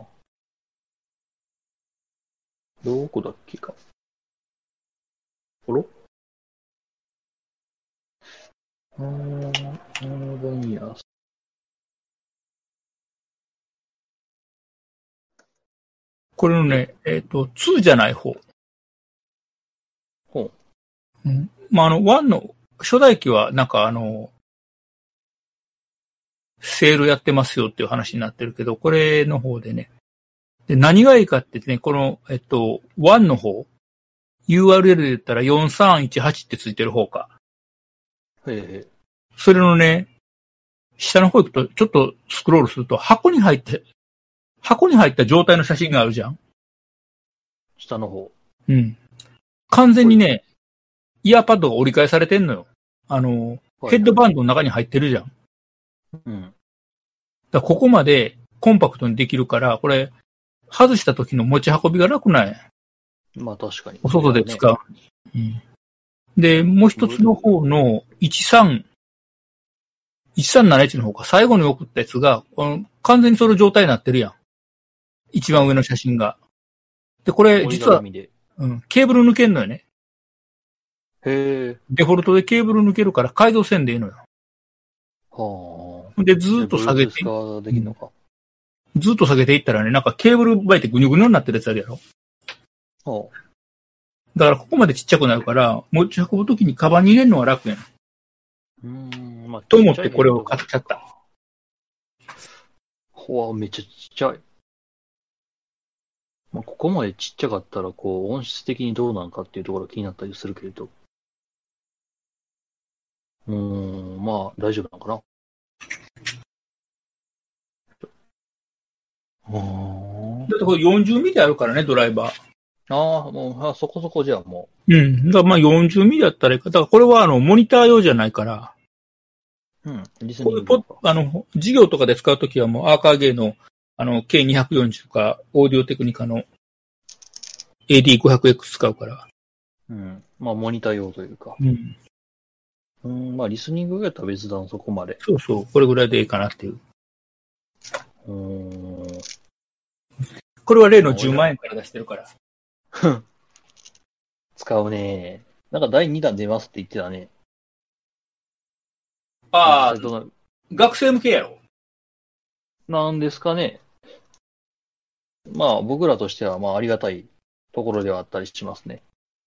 どこだっけか。あら？アーバンイヤース。 これのね、2じゃない方。 ほう。うん。まあ、1の初代機はなんかセールやってますよっていう話になってるけど、これの方でね。で、何がいいかってね、この、1の方、URL で言ったら4318ってついてる方か。 う。へえ。 それのね、下の方行くと、ちょっとスクロールすると、箱に入った状態の写真があるじゃん。 下の方。 うん。完全にね、イヤーパッドが折り返されてんのよ。ヘッドバンドの中に入ってるじゃん。 うん。 だからここまでコンパクトにできるから、これ、外した時の持ち運びが楽ない。 まあ確かに。 お外で使う。うん。で、もう一つの方の1371の方か、最後に送ったやつが、完全にその状態になってるやん。一番上の写真が。で、これ、実は、うん、ケーブル抜けんのよね。 へえ。 デフォルトでケーブル抜けるから改造せんでいいのよ。 はあ。で、ずーっと下げて。 できるのか。 ずっと下げていったらね、なんかケーブル巻いてぐにゅぐにゅになってるやつあるやろ。 はあ。 だからここまでちっちゃくなるから、持ち運ぶときにカバンに入れるのは楽やん。 まあ、 と思ってこれを買っちゃった。 ほわ、めっちゃちっちゃい。まあ、ここまでちっちゃかったら、こう、音質的にどうなんかっていうところが気になったりするけれど。まあ、大丈夫なのかな。 だってこれ40ミリあるからね、ドライバー。 ああ、もう、そこそこじゃあもう。うん。だからまあ40ミリだったらいいか。だからこれはモニター用じゃないから。 うん。リスこういう授業とかで使うときはもうアーカーゲーのK240 とか、オーディオテクニカの AD500X 使うから。 うん。まあ、モニター用というか。 うん。 まあ、リスニングやったら別段そこまで。 そうそう。これぐらいでいいかなっていう。これは例の10万円から出してるから。 使うね。なんか第2弾出ますって言ってたね。 ああ、学生向けやろ。 なんですかね。まあ僕らとしてはまあありがたいところではあったりしますね。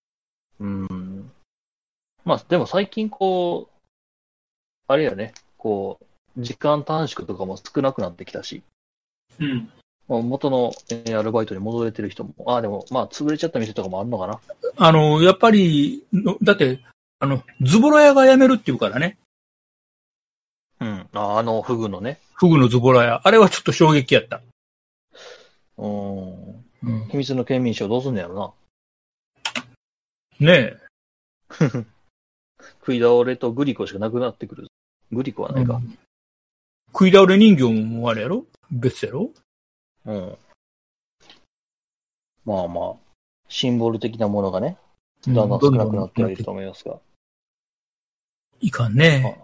まあでも最近こう、あれやね、こう、時間短縮とかも少なくなってきたし。 うん。 元のアルバイトに戻れてる人も、でもまあ潰れちゃった店とかもあるのかな。 やっぱり、だって、ズボラ屋が辞めるっていうからね。 うん。フグのね。 フグのズボラ屋。あれはちょっと衝撃やった。 秘密の県民賞どうすんのやろな。ねえ。 食い倒れとグリコしかなくなってくる。グリコはないか。 食い倒れ人形もあれやろ？別やろ？ まあまあ、シンボル的なものがね、だんだん少なくなってはいると思いますが。 いかんね。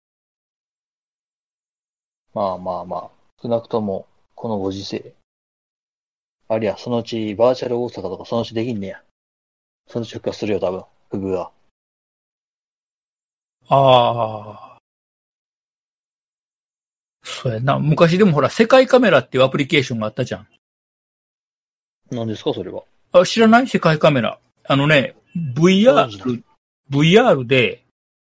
まあ、少なくとも、このご時世。ありゃ、そのうちバーチャル大阪とかそのうちできんねや。そのうち復活するよ、多分、フグが。 ああ。 そうやな。昔でもほら、世界カメラっていうアプリケーションがあったじゃん。 何ですか、それは。 あ、知らない？世界カメラ。VR で、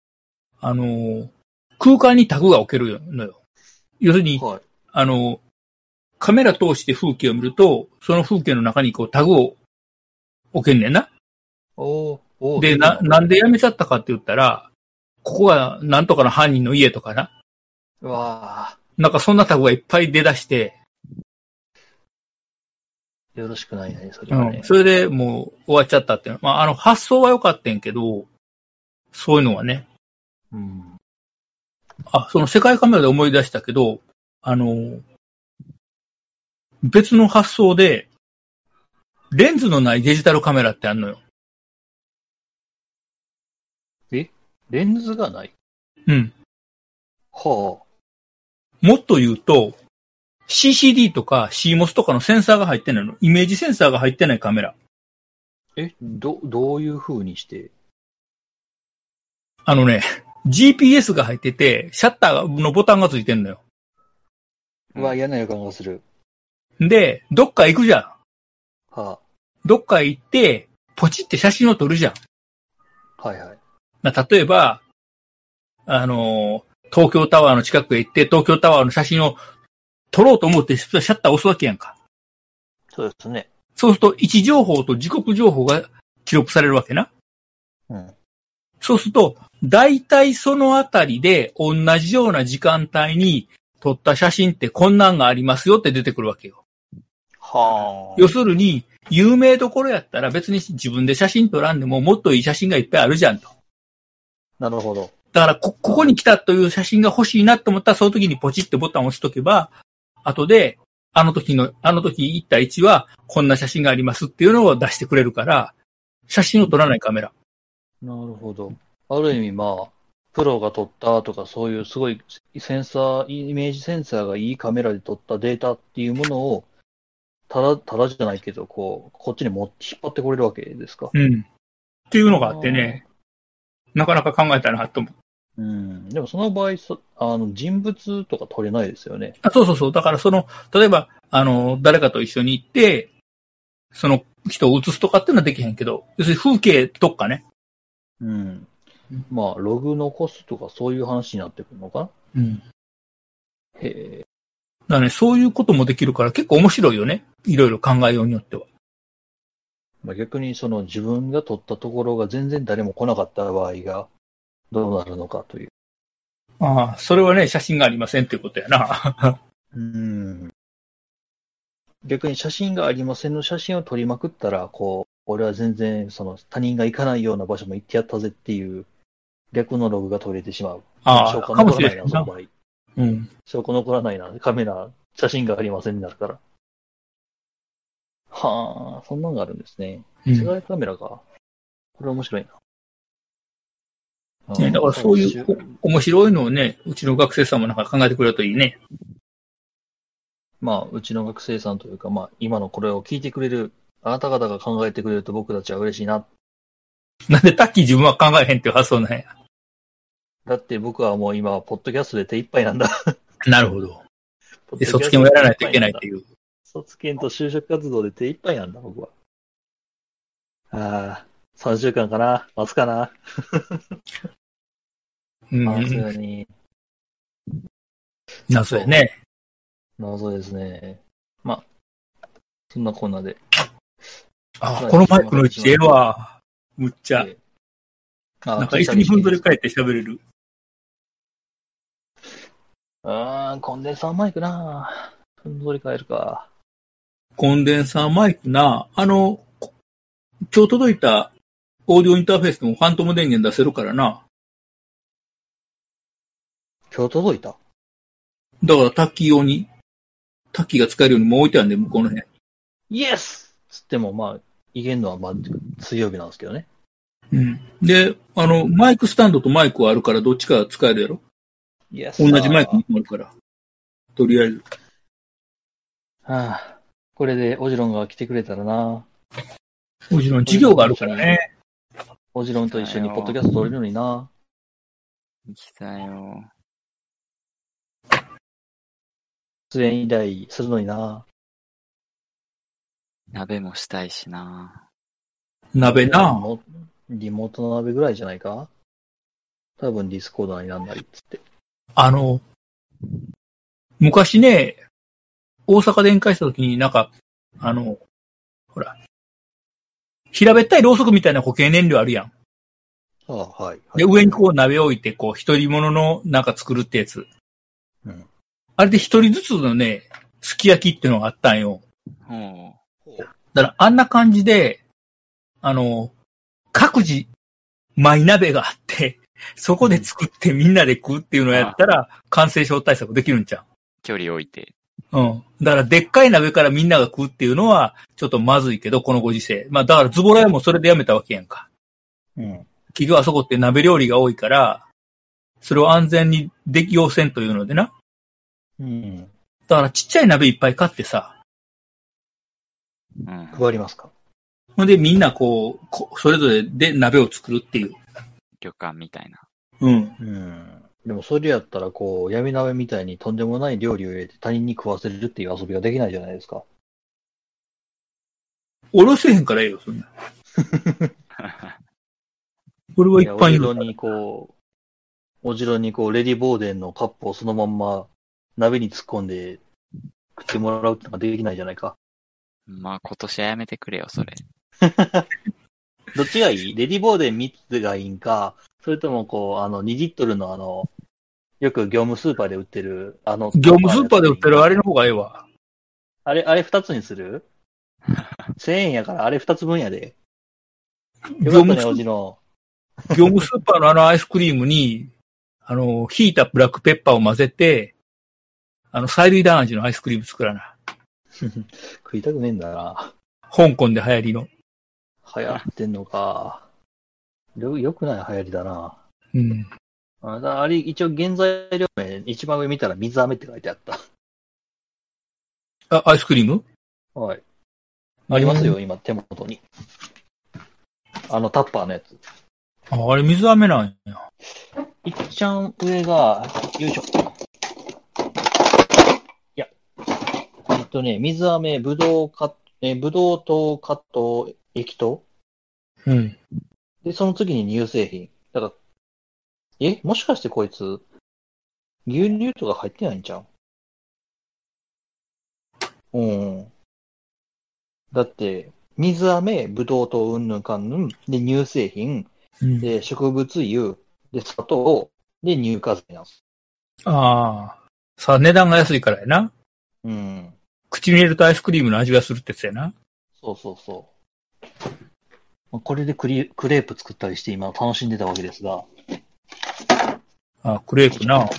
空間にタグが置けるのよ。要するに、 はい。 カメラ通して風景を見ると、その風景の中にこうタグを置けんねんな。で、なんでやめちゃったかって言ったら、ここがなんとかの犯人の家とかな。 うわなんかそんなタグがいっぱい出だして、 よろしくないね、それはね。 それでもう終わっちゃったっていうの。まあ、発想は良かったんけど、そういうのはね。 うん。 その世界カメラで思い出したけど、別の発想で、レンズのないデジタルカメラってあるのよ。 レンズがない？ うん。 はあ。もっと言うと、CCD とか CMOS とかのセンサーが入ってないの。イメージセンサーが入ってないカメラ。 どういう風にして？ GPS が入ってて、シャッターのボタンがついてんのよ。 嫌な予感がする。 で、どっか行くじゃん。 はあ。 どっか行って、ポチって写真を撮るじゃん。 はいはい。 例えば、東京タワーの近くへ行って、東京タワーの写真を撮ろうと思ってシャッターを押すわけやんか。 そうですね。 そうすると、位置情報と時刻情報が記録されるわけな。 うん。 そうすると、大体そのあたりで同じような時間帯に撮った写真ってこんなんがありますよって出てくるわけよ。 はあ。 要するに、有名どころやったら別に自分で写真撮らんでももっといい写真がいっぱいあるじゃんと。 なるほど。 だからここに来たという写真が欲しいなと思ったらその時にポチってボタンを押しとけば、後で、あの時行った位置はこんな写真がありますっていうのを出してくれるから、写真を撮らないカメラ。 なるほど。ある意味プロが撮ったとかそういうすごいイメージセンサーがいいカメラで撮ったデータっていうものを、ただじゃないけど、こっちに引っ張ってこれるわけですか。 うん。っていうのがあってね、なかなか考えたなと思う。 うん。でもその場合、人物とか撮れないですよね。 そう。だから例えば、誰かと一緒に行って、その人を写すとかっていうのはできへんけど、要するに風景とかね。 うん。ログ残すとかそういう話になってくるのかな。 うん。 へえ。 だからね、そういうこともできるから結構面白いよね。いろいろ考えようによっては。 逆に自分が撮ったところが全然誰も来なかった場合がどうなるのかという。 それはね、写真がありませんっていうことやな。 逆に写真がありませんの写真を撮りまくったら、俺は全然他人が行かないような場所も行ってやったぜっていう逆のログが取れてしまう。証拠残らないな、その場合。 うん。 証拠残らないな、カメラ、写真がありませんになるから。はあ、そんなのがあるんですね。世界カメラか。これ面白いな。 だからそういう面白いのをね、うちの学生さんもなんか考えてくれるといいね。 うちの学生さんというか、今のこれを聞いてくれる、あなた方が考えてくれると僕たちは嬉しいな。 なんでタッキー自分は考えへんっていう発想なんや。 だって僕はもう今、ポッドキャストで手一杯なんだ。 なるほど。で、卒検もやらないといけないっていう。 卒検と就職活動で手一杯なんだ、僕は。3週間かな待つかなそうやね。 謎やね。 謎ですね。そんなこんなで。 このマイクの位置は、むっちゃ。なんか椅子にふんぞり返って喋れる。 コンデンサーマイクなふんぞり返るか。 コンデンサーマイクな今日届いたオーディオインターフェースでもファントム電源出せるからな。 今日届いた？ だからタッキー用に、タッキーが使えるようにもう置いてあるんで、向こうの部屋に。 イエスつってもいけんのは水曜日なんですけどね。 うん。で、マイクスタンドとマイクはあるからどっちか使えるやろ？ イエス。 同じマイクもあるから。とりあえず。 これでオジロンが来てくれたらな。 オジロン授業があるからね。 オジロンと一緒にポッドキャスト撮れるのにな。 行きたいよ。 出演依頼するのにな。 鍋もしたいしな。 鍋な。 リモート鍋ぐらいじゃないか？多分ディスコーダーになんなりっつって。 昔ね、大阪で宴会した時になんか、ほら、平べったいろうそくみたいな固形燃料あるやん。 ああ、はい。 で、上にこう鍋置いて、こう、一人物のなんか作るってやつ。 うん。 あれで一人ずつのね、すき焼きっていうのがあったんよ。だから、あんな感じで、各自、マイ鍋があって、そこで作ってみんなで食うっていうのをやったら、感染症対策できるんちゃう？ 距離置いて。 うん。だから、でっかい鍋からみんなが食うっていうのは、ちょっとまずいけど、このご時世。まあ、だから、ズボラ屋もそれでやめたわけやんか。 うん。 結局あそこって鍋料理が多いから、それを安全にできようせんというのでな。 うん。 だから、ちっちゃい鍋いっぱい買ってさ。 うん。 配りますか？ ほんで、みんなこう、それぞれで鍋を作るっていう。 旅館みたいな。 うん。 うん。でもそれやったら、こう、闇鍋みたいにとんでもない料理を入れて他人に食わせるっていう遊びができないじゃないですか。 おろせへんからええよ、そんな。俺は一般に。 お城にレディボーデンのカップをそのまんま鍋に突っ込んで食ってもらうってのができないじゃないか。 まあ今年はやめてくれよ、それ。 どっちがいい？レディボーデン3つがいいんか、それとも2リットルのよく業務スーパーで売ってる、 業務スーパーで売ってるあれの方がええわ。 あれ2つにする？ 1000 円やからあれ2つ分やで。よかったね、おじの。 業務スーパーのアイスクリームに、ひいたブラックペッパーを混ぜて、催涙弾味のアイスクリーム作らな。 食いたくねえんだな。 香港で流行りの。 流行ってんのか。よくない流行りだな。 うん。 あれ、一応原材料名、一番上見たら水飴って書いてあった。 アイスクリーム？ はい。ありますよ、今、手元に。タッパーのやつ。 あれ、水飴なんや。 いっちゃん上が、よいしょ。いや。水飴、ぶどう糖カット液糖。 うん。 で、その次に乳製品。だから、もしかしてこいつ、牛乳とか入ってないんちゃう？うん。だって、水飴、ぶどう糖うんぬんかんぬん、で、乳製品、で、植物油、で、砂糖、で、乳化剤なんです。 ああ。さあ、値段が安いからやな。 うん。 口に入れるとアイスクリームの味がするってやつやな。 そう。これでクレープ作ったりして今楽しんでたわけですが。 あ、クレープな。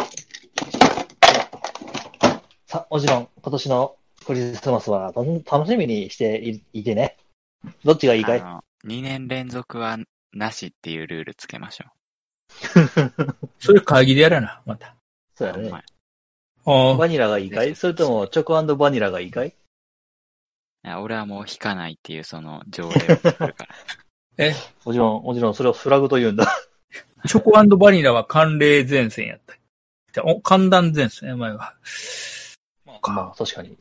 さあ、もちろん、今年のクリスマスは楽しみにしていてね。どっちがいいかい？ 2 年連続はなしっていうルールつけましょう。それ会議でやらな、また。 そうやね。 バニラがいいかい？それともチョコ&バニラがいいかい？ 俺はもう引かないっていうその条例を作るから。 もちろんそれをフラグと言うんだ。 チョコ&バニラは寒冷前線やった。寒暖前線、前は。 まあ、確かに。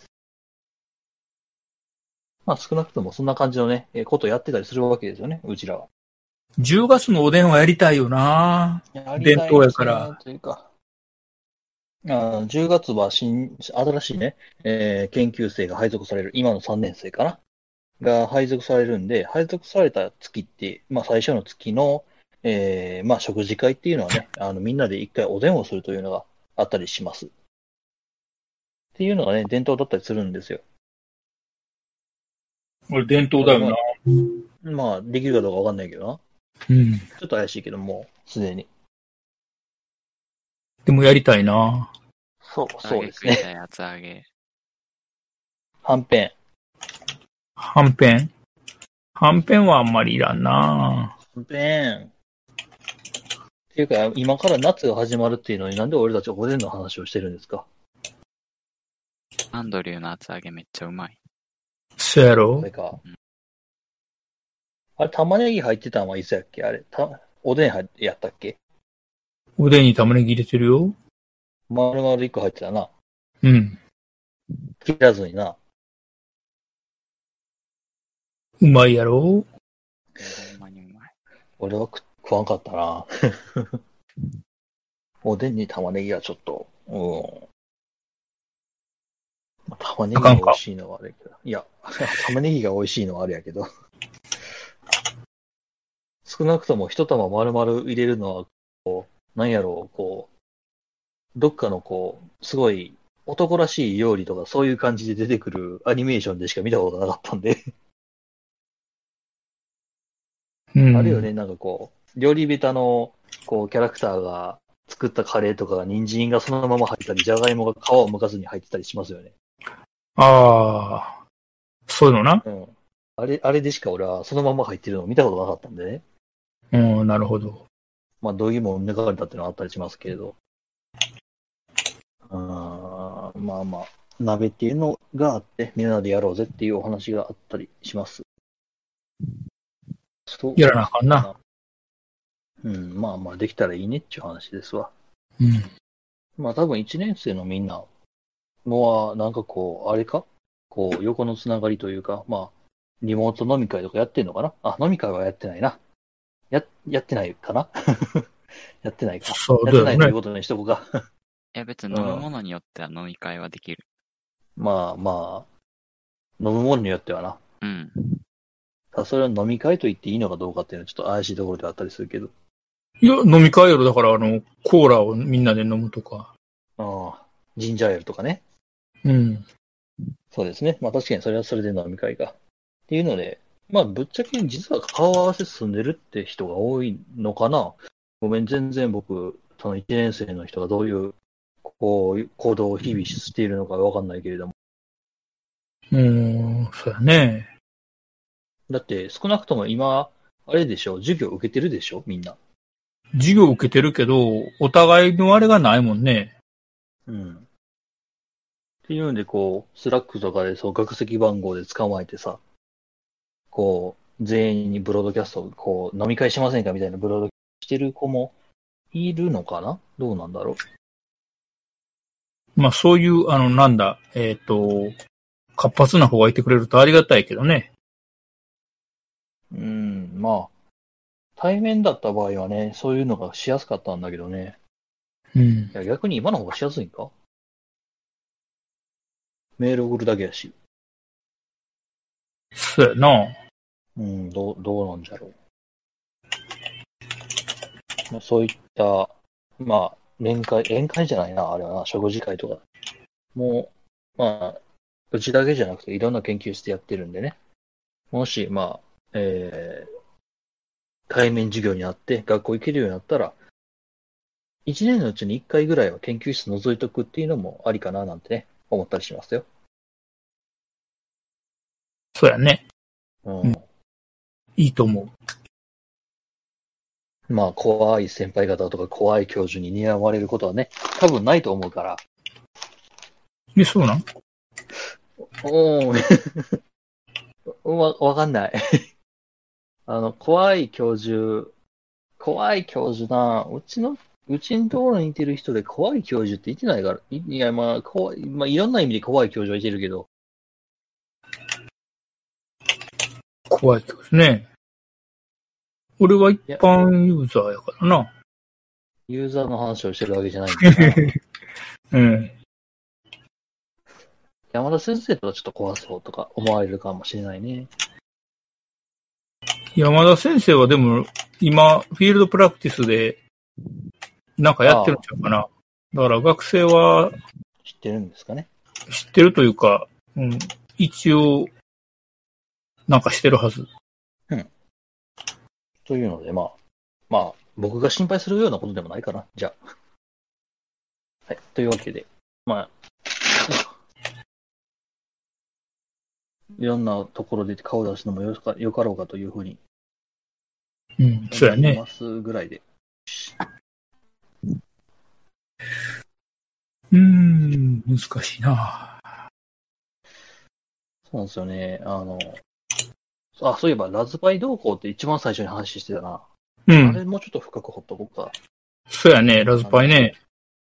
まあ、少なくともそんな感じのね、ことやってたりするわけですよね、うちらは。 10月のおでんはやりたいよな。伝統やから。 というか10月は新しいね、研究生が配属される、今の3年生かなが配属されるんで、配属された月って、まあ最初の月の、まあ食事会っていうのはね、みんなで一回おでんをするというのがあったりします。っていうのがね、伝統だったりするんですよ。 これ伝統だよな。 まあ、できるかどうかわかんないけどな。 うん。 ちょっと怪しいけども、すでに。 でもやりたいな。 そうですね。 厚揚げ。 はんぺん。 はんぺんはあんまりいらんな。 はんぺん。っていうか、今から夏が始まるっていうのになんで俺たちおでんの話をしてるんですか？ アンドリューの厚揚げめっちゃうまい。 そうやろ？ あれ、玉ねぎ入ってたのはいつやっけ？あれ、おでんやったっけ？ おでんに玉ねぎ入れてるよ。 丸々1個入ってたな。 うん。 切らずにな。 うまいやろ？ ほんまにうまい。 俺は食わんかったな。おでんに玉ねぎはちょっと、玉ねぎが美味しいのはあれやけど。いや、玉ねぎが美味しいのはあれやけど。少なくとも一玉丸々入れるのは、こう、なんやろう、こう、どっかのこう、すごい男らしい料理とかそういう感じで出てくるアニメーションでしか見たことなかったんで。 うん。 あるよね、なんかこう、料理下手の、こう、キャラクターが作ったカレーとかが人参がそのまま入ったり、じゃがいもが皮を剥かずに入ってたりしますよね。 ああ、そういうのな。 うん。あれでしか俺はそのまま入ってるのを見たことなかったんでね。 うん、なるほど。 まあ、道義も抜かれたっていうのはあったりしますけれど。まあまあ、鍋っていうのがあって、みんなでやろうぜっていうお話があったりします。そうやらなあかんな。 うん、まあまあ、できたらいいねっていう話ですわ。 うん。 まあ多分1年生のみんなもう、なんかこう、あれかこう、横のつながりというか、まあ、リモート飲み会とかやってんのかなあ、飲み会はやってないな。やってないかなやってないか。 そうだよね。 やってないということにしとこうか。 いや、別に飲むものによっては飲み会はできる。 まあまあ、飲むものによってはな。 うん。 ただそれは飲み会と言っていいのかどうかっていうのはちょっと怪しいところであったりするけど。 いや、飲み会やろ。だから、コーラをみんなで飲むとか。 ああ、ジンジャーエールとかね。 うん。 そうですね。まあ確かにそれはそれで飲み会か。っていうので、まあぶっちゃけ実は顔合わせ進んでるって人が多いのかな。ごめん、全然僕、その1年生の人がどういうこう行動を日々しているのかわかんないけれども。 そうやね。 だって少なくとも今、あれでしょ、授業受けてるでしょ、みんな。 授業受けてるけど、お互いのあれがないもんね。 うん。っていうんで、こう、スラックとかでそう学籍番号で捕まえてさ、こう、全員にブロードキャスト、こう、飲み会しませんかみたいなブロードキャストしてる子もいるのかな、どうなんだろまあそういう、なんだ、活発な方がいてくれるとありがたいけどね。 まあ、対面だった場合はね、そういうのがしやすかったんだけどね。 うん。 いや、逆に今の方がしやすいんか、メール送るだけやし。 そうやな。 どうなんじゃろう。まあ、そういった、まあ、宴会じゃないな、あれはな、食事会とか。もう、まあ、うちだけじゃなくていろんな研究室やってるんでね。もし、まあ、対面授業になって学校行けるようになったら、1年のうちに1回ぐらいは研究室覗いとくっていうのもありかななんてね、思ったりしますよ。 そうやね。 うん。 いいと思う。まあ、怖い先輩方とか怖い教授に睨まれることはね、多分ないと思うから。 そうなん？ わかんない。怖い教授な、うちのところにいてる人で怖い教授って言ってないから、いや、まあ、いろんな意味で怖い教授はいてるけど。 怖い教授ね。俺は一般ユーザーやからな。 ユーザーの話をしてるわけじゃないんだな。 うん。 山田先生とはちょっと怖そうとか思われるかもしれないね。 山田先生はでも、今、フィールドプラクティスで、なんかやってるんちゃうかな。だから学生は、 知ってるんですかね。 知ってるというか、一応、なんかしてるはず。 うん。というので、まあ、僕が心配するようなことでもないかな。じゃあ。はい。というわけで、まあ、いろんなところで顔を出すのもよかろうかというふうに。 そうやね。 ますぐらいで。 難しいな。 そうなんですよね。そういえば、ラズパイ同行って一番最初に話してたな。あれもうちょっと深く掘っとこうか。 そうやね、ラズパイね。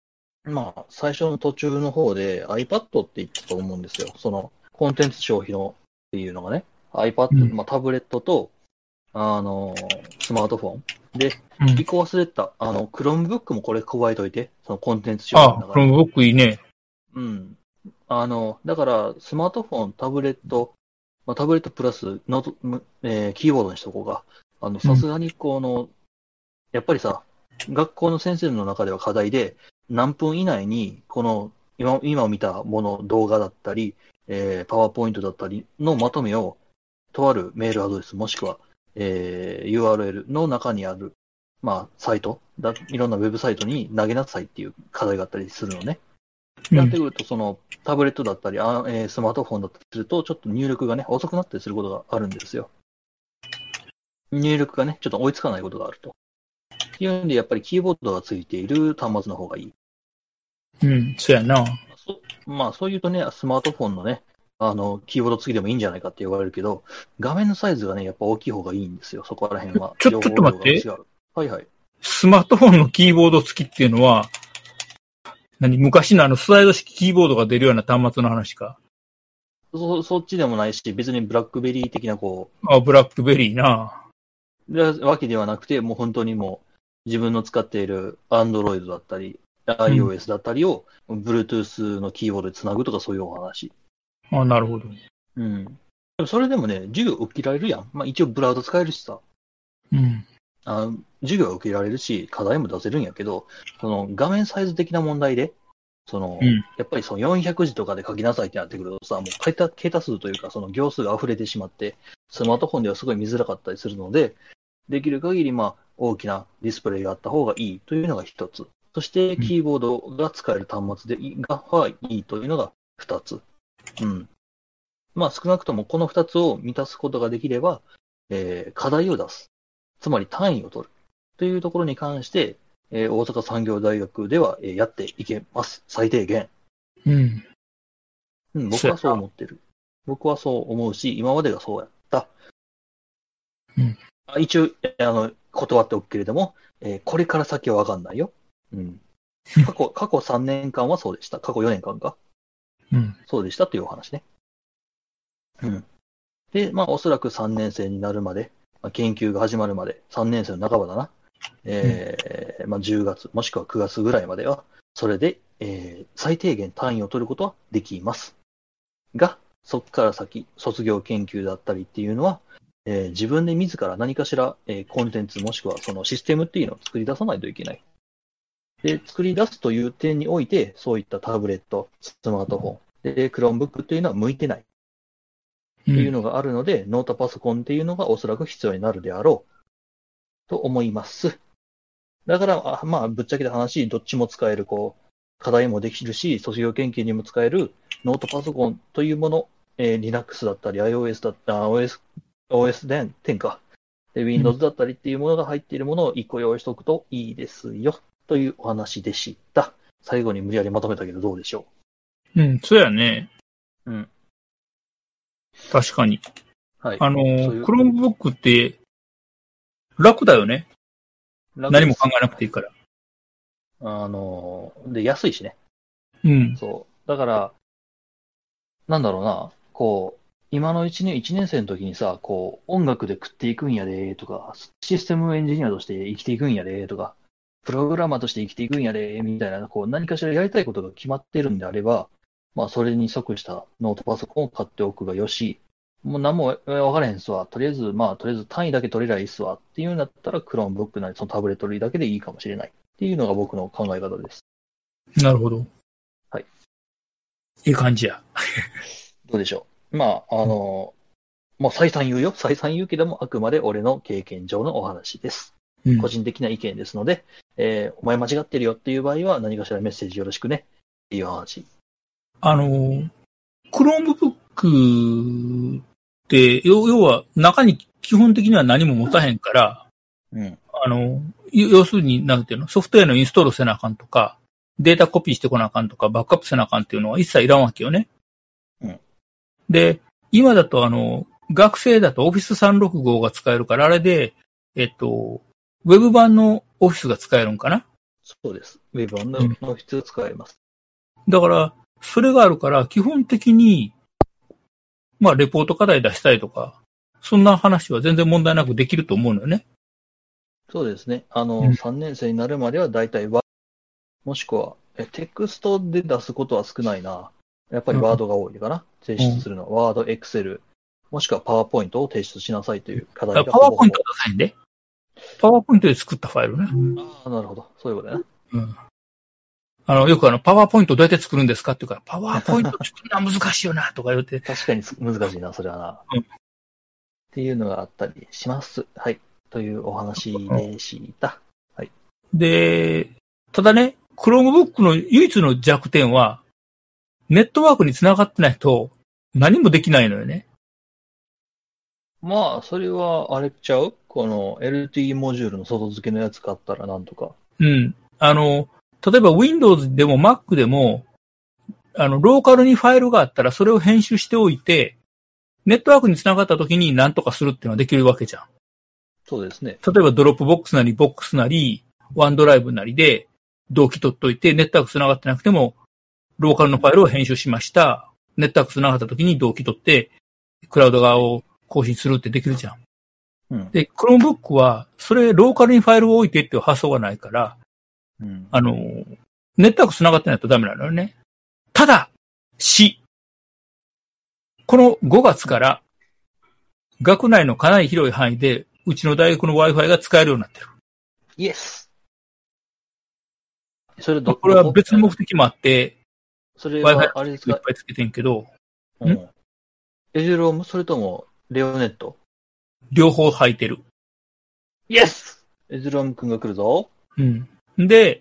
まあ、最初の途中の方で iPad って言ったと思うんですよ。その、コンテンツ消費のっていうのがね、iPad、まあ、タブレットと、スマートフォン。で、一個忘れた、Chromebook もこれ加えといて、そのコンテンツ消費の中で。 Chromebook いいね。 うん。だから、スマートフォン、タブレット、まあ、タブレットプラスノート、キーボードにしとこうか。さすがにやっぱりさ、学校の先生の中では課題で、何分以内に、この、今見たもの、動画だったり、パワーポイントだったりのまとめを、とあるメールアドレス、もしくは、URL の中にある、まあ、サイトいろんなウェブサイトに投げなさいっていう課題があったりするのね。やってくると、その、タブレットだったり、スマートフォンだったりすると、ちょっと入力がね、遅くなったりすることがあるんですよ。入力がね、ちょっと追いつかないことがあると。っていうんで、やっぱりキーボードがついている端末の方がいい。 うん、そうやな。 まあ、そう言うとね、スマートフォンのね、キーボード付きでもいいんじゃないかって言われるけど、画面のサイズがね、やっぱ大きい方がいいんですよ、そこら辺は。 ちょっと待って。 はいはい。 スマートフォンのキーボード付きっていうのは、昔のスライド式キーボードが出るような端末の話か。 そっちでもないし、別にブラックベリー的なブラックベリーな。 わけではなくて、もう本当にもう、自分の使っている Android だったり、iOS だったりを、Bluetooth のキーボードでつなぐとかそういうお話。 なるほど。 うん。でもそれでもね、授業受けられるやん。まあ一応ブラウザ使えるしさ。 うん。 授業は受けられるし、課題も出せるんやけど、その画面サイズ的な問題で、やっぱりその400字とかで書きなさいってなってくるとさ、もう桁数というか、その行数が溢れてしまって、スマートフォンではすごい見づらかったりするので、できる限りまあ大きなディスプレイがあった方がいいというのが一つ。そしてキーボードが使える端末はいいというのが二つ。うん。まあ少なくともこの二つを満たすことができれば、課題を出す。つまり単位を取る。というところに関して、大阪産業大学では、やっていけます。最低限。 うん。 僕はそう思ってる。僕はそう思うし、今までがそうやった。 うん。 一応、断っておくけれども、これから先はわかんないよ。うん。過去3年間はそうでした。過去4年間か。 うん。 そうでしたというお話ね。うん。で、まあ、おそらく3年生になるまで、研究が始まるまで、3年生の半ばだな。まあ、10月、もしくは9月ぐらいまでは、それで、最低限単位を取ることはできます。が、そこから先、卒業研究だったりっていうのは、自分で自ら何かしら、コンテンツもしくはそのシステムっていうのを作り出さないといけない。で、作り出すという点において、そういったタブレット、スマートフォン、で、Chromebook っていうのは向いてない。っていうのがあるので、ノートパソコンっていうのがおそらく必要になるであろう。と思います。だから、まあ、ぶっちゃけた話、どっちも使える、課題もできるし、卒業研究にも使えるノートパソコンというもの、Linux だったり、iOS だったり、OS 10か。で、Windows だったりっていうものが入っているものを1個用意しておくといいですよ。というお話でした。最後に無理やりまとめたけどどうでしょう。うん、そうやね。 うん。 確かに。 はい。 Chromebook って、楽だよね。何も考えなくていいから。 で、安いしね。 うん。 そう。だから、なんだろうな、今の1年生の時にさ、音楽で食っていくんやでとか、システムエンジニアとして生きていくんやでとか、プログラマーとして生きていくんやでみたいな、何かしらやりたいことが決まってるんであれば、まあ、それに即したノートパソコンを買っておくがよし、もう何も分からへんすわ。とりあえず単位だけ取れりゃいいっすわ。っていうんだったら、クロームブックなり、そのタブレット類だけでいいかもしれない。っていうのが僕の考え方です。 なるほど。 はい。 いい感じや。 どうでしょう。まあ、もう再三言うけども、あくまで俺の経験上のお話です。 うん、 個人的な意見ですので、お前間違ってるよっていう場合は、何かしらメッセージよろしくね。っていう話。 Chromebook って、要は中に基本的には何も持たへんから、 うん。 要するに、なんていうの、ソフトウェアのインストールせなあかんとか、データコピーしてこなあかんとか、バックアップせなあかんっていうのは一切いらんわけよね。 うん。 で、今だと学生だと Office 365が使えるから、あれで、ウェブ版の Office が使えるんかな。 そうです。Web の必要使えます。 だから、それがあるから、基本的に、まあ、レポート課題出したりとか、そんな話は全然問題なくできると思うのよね。 そうですね。3年生になるまでは大体もしくは、テクストで出すことは少ないな。やっぱりワードが多いかな。提出するのは、ワード、エクセル、もしくはパワーポイントを提出しなさいという課題が。 パワーポイントは出さないんで。パワーポイントで作ったファイルね。 ああ、なるほど。そういうことだね。 よくパワーポイントどうやって作るんですかっていうから、パワーポイント作るのは難しいよな、とか言って。 確かに難しいな、それはな。っていうのがあったりします。はい。というお話でした。はい。 で、ただね、Chromebook の唯一の弱点は、ネットワークに繋がってないと何もできないのよね。 まあ、それはあれちゃう？この LTE モジュールの外付けのやつ買ったらなんとか。 うん。例えば Windows でも Mac でも、ローカルにファイルがあったらそれを編集しておいて、ネットワークに繋がった時に何とかするっていうのはできるわけじゃん。 そうですね。 例えばドロップボックスなり、ボックスなり、ワンドライブなりで、同期取っといて、ネットワーク繋がってなくても、ローカルのファイルを編集しました。ネットワーク繋がった時に同期取って、クラウド側を更新するってできるじゃん。 うん、 で、Chromebook は、それ、ローカルにファイルを置いてっていう発想がないから、 うん、 ネットワーク繋がってないとダメなのよね。ただ、この5月から、学内のかなり広い範囲で、うちの大学の Wi-Fi が使えるようになってる。 イエス。 これは別の目的もあって、 それはあれですか？ いっぱいつけてんけど。 エジュロームそれともレオネット？ 両方入ってる。 イエス！エジュロームくんが来るぞ。 うん。で、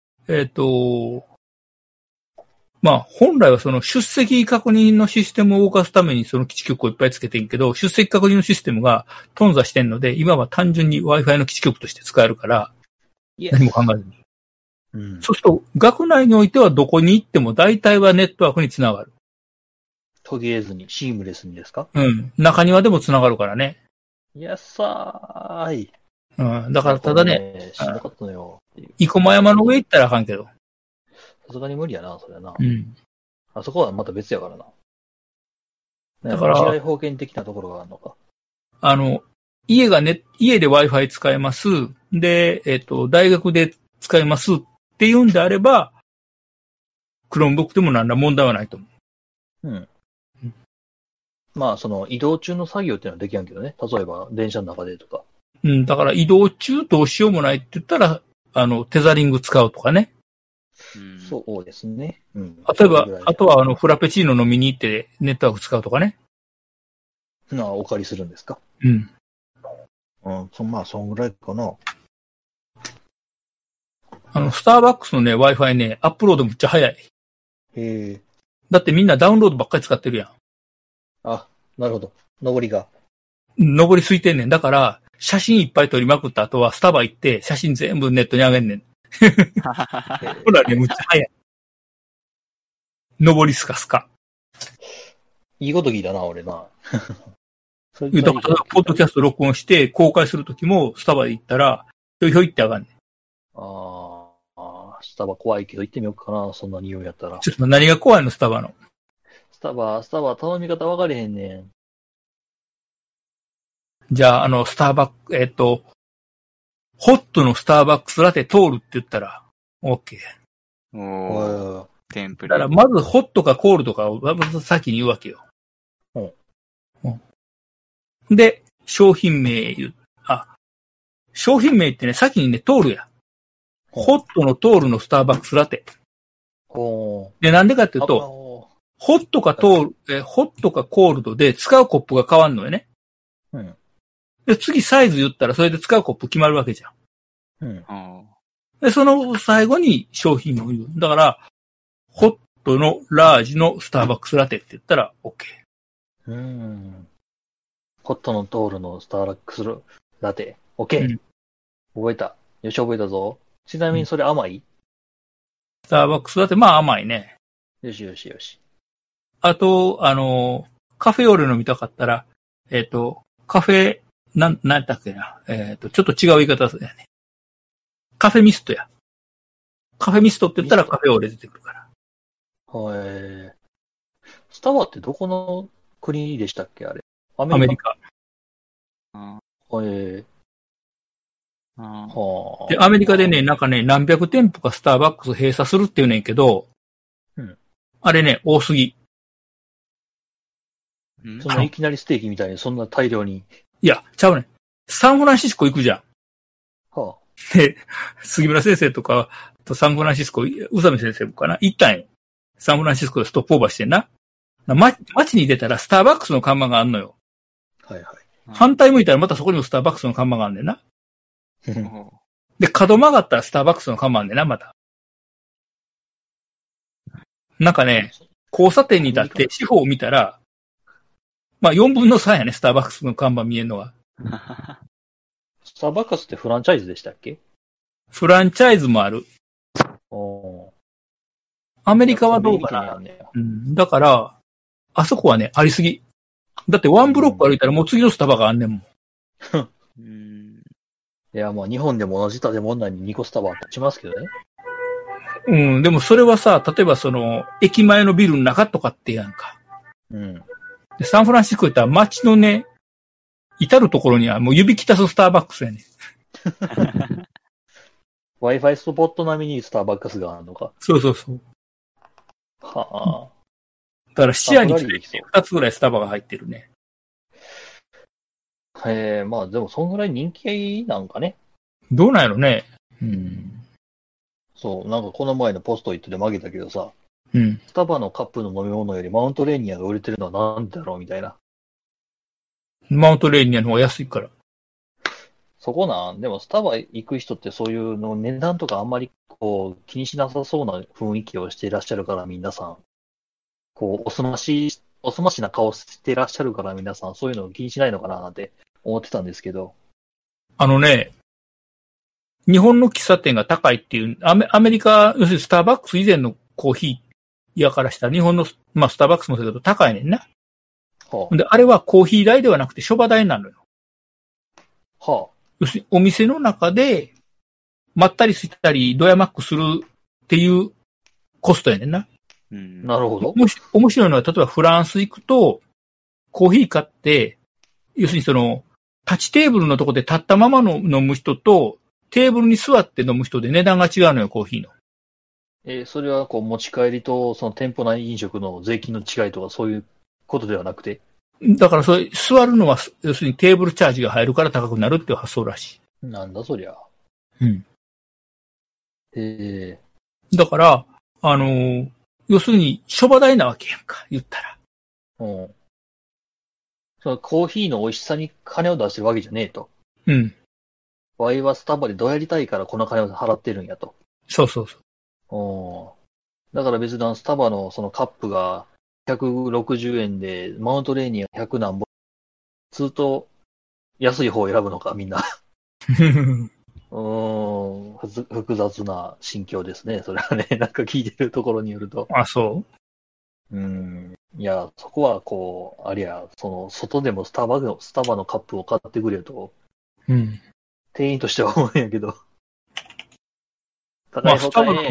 まあ、本来はその出席確認のシステムを動かすためにその基地局をいっぱいつけてんけど、出席確認のシステムが頓挫してんので、今は単純に Wi-Fi の基地局として使えるから、何も考えずに。 うん、 そうすると、学内においてはどこに行っても大体はネットワークにつながる。 途切れずに、シームレスにですか？ うん。中庭でもつながるからね。 やっさーい。 うん。だからただね、 しんどかったのよ。 生駒山の上行ったらあかんけど。 さすがに無理やな、それはな。 うん。 あそこはまた別やからな。 だから、 地雷保険的なところがあるのか。 家で Wi-Fi 使えます。で、大学で使えますっていうんであれば、Chromebook でも何ら問題はないと思う。 うん。まあ、その移動中の作業っていうのはできやんけどね。例えば、電車の中でとか。 うん、だから移動中どうしようもないって言ったら、テザリング使うとかね。 そうですね。うん。 例えば、あとはフラペチーノ飲みに行ってネットワーク使うとかね。 お借りするんですか？ うん。 まあ、そんぐらいかな。 スターバックスのね、Wi-Fi ね、アップロードむっちゃ早い。 へえ。 だってみんなダウンロードばっかり使ってるやん。 あ、なるほど。上りが。 上りついてんねん。だから、写真いっぱい撮りまくった後は、スタバ行って、写真全部ネットに上げんねん。ほらね、むっちゃ早い。上りスカスカ。 いいこと聞いたな、俺な。 だから、ポッドキャスト録音して、公開するときも、スタバで行ったら、ひょいひょいって上がんねん。 スタバ怖いけど行ってみようかな、そんな匂いやったら。 ちょっと何が怖いの、スタバの。 スタバ、頼み方分かれへんねん。 じゃあ、スターバック、ホットのスターバックスラテ通るって言ったら、OK。 テンプレ。 だから、まずホットかコールとかを先に言うわけよ。で、商品名ってね、先にね、通るや。ホットの通るのスターバックスラテ。で、なんでかっていうと、ホットかコールドで使うコップが変わんのよね。 うん。 で、次サイズ言ったらそれで使うコップ決まるわけじゃん。 うん。 で、その最後に商品を言う。だから、ホットのラージのスターバックスラテって言ったら OK。 ホットのトールのスターバックスラテ。OK。覚えた。よし、覚えたぞ。ちなみにそれ甘い？ スターバックスラテ、まあ甘いね。 よしよしよし。 あと、カフェオレ飲みたかったら、カフェ、なんだっけな。ちょっと違う言い方ですね。カフェミストや。 カフェミストって言ったらカフェオレ出てくるから。 スタバってどこの国でしたっけあれ。 アメリカ。で、アメリカでね、なんかね、何百店舗かスターバックス閉鎖するっていうねんけど、あれね、多すぎ。 そんないきなりステーキみたいにそんな大量に。 いや、ちゃうね。サンフランシスコ行くじゃん。で、杉村先生とかとサンフランシスコ、宇佐美先生もかな行ったんよ。サンフランシスコでストップオーバーしてんな。街に出たらスターバックスの看板があんのよ。反対向いたらまたそこにもスターバックスの看板があんねんな。で、角曲がったらスターバックスの看板あんねんな、また。なんかね、交差点に立って四方を見たら、まあ4分の3やね、スターバックスの看板見えんのは。 スターバックスってフランチャイズでしたっけ？ フランチャイズもある。アメリカはどうかな、だから、あそこはね、ありすぎ。だってワンブロック歩いたらもう次のスタバがあんねんもん。 いや、まあ日本でも同じ建物内に2個スタバ立ちますけどね。 でもそれはさ、例えばその、駅前のビルの中とかってやんか。でサンフランシスコ行ったら街のね、至るところにはもう指きたすスターバックスやねん。 Wi-Fi スポット並みにスターバックスがあるのか。 そう。だから視野に2つぐらいスタバが入ってるね。 まあでもそんぐらい人気なんかね。 どうなんやろね。 そう、なんかこの前のポストイットで曲げたけどさ、 スタバのカップの飲み物よりマウントレーニアが売れてるのはなんでだろうみたいな。 マウントレーニアの方が安いから。 そこでもスタバ行く人ってそういうの値段とかあんまりこう気にしなさそうな雰囲気をしていらっしゃるから皆さん、こうおすましな顔していらっしゃるから皆さんそういうのを気にしないのかななんて思ってたんですけど。 日本の喫茶店が高いっていう、アメリカ、要するにスターバックス以前のコーヒー屋からしたら日本の、まあスターバックスもそうだけど高いねんな。で、あれはコーヒー代ではなくて諸場代になるのよ。要するにお店の中で、まったりしたり、ドヤマックするっていうコストやねんな。 なるほど。 面白いのは、例えばフランス行くと、コーヒー買って、要するにその、タッチテーブルのとこで立ったままの飲む人と、テーブルに座って飲む人で値段が違うのよ、コーヒーの。それはこう持ち帰りと、その店舗内飲食の税金の違いとかそういうことではなくて？ だからそれ、座るのは、要するにテーブルチャージが入るから高くなるっていう発想らしい。なんだそりゃ。 だから、要するに、諸場代なわけやんか、言ったら。 そのコーヒーの美味しさに金を出してるわけじゃねえと。ワイはスタバでどうやりたいからこの金を払ってるんやと。 そう。 だから別にスタバのそのカップが160円で、マウントレーニア100何本。ずっと安い方を選ぶのか、みんな。複雑な心境ですね。それはね、なんか聞いてるところによると。 あ、そう？ いや、そこはこう、ありゃ、その、外でもスタバのカップを買ってくれと。店員としては思うんやけど。 まあ、スタバの、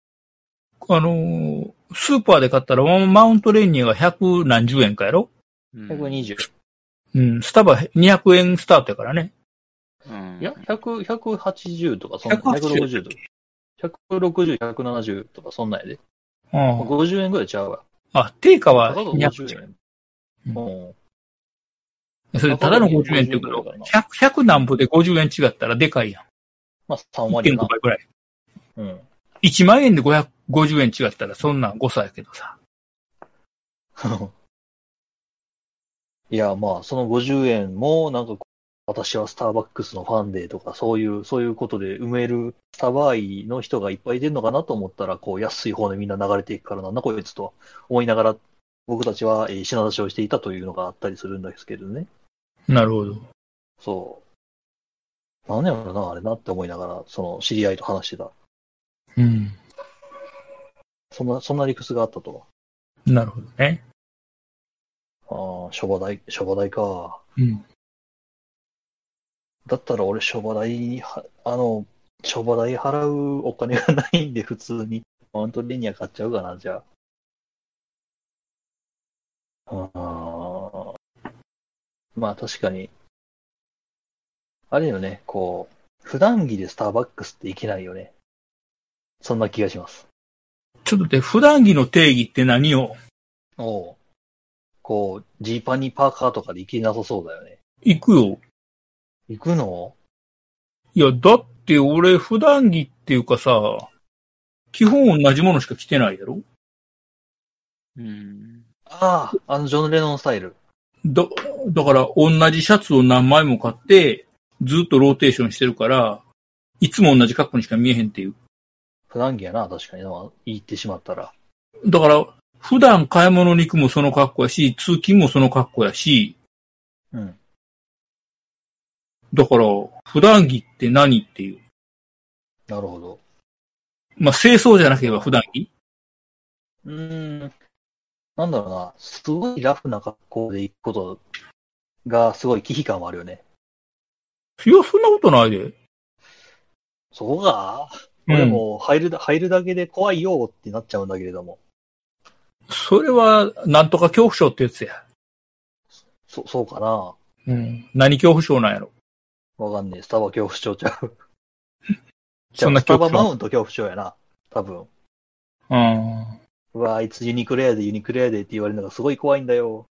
スーパーで買ったら、マウントレーニアが100何十円かやろ？ 120。 スタバ200円スタートやからね。 いや、180とか、そんな、160とか。160、170とか、そんなんやで。50円ぐらいちゃうわ。 定価は200円。それ、ただの50円って言うけど、100何歩で50円違ったらでかいやん。 まあ、3割やな。 1.5倍ぐらい。1万円で550円違ったらそんなん誤差やけどさ。 いや、まあ、その50円も、なんか、私はスターバックスのファンでとか、そういうことで埋めるスタバ愛の人がいっぱい出るのかなと思ったら、こう、安い方でみんな流れていくから、なんだこいつと思いながら、僕たちは品出しをしていたというのがあったりするんですけどね。 なるほど。 そう。なんやろな、あれなって思いながら、その、知り合いと話してた。そんな理屈があったと。 なるほどね。 諸場代か。だったら俺、諸場代、 商売代払うお金がないんで、普通にマウントレーニア買っちゃうかな、じゃあ。まあ確かに、あれよね、こう、普段着でスターバックスっていけないよね。そんな気がします。 ちょっと待って、普段着の定義って何を？ おう。こう、ジーパンにパーカーとかでいけなさそうだよね。 行くよ。 行くの？ いや、だって俺普段着っていうかさ、基本同じものしか着てないやろ？ ああ、ジョン・レノンスタイル。 だから同じシャツを何枚も買って、ずっとローテーションしてるから、いつも同じ格好にしか見えへんっていう。 普段着やな、確かにな。言ってしまったら。 だから、普段買い物に行くもその格好やし、通勤もその格好やし、 うん。 だから、普段着って何っていう。 なるほど。 まあ、清掃じゃなければ普段着？ なんだろうな。すごいラフな格好で行くことがすごい忌避感はあるよね。 いや、そんなことないで。 そうか？俺も入るだけで怖いよってなっちゃうんだけれども。 それは、なんとか恐怖症ってやつや。 そうかな。 何恐怖症なんやろ。 わかんねえ。スタバ恐怖症ちゃう。 そんなスタ恐怖症。 バマウント恐怖症やな。多分。うわ、あいつユニクロやでって言われるのがすごい怖いんだよ。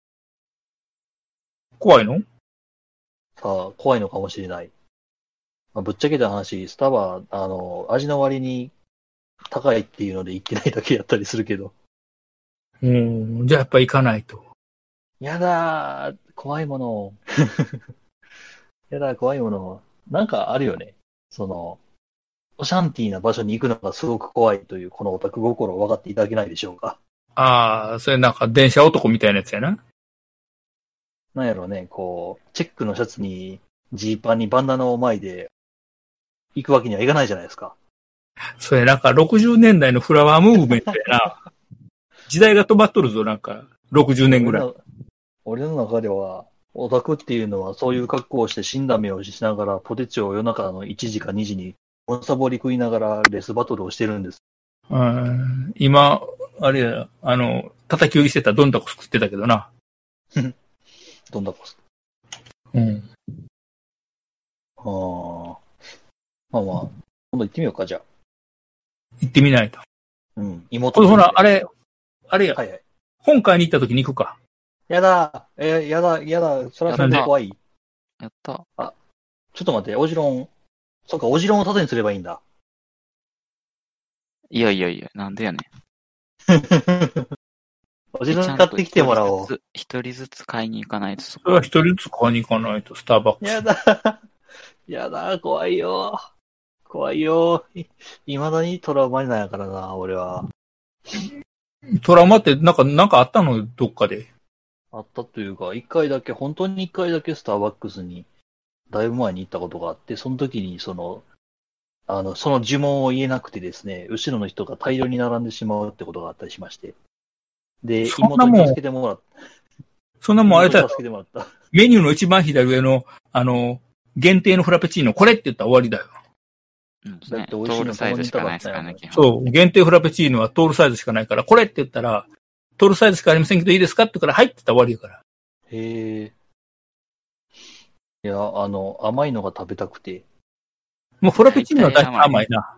怖いの？ さあ、怖いのかもしれない。まあ、ぶっちゃけた話、スタバ、味の割に高いっていうので行ってないだけやったりするけど。 じゃあやっぱ行かないと。 やだー、怖いもの。やだ、怖いもの。なんかあるよね。オシャンティーな場所に行くのがすごく怖いという、このオタク心を分かっていただけないでしょうか。 ああ、それなんか電車男みたいなやつやな。 なんやろうね、こう、チェックのシャツに、ジーパンにバンダナを巻いて、行くわけにはいかないじゃないですか。 それなんか60年代のフラワームーブメントやな。時代が止まっとるぞ、なんか、60年ぐらい。 俺の中では、オタクっていうのはそういう格好をして死んだ目をしながら、ポテチを夜中の1時か2時に、おさぼり食いながらレースバトルをしてるんです。 今、あれや、叩き売りしてたドンタコス食ってたけどな。 ドンタコス。まあまあ、今度行ってみようか、じゃあ。 行ってみないと。 妹ほら、あれや。 はいはい。 本買いに行った時に行くか。 やだ。それはそれで怖い。 やった。 ちょっと待って、オジロン。そっか、オジロンを盾にすればいいんだ。 いや、なんでやねん。 オジロン買ってきてもらおう。 一人ずつ買いに行かないと。それは一人ずつ買いに行かないと、スターバックス。 やだ、怖いよ。未だにトラウマになんやからな、俺は。 トラウマってなんかあったの？どっかで。 あったというか、本当に一回だけスターバックスに、だいぶ前に行ったことがあって、その時にその呪文を言えなくてですね、後ろの人が大量に並んでしまうってことがあったりしまして。で、妹に助けてもらった。 そんなもんあれだよ。 助けてもらった。 メニューの一番左上の、限定のフラペチーノ、これって言ったら終わりだよ。 だって美味しいのサイズしかないですからね。 そう、限定フラペチーノはトールサイズしかないから、これって言ったら、トールサイズしかありませんけどいいですかって言ったら、はいって言ったら終わりやから。 へえ。いや、甘いのが食べたくて。 もうフラペチーノは大体甘いな。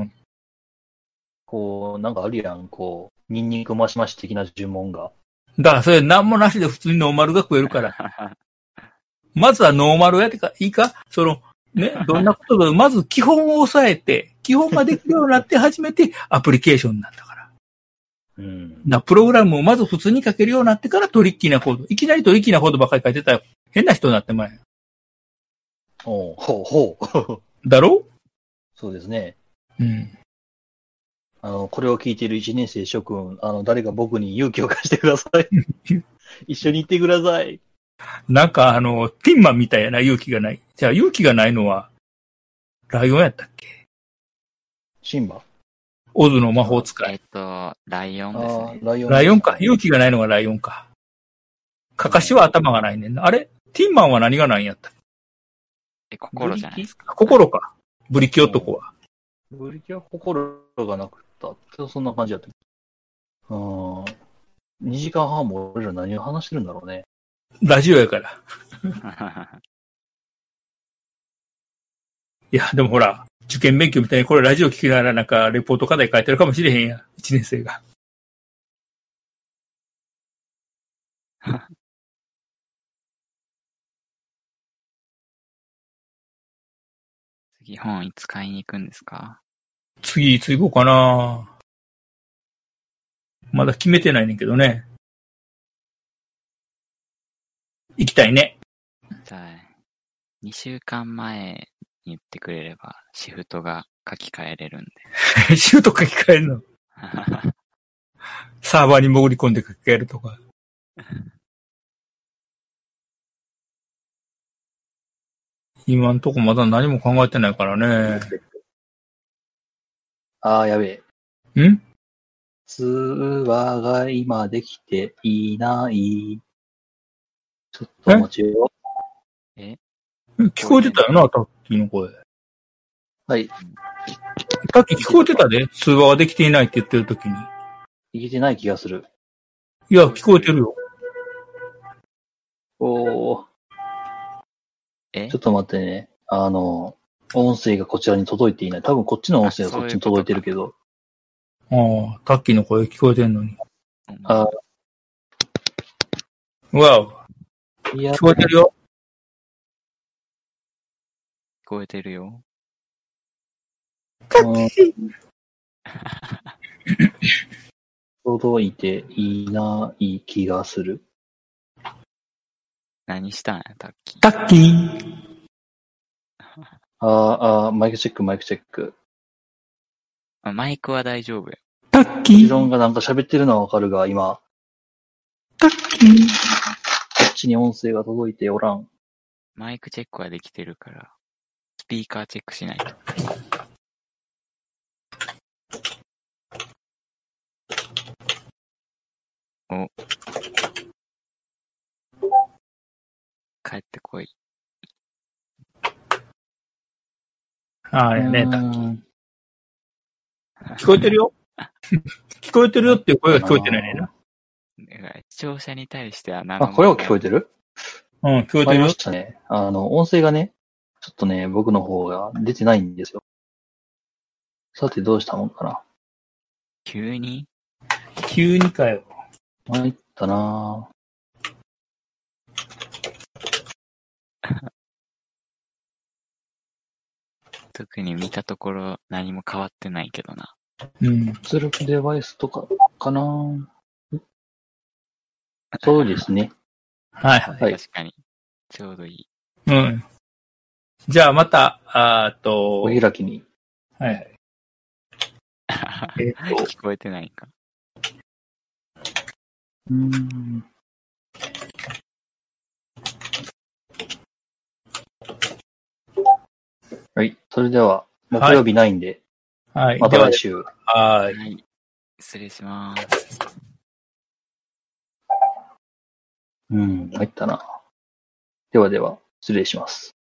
こう、なんかあるやん、こう、ニンニクマシマシ的な呪文が。 だからそれ何もなしで普通にノーマルが食えるから。まずはノーマルやってか、いいか？どんなことでも、まず基本を抑えて、基本ができるようになって初めてアプリケーションなんだから。プログラムをまず普通に書けるようになってからトリッキーなコード。いきなりトリッキーなコードばっかり書いてたら変な人になってまえ。 ほう。 だろ？ そうですね。これを聞いている1年生諸君、誰か僕に勇気を貸してください。一緒に行ってください。 なんかティンマンみたいやな、勇気がない。じゃあ勇気がないのは、ライオンやったっけ？ シンバ？ オズの魔法使い。 ライオンですね。 ライオンか。勇気がないのがライオンか。カカシは頭がないねんな。あれ？ティンマンは何がないんやったっけ？ 心じゃないですか。 心か。 ブリキ男は。 ブリキは心がなくった。そんな感じだった。2時間半も俺ら何を話してるんだろうね。 ラジオやから。いや、でもほら、受験勉強みたいにこれラジオ聞きながらなんかレポート課題書いてるかもしれへんや。1年生が。 次本いつ買いに行くんですか？ 次いつ行こうかな。まだ決めてないねんけどね。行きたいね。 じゃあ、2週間前に言ってくれれば、シフトが書き換えれるんで。 シュート書き換えるの。サーバーに潜り込んで書き換えるとか。今んとこまだ何も考えてないからね。 やべえ。 ん？ 通話が今できていない。ちょっと待ちよ。 聞こえてたよな、タッキーの声。 はい。 タッキー聞こえてたで、通話ができていないって言ってる時に。 できてない気がする。 いや、聞こえてるよ。 ちょっと待ってね。音声がこちらに届いていない。多分こっちの音声がそっちに届いてるけど。 タッキーの声聞こえてんのに。うわお。聞こえてるよ。 聞こえてるよ。 届いていない気がする。 何したんや、タッキー。 タッキー。 マイクチェック、マイクチェック。 マイクは大丈夫や。 タッキー。 理論がなんか喋ってるのはわかるが、今。 タッキー。 こっちに音声が届いておらん。 マイクチェックはできてるから、スピーカーチェックしないと。お。帰ってこい。 あれね、タッキー。聞こえてるよ。聞こえてるよっていう声が聞こえてないねんな。 視聴者に対しては声は聞こえてる？ うん、聞こえてるよ。 ましたね。音声がね、ちょっとね、僕の方が出てないんですよ。さて、どうしたもんかな。 急にかよ。 参ったなぁ。 特に見たところ何も変わってないけどな。 うん。 出力デバイスとかかなぁ。そうですね。 はいはい。 確かに。ちょうどいい。 うん。じゃあまた、 お開きに。 はいはい。 聞こえてないんか。 はい。それでは、木曜日ないんで、 はい。 また来週。 はい。 失礼します。 入ったな。ではでは、失礼します。